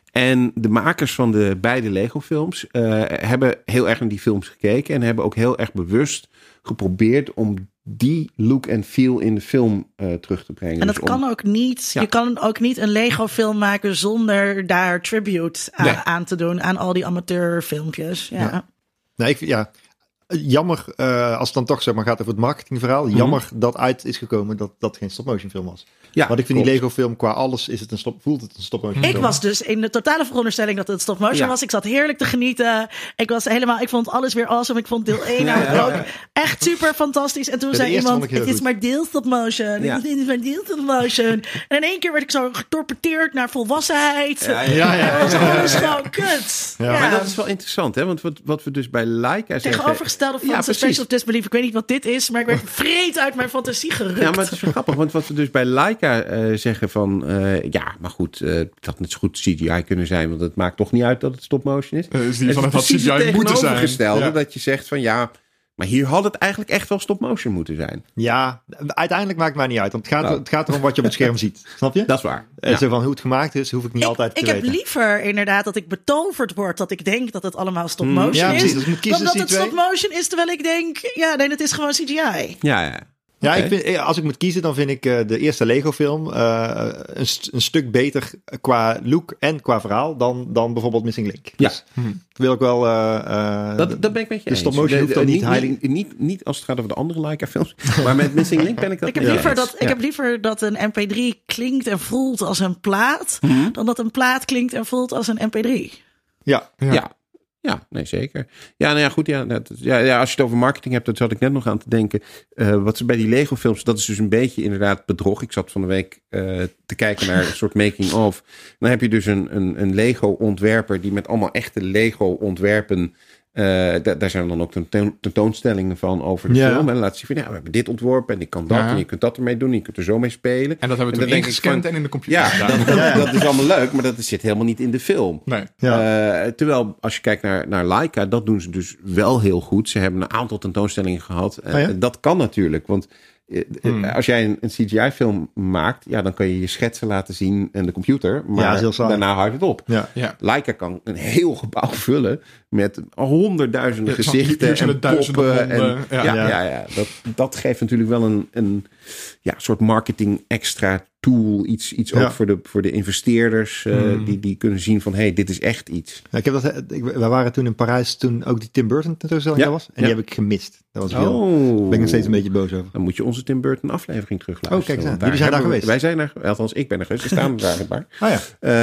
En de makers van de beide Lego-films uh, hebben heel erg naar die films gekeken en hebben ook heel erg bewust geprobeerd om die look en feel in de film uh, terug te brengen. En dat dus kan om, ook niet. Ja. Je kan ook niet een Lego-film maken zonder daar tribute aan, Nee. aan te doen aan al die amateurfilmpjes. Ja. Ja. Nee, ik, vind- ja. Jammer, uh, als het dan toch zeg maar gaat over het marketingverhaal. Mhm. Jammer dat uit is gekomen dat dat geen stop-motion film was. Ja, Want ik vind die klopt. Lego film qua alles is het een stop, voelt het een stop-motion Ik film. was dus in de totale veronderstelling dat het stop-motion Ja. was. Ik zat heerlijk te genieten. Ik was helemaal, ik vond alles weer awesome. Ik vond deel één Ja, ja, ook ja. echt super fantastisch. En toen Ja, de zei eerste iemand, vond ik heel het is goed. maar deel stop-motion. Ja. Het is maar deel stop-motion. En in één keer werd ik zo getorpedeerd naar volwassenheid. Ja, ja, Ja, ja, Dat was ja. alles gewoon kut. Ja. Ja. Maar dat is wel interessant, hè? Want wat, wat we dus bij Laika zeggen... Tegenovergestelde van Ja, ja, precies. Suspension of Disbelief. Ik weet niet wat dit is, maar ik werd vreed uit mijn fantasie gerukt. Ja, maar het is wel grappig, want wat we dus bij Laika uh, zeggen van... Uh, ja, maar goed, uh, het had net zo goed C G I kunnen zijn... want het maakt toch niet uit dat het stop-motion is. Uh, is die Het van is het had precies C G I het moeten zijn. tegenovergestelde, Ja. dat je zegt van ja... maar hier had het eigenlijk echt wel stop-motion moeten zijn. Ja, uiteindelijk maakt het mij niet uit. Want het gaat, Nou. het gaat erom wat je op het scherm ziet. Snap je? Dat is waar. En Ja. zo van hoe het gemaakt is, hoef ik niet ik, altijd te ik heb weten. liever inderdaad dat ik betoverd word dat ik denk dat het allemaal stop-motion Mm. Ja, is. precies. Dus je moet kiezen dan dat tussen het die twee. stop-motion is, terwijl ik denk, ja, nee, het is gewoon C G I. Ja, ja. Ja, Oké. ik vind, als ik moet kiezen, dan vind ik uh, de eerste Lego-film uh, een, st- een stuk beter qua look en qua verhaal dan, dan bijvoorbeeld Missing Link. Ja. Dus wil ik wel... Uh, uh, Dat, dat ben ik met je de eens. stop-motion De- hoeft de- ook niet niet, heilig- niet, niet, niet als het gaat over de andere Laika-films. Maar met Missing Link ben ik dat Ik heb, met je liever eens. dat, ik Ja. heb liever dat een M P drie klinkt en voelt als een plaat, Mhm. dan dat een plaat klinkt en voelt als een M P drie. ja. Ja. Ja. Ja, nee, zeker. Ja, nou ja, goed. Ja, dat, ja, ja, als je het over marketing hebt, dat zat ik net nog aan te denken. Uh, wat ze bij die Lego-films, dat is dus een beetje inderdaad bedrog. Ik zat van de week uh, te kijken naar een soort making-of. Dan heb je dus een, een, een Lego-ontwerper die met allemaal echte Lego-ontwerpen... Uh, da- daar zijn dan ook tentoon- tentoonstellingen van over de Ja. film. En dan laat ze zien van, ja, we hebben dit ontworpen en ik kan dat. Ja. En je kunt dat ermee doen en je kunt er zo mee spelen. En dat hebben we En toen dan denk ik ingescand van- en in de computer Ja, gedaan. dat, dat, dat is allemaal leuk, maar dat zit helemaal niet in de film. Nee. Ja. Uh, terwijl als je kijkt naar, naar Laika, dat doen ze dus wel heel goed. Ze hebben een aantal tentoonstellingen gehad. Uh, Oh ja? Dat kan natuurlijk, want uh, Hmm. als jij een, een C G I-film maakt, ja, dan kan je je schetsen laten zien in de computer, Ja, maar dat is heel saai. daarna houdt het op. Ja. Ja. Laika kan een heel gebouw vullen met honderdduizenden Ja, gezichten hier zijn en er duizenden poppen. En, monden. ja, Ja. ja. Ja. Ja, Dat, dat geeft natuurlijk wel een, een ja, soort marketing extra tool. Iets, iets Ja. ook voor de, voor de investeerders uh, Hmm. die, die kunnen zien van, hé, hey, dit is echt iets. Ja, ik heb dat, ik, we waren toen in Parijs toen ook die Tim Burton tentoonstelling Ja. daar was. En Ja. die heb ik gemist. Dat was heel, Oh, daar ben ik nog steeds een beetje boos over. Dan moet je onze Tim Burton aflevering terugluisteren. Oh, kijk eens aan. want Jullie zijn daar hebben we- geweest? Wij zijn daar, althans ik ben er geweest. We staan daar een paar. Ah ja.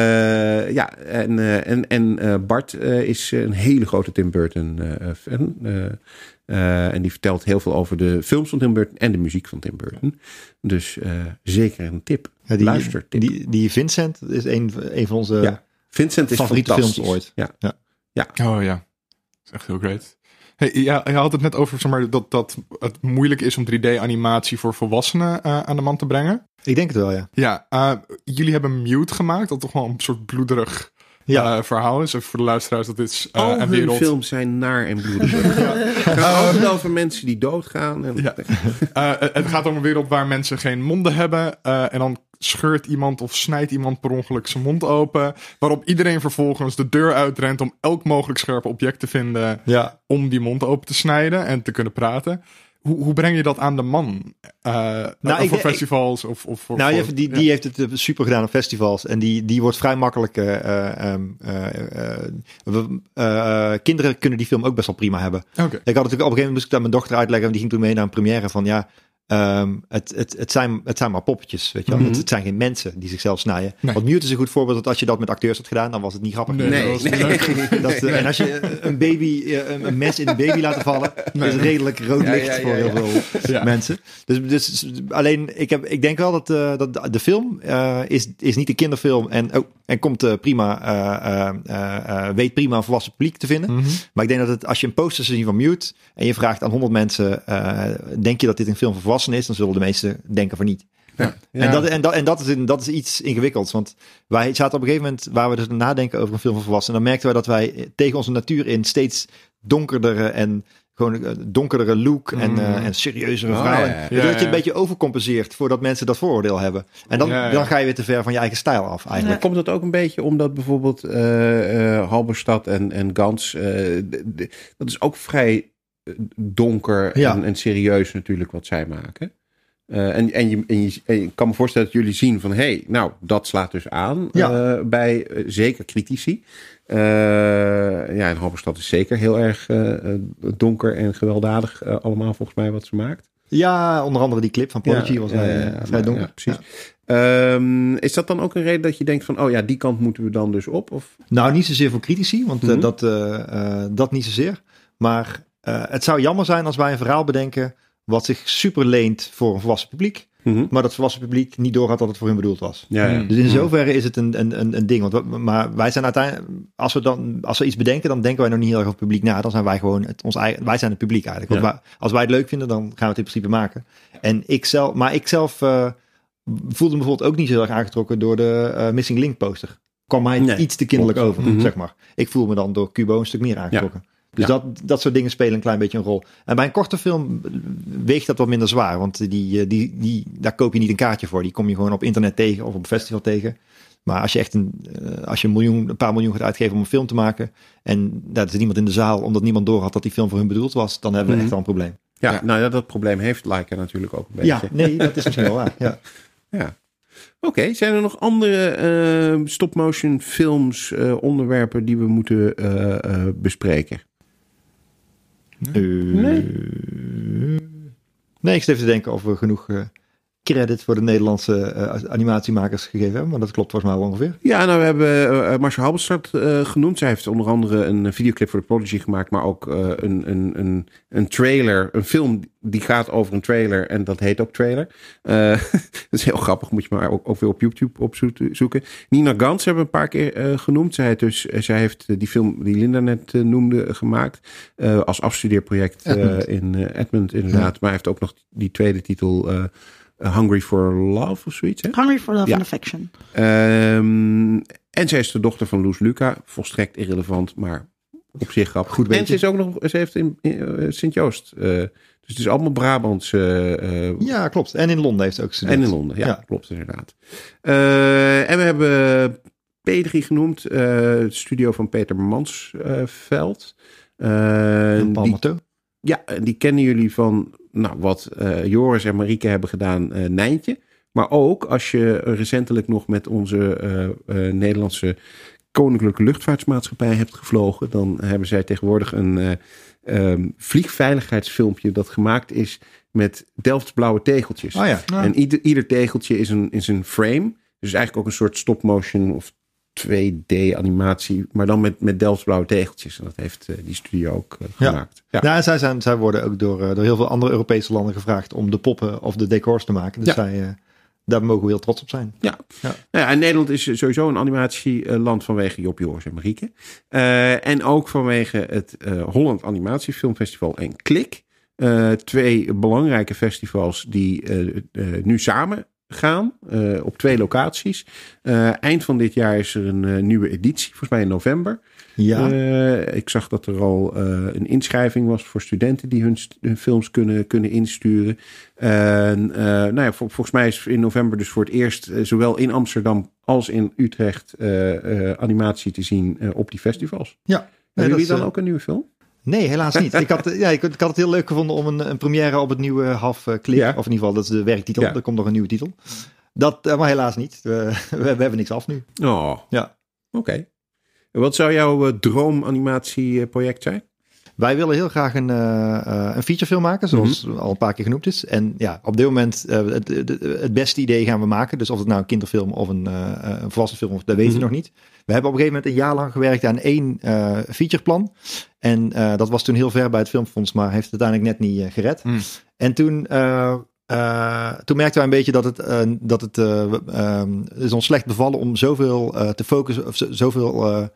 Uh, ja, en, uh, en, en uh, Bart uh, is een hele grote Tim Burton uh, fan. Uh, uh, en die vertelt heel veel over de films van Tim Burton en de muziek van Tim Burton. Dus uh, zeker een tip. Ja, die, Luister, tip. die, die Vincent is een, een van onze Ja, Vincent is favoriete fantastisch. films ooit. Ja. Ja. Oh ja, dat is echt heel great. Hey, ja, je had het net over zeg maar, dat, dat het moeilijk is om drie D-animatie voor volwassenen uh, aan de man te brengen. Ik denk het wel, ja. Ja, uh, jullie hebben Mute gemaakt, dat toch wel een soort bloederig Ja. uh, verhaal is. Even voor de luisteraars, dat is uh, Al een hun wereld... films zijn naar en bloedig. Het gaat altijd over mensen die doodgaan. En Ja. Uh, het gaat om een wereld waar mensen geen monden hebben. Uh, en dan scheurt iemand of snijdt iemand per ongeluk zijn mond open. Waarop iedereen vervolgens de deur uitrent om elk mogelijk scherp object te vinden. Ja. Om die mond open te snijden en te kunnen praten. Hoe, hoe breng je dat aan de man? Uh, Nou, ik- voor ik- festivals of, of voor... Nou, voor, die, die, ja. die heeft het uh, super gedaan op festivals. En die, die wordt vrij makkelijk... Uh, uh, um, uh, uh, we- uh, kinderen kunnen die film ook best wel prima hebben. Oké. Ik had natuurlijk op een gegeven moment moest ik dat aan mijn dochter uitleggen. En die ging toen mee naar een première van... ja. Um, het, het, het, zijn, het zijn maar poppetjes, weet je wel. Mhm. het, het zijn geen mensen die zichzelf snijden. Nee. Want Mute is een goed voorbeeld dat als je dat met acteurs had gedaan, dan was het niet grappig. Nee, Nee, dat was niet nee. leuk. Dat, uh, en als je een baby, uh, een, een mes in een baby laten vallen, Nee. is redelijk rood Ja, licht ja, ja, voor heel ja. veel Ja. mensen. Dus, dus alleen, ik, heb, ik denk wel dat, uh, dat de film uh, is, is niet een kinderfilm en, oh, en komt uh, prima, uh, uh, uh, weet prima een volwassen publiek te vinden. Mhm. Maar ik denk dat het, als je een poster ziet van Mute en je vraagt aan honderd mensen, uh, denk je dat dit een film voor volwassenen is, dan zullen de meesten denken van niet. Ja. En, dat, en, dat, en dat, is, in- dat is iets ingewikkelds. Want wij zaten op een gegeven moment waar we dus nadenken over een film van volwassenen. En dan merkten we dat wij tegen onze natuur in steeds donkerder en gewoon een donkerdere look en, Mm. uh, en serieuzere Oh, verhalen. ja, ja. Dus dat Ja, je een ja. beetje overcompenseert voordat mensen dat vooroordeel hebben. En dan, Ja, ja. dan ga je weer te ver van je eigen stijl af eigenlijk. Maar komt dat ook een beetje omdat bijvoorbeeld uh, uh, Halberstad en, en Gans, uh, d- d- dat is ook vrij donker Ja. en, en serieus natuurlijk wat zij maken. Uh, en, en, je, en, je, en je kan me voorstellen dat jullie zien van, hé, hey, nou, dat slaat dus aan Ja. uh, bij uh, zeker critici. Uh, ja, en Halberstad is zeker heel erg uh, donker en gewelddadig uh, allemaal volgens mij wat ze maakt. Ja, onder andere die clip van Prodigy Ja, was ja, vrij, ja, uh, ja, vrij donker. ja, precies. Ja. Um, is dat dan ook een reden dat je denkt van, oh ja, die kant moeten we dan dus op? Of? Nou, niet zozeer voor critici, want uh, Mhm. dat, uh, uh, dat niet zozeer. Maar uh, het zou jammer zijn als wij een verhaal bedenken wat zich super leent voor een volwassen publiek. Mm-hmm. Maar dat volwassen publiek niet doorgaat dat het voor hun bedoeld was. Ja, ja. Mm. Dus in zoverre is het een, een, een, een ding. Want we, maar wij zijn uiteindelijk, als we dan, als we iets bedenken, dan denken wij nog niet heel erg over het publiek na. Dan zijn wij gewoon het, ons eigen, wij zijn het publiek eigenlijk. Want Ja. wij, als wij het leuk vinden, dan gaan we het in principe maken. En ik zelf, maar ik zelf uh, voelde me bijvoorbeeld ook niet zo heel erg aangetrokken door de uh, Missing Link poster. Kwam mij Nee, iets te kinderlijk klopt. over, Mhm. zeg maar. Ik voel me dan door Kubo een stuk meer aangetrokken. Dus Ja. dat, dat soort dingen spelen een klein beetje een rol. En bij een korte film weegt dat wat minder zwaar. Want die, die, die, daar koop je niet een kaartje voor. Die kom je gewoon op internet tegen of op een festival tegen. Maar als je echt een, uh, als je een, miljoen, een paar miljoen gaat uitgeven om een film te maken. En daar is niemand in de zaal omdat niemand doorhad dat die film voor hun bedoeld was. Dan hebben we Mhm. echt wel een probleem. Ja, Ja. nou ja, dat probleem heeft Laika natuurlijk ook een beetje. Ja, nee, dat is misschien wel waar. Ja. Ja. Oké, okay, zijn er nog andere uh, stop-motion films, uh, onderwerpen die we moeten uh, uh, bespreken? Uh, Nee. Nee, ik zit even te denken of we genoeg uh, credit voor de Nederlandse uh, animatiemakers gegeven hebben. Maar dat klopt volgens mij wel ongeveer. Ja, nou we hebben uh, Marcia Halberstad uh, genoemd. Zij heeft onder andere een videoclip voor de Prodigy gemaakt, maar ook uh, een, een, een, een trailer, een film die gaat over een trailer en dat heet ook trailer. Uh, dat is heel grappig, moet je maar ook, ook weer op YouTube opzoeken. Nina Gans hebben we een paar keer uh, genoemd. Zij, dus, uh, zij heeft die film die Linda net uh, noemde uh, gemaakt uh, als afstudeerproject uh, Edmund. in uh, Edmund inderdaad. Ja. Maar hij heeft ook nog die tweede titel uh, Hungry for Love of zoiets. Hè? Hungry for Love Ja. and Affection. Um, en zij is de dochter van Loes Luca. Volstrekt irrelevant, maar op zich grappig. Goed beetje. En ze is ook nog, ze heeft in, in uh, Sint-Joost. Uh, dus het is allemaal Brabants. Uh, uh, Ja, klopt. En in Londen heeft ze ook gestudeerd. en in Londen, ja, Ja. klopt inderdaad. Uh, en we hebben P drie genoemd. Uh, het studio van Peter Mansveld. Uh, En Paul die, Matteau. ja, die kennen jullie van nou, wat uh, Joris en Marieke hebben gedaan, uh, Nijntje. Maar ook als je recentelijk nog met onze uh, uh, Nederlandse Koninklijke Luchtvaartmaatschappij hebt gevlogen, dan hebben zij tegenwoordig een uh, um, vliegveiligheidsfilmpje dat gemaakt is met Delfts blauwe tegeltjes. Oh ja. Ja. En ieder, ieder tegeltje is een, is een frame. Dus eigenlijk ook een soort stop-motion of twee D animatie, maar dan met, met Delfts blauwe tegeltjes. En dat heeft uh, die studio ook uh, Ja. gemaakt. Ja. Nou, zij, zijn, zij worden ook door, uh, door heel veel andere Europese landen gevraagd om de poppen of de decors te maken. Dus Ja. zij, uh, daar mogen we heel trots op zijn. Ja. Ja. Nou ja, en Nederland is sowieso een animatieland vanwege Job, Joris en Marieke. Uh, en ook vanwege het uh, Holland Animatiefilmfestival en Klik. Uh, twee belangrijke festivals die uh, uh, nu samen gaan uh, op twee locaties. Uh, eind van dit jaar is er een uh, nieuwe editie, volgens mij in november. Ja. Uh, ik zag dat er al uh, een inschrijving was voor studenten die hun, st- hun films kunnen, kunnen insturen. En uh, nou ja, vol- volgens mij is in november dus voor het eerst uh, zowel in Amsterdam als in Utrecht uh, uh, animatie te zien uh, op die festivals. Ja. Hebben Nee, jullie dat dan is, uh, ook een nieuwe film? Nee, helaas niet. ik, had, ja, ik, ik had het heel leuk gevonden om een, een première op het nieuwe half uh, Klik. Ja. Of in ieder geval, dat is de werktitel. Ja. Er komt nog een nieuwe titel. Dat, uh, maar helaas niet. We, we, we hebben niks af nu. Oh, Ja. oké. Okay. Wat zou jouw uh, droomunimatieproject zijn? Wij willen heel graag een, uh, uh, een featurefilm maken, zoals Mm-hmm. al een paar keer genoemd is. En ja, op dit moment uh, het, het, het beste idee gaan we maken. Dus of het nou een kinderfilm of een, uh, een volwassen film is, dat weten we Mm-hmm. nog niet. We hebben op een gegeven moment een jaar lang gewerkt aan één uh, featureplan. En uh, dat was toen heel ver bij het Filmfonds, maar heeft het uiteindelijk net niet uh, gered. Mm. En toen... Uh, Uh, toen merkten wij een beetje dat het, uh, dat het uh, um, is ons slecht bevallen om zoveel uh, te focussen, of z- zoveel, uh,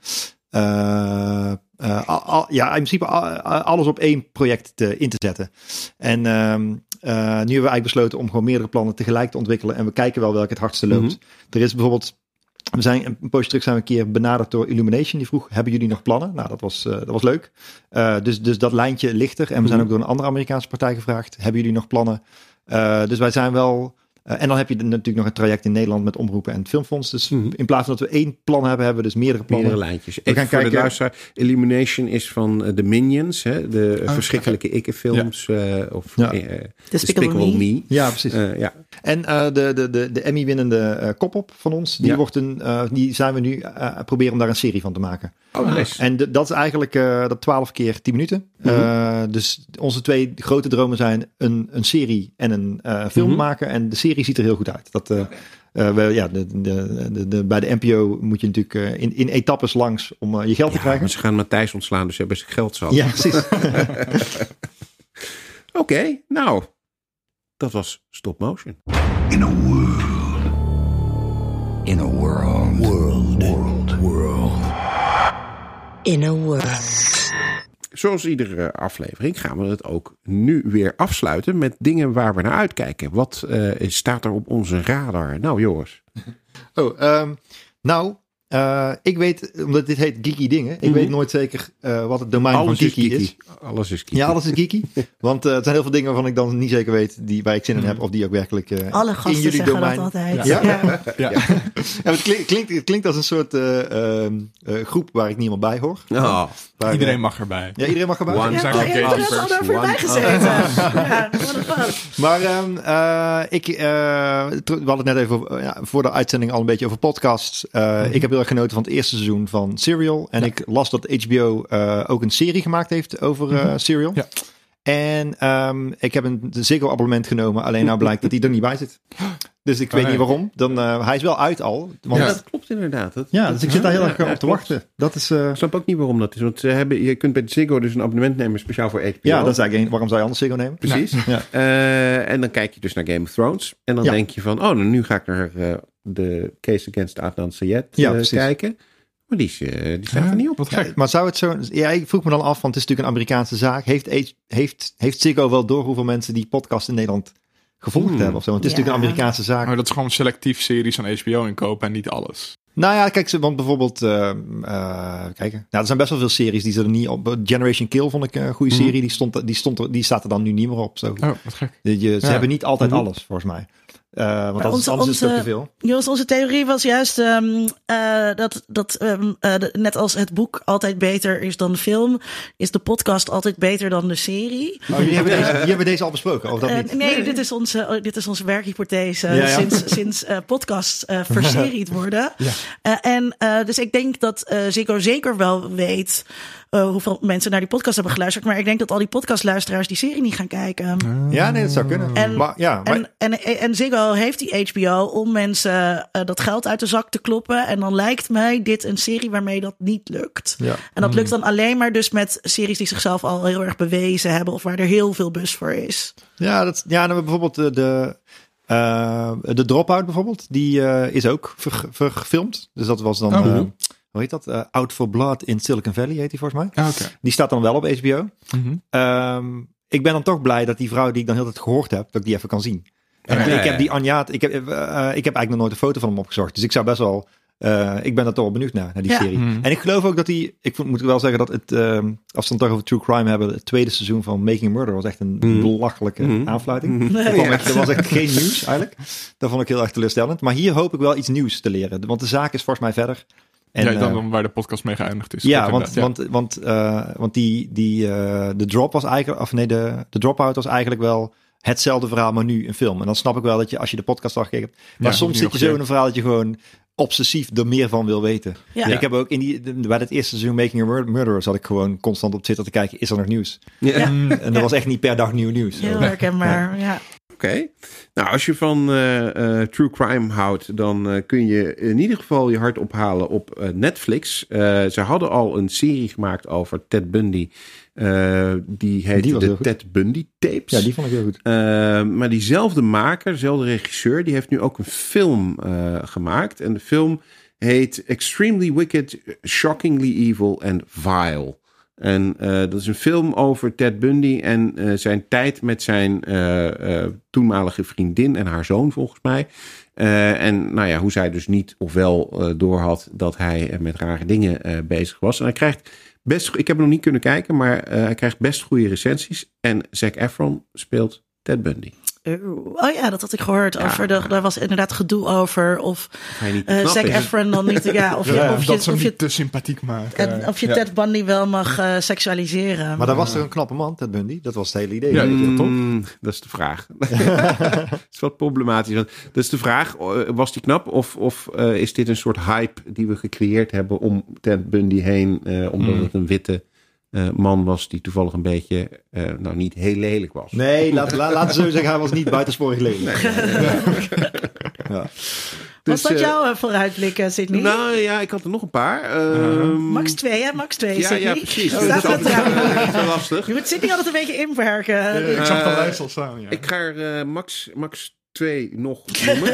uh, uh, al, al, ja, in principe al, alles op één project te, in te zetten. En um, uh, nu hebben we eigenlijk besloten om gewoon meerdere plannen tegelijk te ontwikkelen en we kijken wel welke het hardste loopt. Mm-hmm. Er is bijvoorbeeld We zijn, een poosje terug zijn we een keer benaderd door Illumination. Die vroeg, hebben jullie nog plannen? Nou, dat was, uh, dat was leuk. Uh, dus, dus dat lijntje ligt er. En we zijn ook door een andere Amerikaanse partij gevraagd. Hebben jullie nog plannen? Uh, dus wij zijn wel... Uh, en dan heb je natuurlijk nog een traject in Nederland met omroepen en het Filmfonds. Dus mm-hmm. in plaats van dat we één plan hebben, hebben we dus meerdere plannen. Meerdere lijntjes. We gaan voor kijken. De luisteraar, Illumination is van uh, de Minions, hè, de oh, verschrikkelijke okay. ikke-films. Ja. Uh, of ja. uh, Despicable Me. Me. Ja, precies. Uh, ja. En uh, de, de, de, de Emmy-winnende uh, kop-op van ons, die, ja. wordt een, uh, die zijn we nu uh, proberen om daar een serie van te maken. Oh, nice. En de, dat is eigenlijk uh, dat twaalf keer tien minuten. Mm-hmm. Uh, dus onze twee grote dromen zijn een, een serie en een uh, film mm-hmm. maken. En de serie ziet er heel goed uit. Dat, uh, uh, we, ja, de, de, de, de, bij de N P O moet je natuurlijk uh, in, in etappes langs om uh, je geld ja, te krijgen. Maar ze gaan Matthijs ontslaan, dus ze hebben ze geld zo. Ja, precies. Oké, okay, nou, dat was Stop Motion. In a world. In a world. World. World. World. In a world. Zoals iedere aflevering gaan we het ook nu weer afsluiten met dingen waar we naar uitkijken. Wat uh, staat er op onze radar? Nou, Joris. Oh, um, nou, uh, ik weet, omdat dit heet Geeky Dingen, ik mm-hmm. weet nooit zeker uh, wat het domein alles van geeky is, is. Alles is geeky. Ja, alles is geeky. Want uh, het zijn heel veel dingen waarvan ik dan niet zeker weet die, waar ik zin in heb of die ook werkelijk uh, alle gasten in jullie zeggen domein. Dat altijd. Ja, ja. ja. ja. ja. ja het, klinkt, klinkt, het klinkt als een soort uh, uh, uh, groep waar ik niemand bij hoor. Oh. Waar, iedereen mag erbij. Ja, iedereen mag erbij. One ja, ja, iedereen heeft al daar voorbij gezeten. Ja, maar um, uh, ik, uh, we hadden het net even over, ja, voor de uitzending al een beetje over podcasts. Uh, mm-hmm. Ik heb heel erg genoten van het eerste seizoen van Serial. En ja. ik las dat H B O uh, ook een serie gemaakt heeft over uh, Serial. Ja. En um, ik heb een Ziggo abonnement genomen. Alleen nou blijkt dat hij er niet bij zit. Dus ik weet oh, nee. niet waarom. Dan, uh, hij is wel uit al. Want ja, dat klopt inderdaad. Dat, ja, dat, dus ik zit daar heel erg ja, op te klopt. wachten. Dat is, uh, ik snap ook niet waarom dat is. Want ze hebben, je kunt bij Ziggo dus een abonnement nemen speciaal voor H B O. Ja, dat is eigenlijk een, waarom zou je anders Ziggo nemen? Precies. Nee. Ja. Uh, en dan kijk je dus naar Game of Thrones. En dan ja. denk je van, oh, nou, nu ga ik naar uh, de Case Against Adnan Syed uh, ja, kijken. Maar die, is, uh, die staat ja, er niet op. Wat gek. Ja, maar zou het zo... Ja, ik vroeg me dan af, want het is natuurlijk een Amerikaanse zaak. Heeft, heeft, heeft Ziggo wel door hoeveel mensen die podcast in Nederland gevolgd hmm. hebben of zo? Want het is ja. natuurlijk een Amerikaanse zaak. Maar dat is gewoon selectief series van H B O inkopen en niet alles. Nou ja, kijk, want bijvoorbeeld... Uh, uh, kijken. Nou, er zijn best wel veel series die ze er niet op... Generation Kill vond ik een goede serie. Hmm. Die, stond, die, stond er, die staat er dan nu niet meer op. Zo. Oh, wat gek. Je, ze ja. hebben niet altijd hmm. alles, volgens mij. Uh, want dat onze, is, anders onze, is het ook te veel. Jongens, onze theorie was juist um, uh, dat, dat um, uh, de, net als het boek altijd beter is dan de film, is de podcast altijd beter dan de serie. Oh, jullie hebben deze, hebben deze al besproken, of dat niet? Uh, nee, nee, dit is onze, dit is onze werkhypothese ja, ja. sinds, sinds uh, podcasts uh, verseried worden. Ja. Uh, en uh, dus ik denk dat uh, Ziggo zeker wel weet Uh, hoeveel mensen naar die podcast hebben geluisterd. Maar ik denk dat al die podcastluisteraars die serie niet gaan kijken. Ja, nee, dat zou kunnen. En, maar, ja, maar... en, en, en Ziggo heeft die H B O om mensen uh, dat geld uit de zak te kloppen. En dan lijkt mij dit een serie waarmee dat niet lukt. Ja. En dat lukt dan alleen maar dus met series die zichzelf al heel erg bewezen hebben. Of waar er heel veel bus voor is. Ja, dat, ja dan bijvoorbeeld de... de... Uh, de Dropout bijvoorbeeld, die uh, is ook ver, ver, gefilmd. Dus dat was dan... Oh. Uh, Hoe heet dat? Uh, Out for Blood in Silicon Valley heet die volgens mij. Ah, okay. Die staat dan wel op H B O. Mm-hmm. Um, ik ben dan toch blij dat die vrouw die ik dan heel tijd gehoord heb, dat ik die even kan zien. En ja, ik, ja, ik heb die Anjaat, ik heb, uh, ik heb eigenlijk nog nooit een foto van hem opgezocht. Dus ik zou best wel, uh, ik ben er toch wel benieuwd naar, naar die ja. serie. Mm-hmm. En ik geloof ook dat die, ik moet wel zeggen dat het, um, als we het toch over true crime hebben, het tweede seizoen van Making a Murder was echt een mm. belachelijke mm-hmm. aanfluiting. Mm-hmm. Dat, ja. echt, dat was echt geen nieuws eigenlijk. Dat vond ik heel erg teleurstellend. Maar hier hoop ik wel iets nieuws te leren. Want de zaak is volgens mij verder. En, ja, dan, dan waar de podcast mee geëindigd is. Ja, want, ja. want, want, uh, want die, die, uh, de drop was eigenlijk, of nee, de, de dropout was eigenlijk wel hetzelfde verhaal, maar nu een film. En dan snap ik wel dat je, als je de podcast al gekeken hebt, maar ja, soms zit je zo in een verhaal dat je gewoon obsessief er meer van wil weten. Ja. Ik heb ook in die, bij het eerste seizoen Making a Murderer zat ik gewoon constant op zitten te kijken, is er nog nieuws? Ja. Ja. En dat ja. was echt niet per dag nieuw nieuws. Heel herkenbaar, ja. ja. Oké. Okay. Nou, als je van uh, uh, true crime houdt, dan uh, kun je in ieder geval je hart ophalen op uh, Netflix. Uh, ze hadden al een serie gemaakt over Ted Bundy. Uh, die heette die de Ted Bundy Tapes. Ja, die vond ik heel goed. Uh, maar diezelfde maker, dezelfde regisseur, die heeft nu ook een film uh, gemaakt. En de film heet Extremely Wicked, Shockingly Evil and Vile. En uh, dat is een film over Ted Bundy en uh, zijn tijd met zijn uh, uh, toenmalige vriendin en haar zoon volgens mij. Uh, en nou ja, hoe zij dus niet of wel uh, doorhad dat hij uh, met rare dingen uh, bezig was. En hij krijgt best, ik heb hem nog niet kunnen kijken, maar uh, hij krijgt best goede recensies. En Zac Efron speelt Ted Bundy. Oh ja, dat had ik gehoord. Ja. Over de, daar was inderdaad gedoe over of uh, Zac Efron dan niet. Ja, of je, ja, of je, dat ze hem of je, niet te sympathiek maken. En of je ja. Ted Bundy wel mag uh, seksualiseren. Maar dan was er een knappe man, Ted Bundy. Dat was het hele idee. Ja, Mm, top. dat is de vraag. Dat is wat problematisch. Want dat is de vraag, was die knap of, of uh, is dit een soort hype die we gecreëerd hebben om Ted Bundy heen, uh, omdat mm. het een witte uh, man was die toevallig een beetje, uh, nou niet heel lelijk was. Nee, laten la, laat zo zeggen, hij was niet buitensporig lelijk. Nee, nee, nee. Ja. Was Dus, dat uh, jouw vooruitblik, Sydney? Nou ja, ik had er nog een paar. Uh, uh, max twee, hè? Max twee, ja, Sydney. Ja, precies. Oh, dat dat is altijd zo lastig. Je moet Sydney altijd een beetje inperken. Ja, ik zag de lijst al staan, ja. Ik ga er uh, max, max twee nog noemen.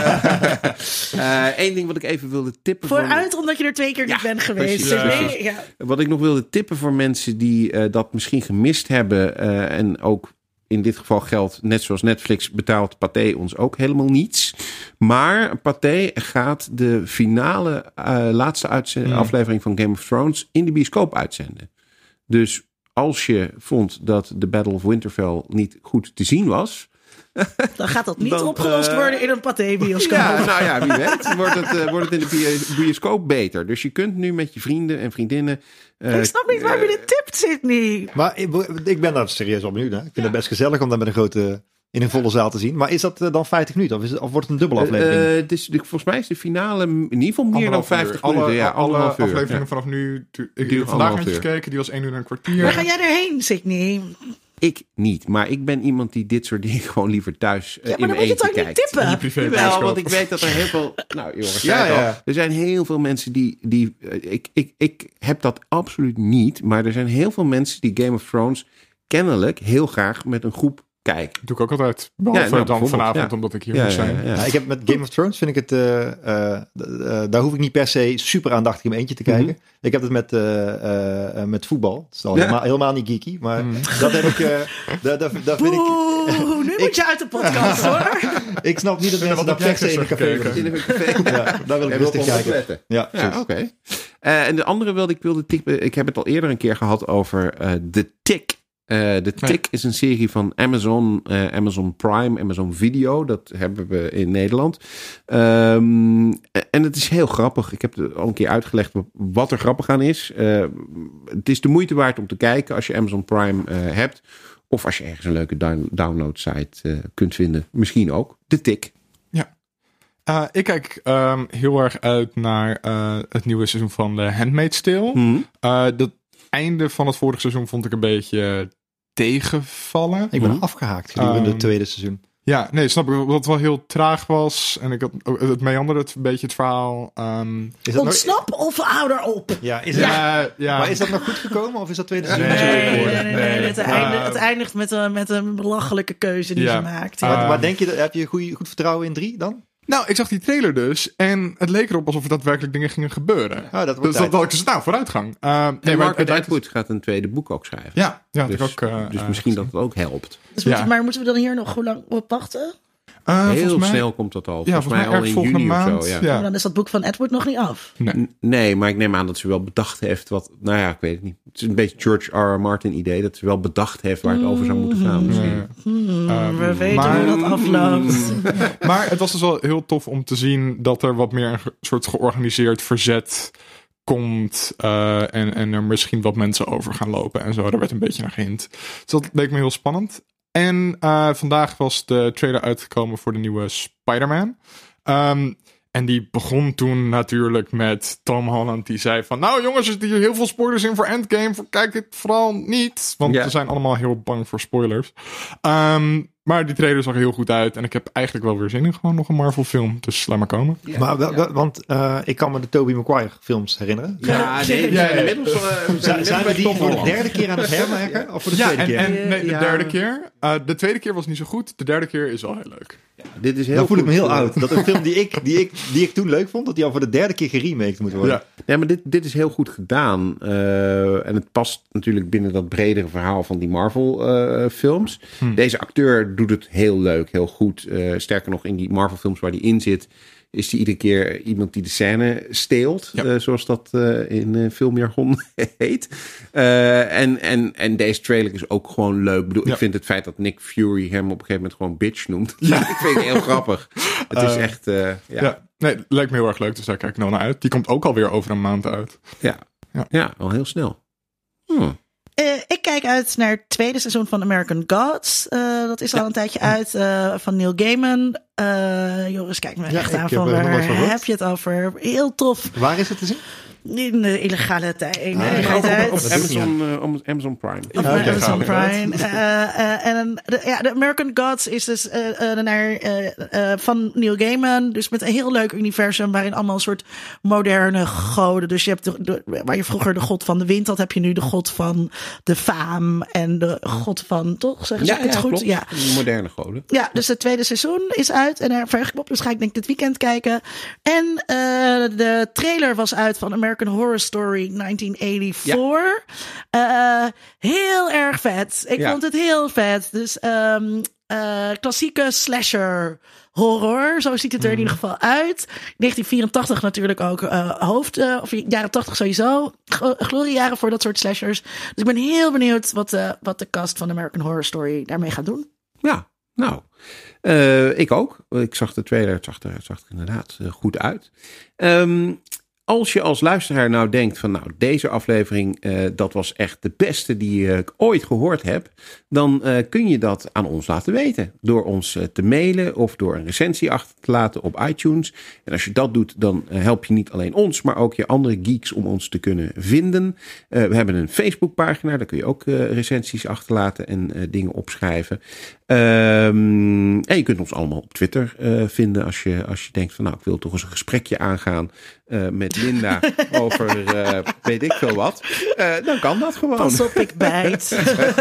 Eén uh, ding wat ik even wilde tippen. Vooruit, voor... omdat je er twee keer ja, niet bent geweest. Precies, ja. precies. Ja. Wat ik nog wilde tippen voor mensen die uh, dat misschien gemist hebben. Uh, en ook in dit geval geldt, net zoals Netflix, betaalt Pathé ons ook helemaal niets. Maar Pathé gaat de finale uh, laatste uitzend- mm. aflevering van Game of Thrones in de bioscoop uitzenden. Dus als je vond dat de Battle of Winterfell niet goed te zien was, dan gaat dat niet dan, opgelost uh, worden in een Pathé-bioscoop. Ja, nou ja, wie weet wordt het, uh, wordt het in de bioscoop beter. Dus je kunt nu met je vrienden en vriendinnen... Uh, ik snap niet waar je dit tipt, Sydney. Maar ik, ik ben daar serieus op benieuwd. Hè? Ik vind ja. het best gezellig om dat met een grote... in een volle zaal te zien. Maar is dat uh, dan vijftig minuten? Of, is het, of wordt het een dubbele aflevering? Uh, uh, het is, de, volgens mij is de finale in ieder geval meer dan vijftig uur. minuten. Alle, ja, alle afleveringen ja. vanaf nu... Tu- ik heb vandaag net gekeken, die was één uur en een kwartier. Waar ga jij erheen, Sydney? Ik niet, maar ik ben iemand die dit soort dingen gewoon liever thuis uh, ja, in mijn eentje kijkt. Maar dan moet je toch niet tippen? Wel, want ik weet dat er heel veel... Nou, jongens, ja, ja. Al, er zijn heel veel mensen die... die uh, ik, ik, ik heb dat absoluut niet, maar er zijn heel veel mensen die Game of Thrones kennelijk heel graag met een groep kijken. Dat doe ik ook altijd. Behalve ja, nou, dan vanavond, ja. omdat ik hier ja, moet zijn. Ja, ja. Nou, ik heb met Game of Thrones vind ik het... Uh, uh, uh, daar hoef ik niet per se super aandachtig in mijn eentje te kijken. Mm-hmm. Ik heb het met, uh, uh, met voetbal. Het is al ja. helemaal, helemaal niet geeky. Maar mm. dat heb ik... Uh, daar, daar, daar vind Oeh, ik... nu moet je uit de podcast, hoor. Ik snap niet dat mensen dat per se in een café willen. Ja, daar wil ik rustig kijken. Ja, ja oké. Okay. Uh, en de andere wilde ik wilde tippen... Ik heb het al eerder een keer gehad over uh, The Tick. Uh, The Tick is een serie van Amazon, uh, Amazon Prime, Amazon Video. Dat hebben we in Nederland. Um, en het is heel grappig. Ik heb al een keer uitgelegd wat er grappig aan is. Uh, het is de moeite waard om te kijken als je Amazon Prime uh, hebt. Of als je ergens een leuke down- download site uh, kunt vinden. Misschien ook. The Tick. Ja. Uh, ik kijk um, heel erg uit naar uh, het nieuwe seizoen van The Handmaid's Tale. Hmm. Uh, dat einde van het vorige seizoen vond ik een beetje tegenvallen. Ik ben mm-hmm. afgehaakt gedurende um, het tweede seizoen. Ja, nee, snap ik. Dat het wel heel traag was. En ik had, het meanderde het een beetje het verhaal. Um, is Ontsnap nog... of hou erop? Ja, is ja, het... ja. Maar is dat nog goed gekomen? Of is dat tweede seizoen? Nee, nee, nee. nee, nee, nee. Het, uh, eindigt, het eindigt met een, met een belachelijke keuze die ja. ze maakt. Ja. Uh, maar, maar denk je, heb je goed, goed vertrouwen in drie dan? Nou, ik zag die trailer dus. En het leek erop alsof er daadwerkelijk dingen gingen gebeuren. Oh, dat dus dat had ik dus, nou, vooruitgang. Uh, en nee, Margaret Atwood gaat een tweede boek ook schrijven. Ja, ja dus, ook, uh, dus misschien uh, dat het ook helpt. Dus ja. moet, maar moeten we dan hier nog hoe lang op wachten? Uh, Heel mij, snel komt dat al. Ja, volgens, volgens mij, mij al in juni maand, of zo. Ja. Ja. Maar dan is dat boek van Atwood nog niet af. Nee. N- nee, maar ik neem aan dat ze wel bedacht heeft wat... Nou ja, ik weet het niet. Het is een beetje George R. R. Martin idee. Dat ze wel bedacht heeft waar het over zou moeten gaan. Ja. Hmm, uh, we weten maar, hoe dat afloopt. Maar het was dus wel heel tof om te zien dat er wat meer een ge- soort georganiseerd verzet komt. Uh, en, en er misschien wat mensen over gaan lopen en zo. Daar werd een beetje naar gehint. Dus dat leek me heel spannend. En uh, vandaag was de trailer uitgekomen voor de nieuwe Spider-Man. Um, en die begon toen natuurlijk met Tom Holland. Die zei van, nou jongens, er zitten hier heel veel spoilers in voor Endgame. Kijk dit vooral niet. Want ja. we zijn allemaal heel bang voor spoilers. Um, maar die trailer zag er heel goed uit. En ik heb eigenlijk wel weer zin in gewoon nog een Marvel film. Dus laat maar komen. Ja, maar wel, wel, want uh, ik kan me de Tobey Maguire films herinneren. Ja, nee, ja, ja, ja. Inmiddels, uh, we zijn, zijn we die voor de derde keer aan het hermerken? Of voor de ja, tweede en, keer? En, nee, de ja. derde keer. Uh, de tweede keer was niet zo goed. De derde keer is wel heel leuk. Ja, dit is heel Dan voel goed. ik me heel oud. Dat een film die ik, die, ik, die ik toen leuk vond, dat die al voor de derde keer geremaked moet worden. Ja. Ja, maar dit, dit is heel goed gedaan. Uh, en het past natuurlijk binnen dat bredere verhaal van die Marvel-films. Uh, hm. Deze acteur doet het heel leuk, heel goed. Uh, sterker nog, in die Marvel-films waar hij in zit, is hij iedere keer iemand die de scène steelt. Ja. Uh, zoals dat uh, in uh, filmjargon heet. Uh, en, en, en deze trailer is ook gewoon leuk. Ik bedoel, ja. ik vind het feit dat Nick Fury hem op een gegeven moment gewoon bitch noemt. Ja. Ik vind het heel grappig. Het is uh, echt... Uh, ja. ja. Nee, het lijkt me heel erg leuk, dus daar kijk ik nou naar uit. Die komt ook alweer over een maand uit. Ja, ja. ja al heel snel. Hmm. Uh, ik kijk uit naar het tweede seizoen van American Gods. Uh, dat is al ja. een tijdje uit. Uh, van Neil Gaiman. Uh, Joris, kijk me ja, echt aan van waar heb je het over? Heel tof. Waar is het te zien? In de illegale tijd. Ah, ja, op, op Amazon, uh, Amazon Prime. Op ja, Amazon Prime. Uh, uh, en de, ja, de American Gods is dus uh, uh, naar, uh, uh, van Neil Gaiman. Dus met een heel leuk universum waarin allemaal een soort moderne goden. Dus je hebt de, de, waar je vroeger de god van de wind had, heb je nu de god van de faam en de god van, toch? Zeggen ze ja, het ja, goed? Klopt. Ja, moderne goden. Ja, dus het tweede seizoen is uit en daar verheug ik me op. Dus ga ik denk ik dit weekend kijken. En uh, de trailer was uit van American Horror Story negentien vierennegentig. Ja. Uh, heel erg vet. Ik ja. vond het heel vet. Dus um, uh, klassieke slasher horror. Zo ziet het er mm. in ieder geval uit. negentien vierentachtig natuurlijk ook uh, hoofd. Uh, of jaren tachtig sowieso. Gloriejaren voor dat soort slashers. Dus ik ben heel benieuwd wat, uh, wat de cast van American Horror Story daarmee gaat doen. Ja, nou... Uh, ik ook. Ik zag de trailer. Het zag er, het zag er inderdaad uh, goed uit. Um, Als je als luisteraar nou denkt van nou deze aflevering uh, dat was echt de beste die uh, ik ooit gehoord heb. Dan uh, kun je dat aan ons laten weten. Door ons uh, te mailen of door een recensie achter te laten op iTunes. En als je dat doet dan uh, help je niet alleen ons maar ook je andere geeks om ons te kunnen vinden. Uh, we hebben een Facebookpagina. Daar kun je ook uh, recensies achterlaten en uh, dingen opschrijven. Um, en je kunt ons allemaal op Twitter uh, vinden als je, als je denkt van nou ik wil toch eens een gesprekje aangaan uh, met Linda over uh, weet ik veel wat. Uh, dan kan dat gewoon. Pas op, ik bijt.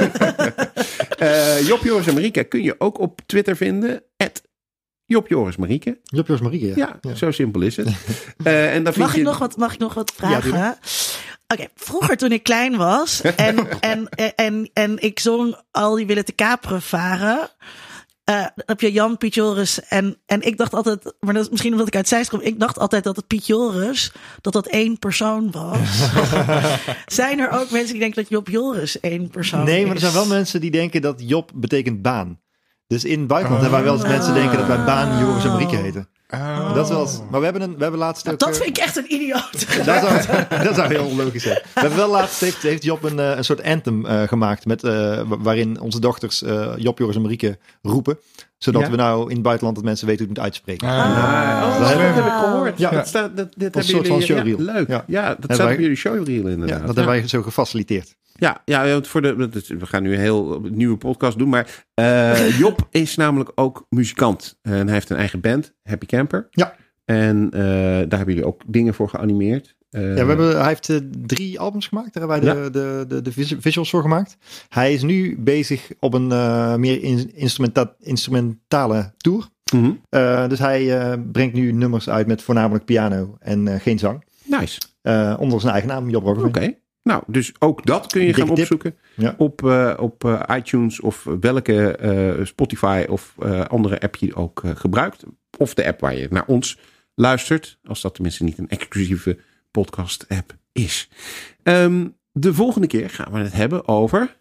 uh, Job, Joris en Marieke kun je ook op Twitter vinden. At Job, Joris, Marieke. Job, Joris, Marieke, ja. Ja, ja. Zo simpel is het. Uh, en dan vind mag, je... ik nog wat, mag ik nog wat vragen? Ja, Oké, okay, vroeger toen ik klein was en, en, en, en, en ik zong al die willen te kaperen varen. Uh, heb je Jan, Piet Joris en, en ik dacht altijd, maar dat is misschien omdat ik uit Zeist kom, ik dacht altijd dat het Piet Joris, dat dat één persoon was. Zijn er ook mensen die denken dat Job Joris één persoon nee, is? Nee, maar er zijn wel mensen die denken dat Job betekent baan. Dus in het buitenland oh. hebben wij wel eens mensen denken dat wij Baan, Joris en Marieke heten. Oh. Dat is wel eens, maar we hebben, een, we hebben laatst nou, ook... Dat vind ik echt een idioot. Dat zou, dat zou heel onlogisch zijn. We hebben wel laatst, heeft, heeft Job een, een soort anthem uh, gemaakt. Met, uh, waarin onze dochters uh, Job, Joris en Marieke roepen. Zodat ja? we nou in het buitenland dat mensen weten hoe het moet uitspreken. Ah, ah, oh, dat, dat heb ik gehoord. Ja, dat staat, dat, dit dat hebben jullie, ja, leuk. Ja, ja dat staat op jullie showreel inderdaad. Ja, dat hebben wij zo gefaciliteerd. Ja, ja voor de, we gaan nu een heel nieuwe podcast doen. Maar uh, Job is namelijk ook muzikant. En hij heeft een eigen band, Happy Camper. Ja. En uh, daar hebben jullie ook dingen voor geanimeerd. Uh, ja, we hebben, hij heeft uh, drie albums gemaakt. Daar hebben wij de, ja. de, de, de visuals voor gemaakt. Hij is nu bezig op een uh, meer in, instrumenta- instrumentale tour. Mm-hmm. Uh, dus hij uh, brengt nu nummers uit met voornamelijk piano en uh, geen zang. Nice. Uh, onder zijn eigen naam, Job Roggeveen. Oké. Okay. Nou, dus ook dat kun je Dik gaan opzoeken ja. op, uh, op uh, iTunes of welke uh, Spotify of uh, andere app je ook uh, gebruikt. Of de app waar je naar ons luistert. Als dat tenminste niet een exclusieve podcast app is. Um, de volgende keer gaan we het hebben over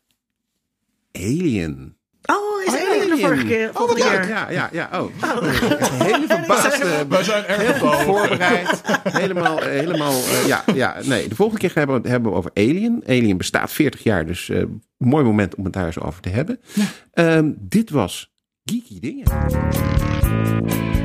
Alien. Oh, is Alien de vorige keer? Oh, wat leuk. Ja, ja, ja. Oh. oh. Hele verbaasde. We zijn erg voorbereid. Helemaal, helemaal. Uh, ja, ja, nee. De volgende keer gaan we het hebben over Alien. Alien bestaat veertig jaar, dus uh, mooi moment om het daar eens over te hebben. Ja. Um, dit was Geeky Dingen.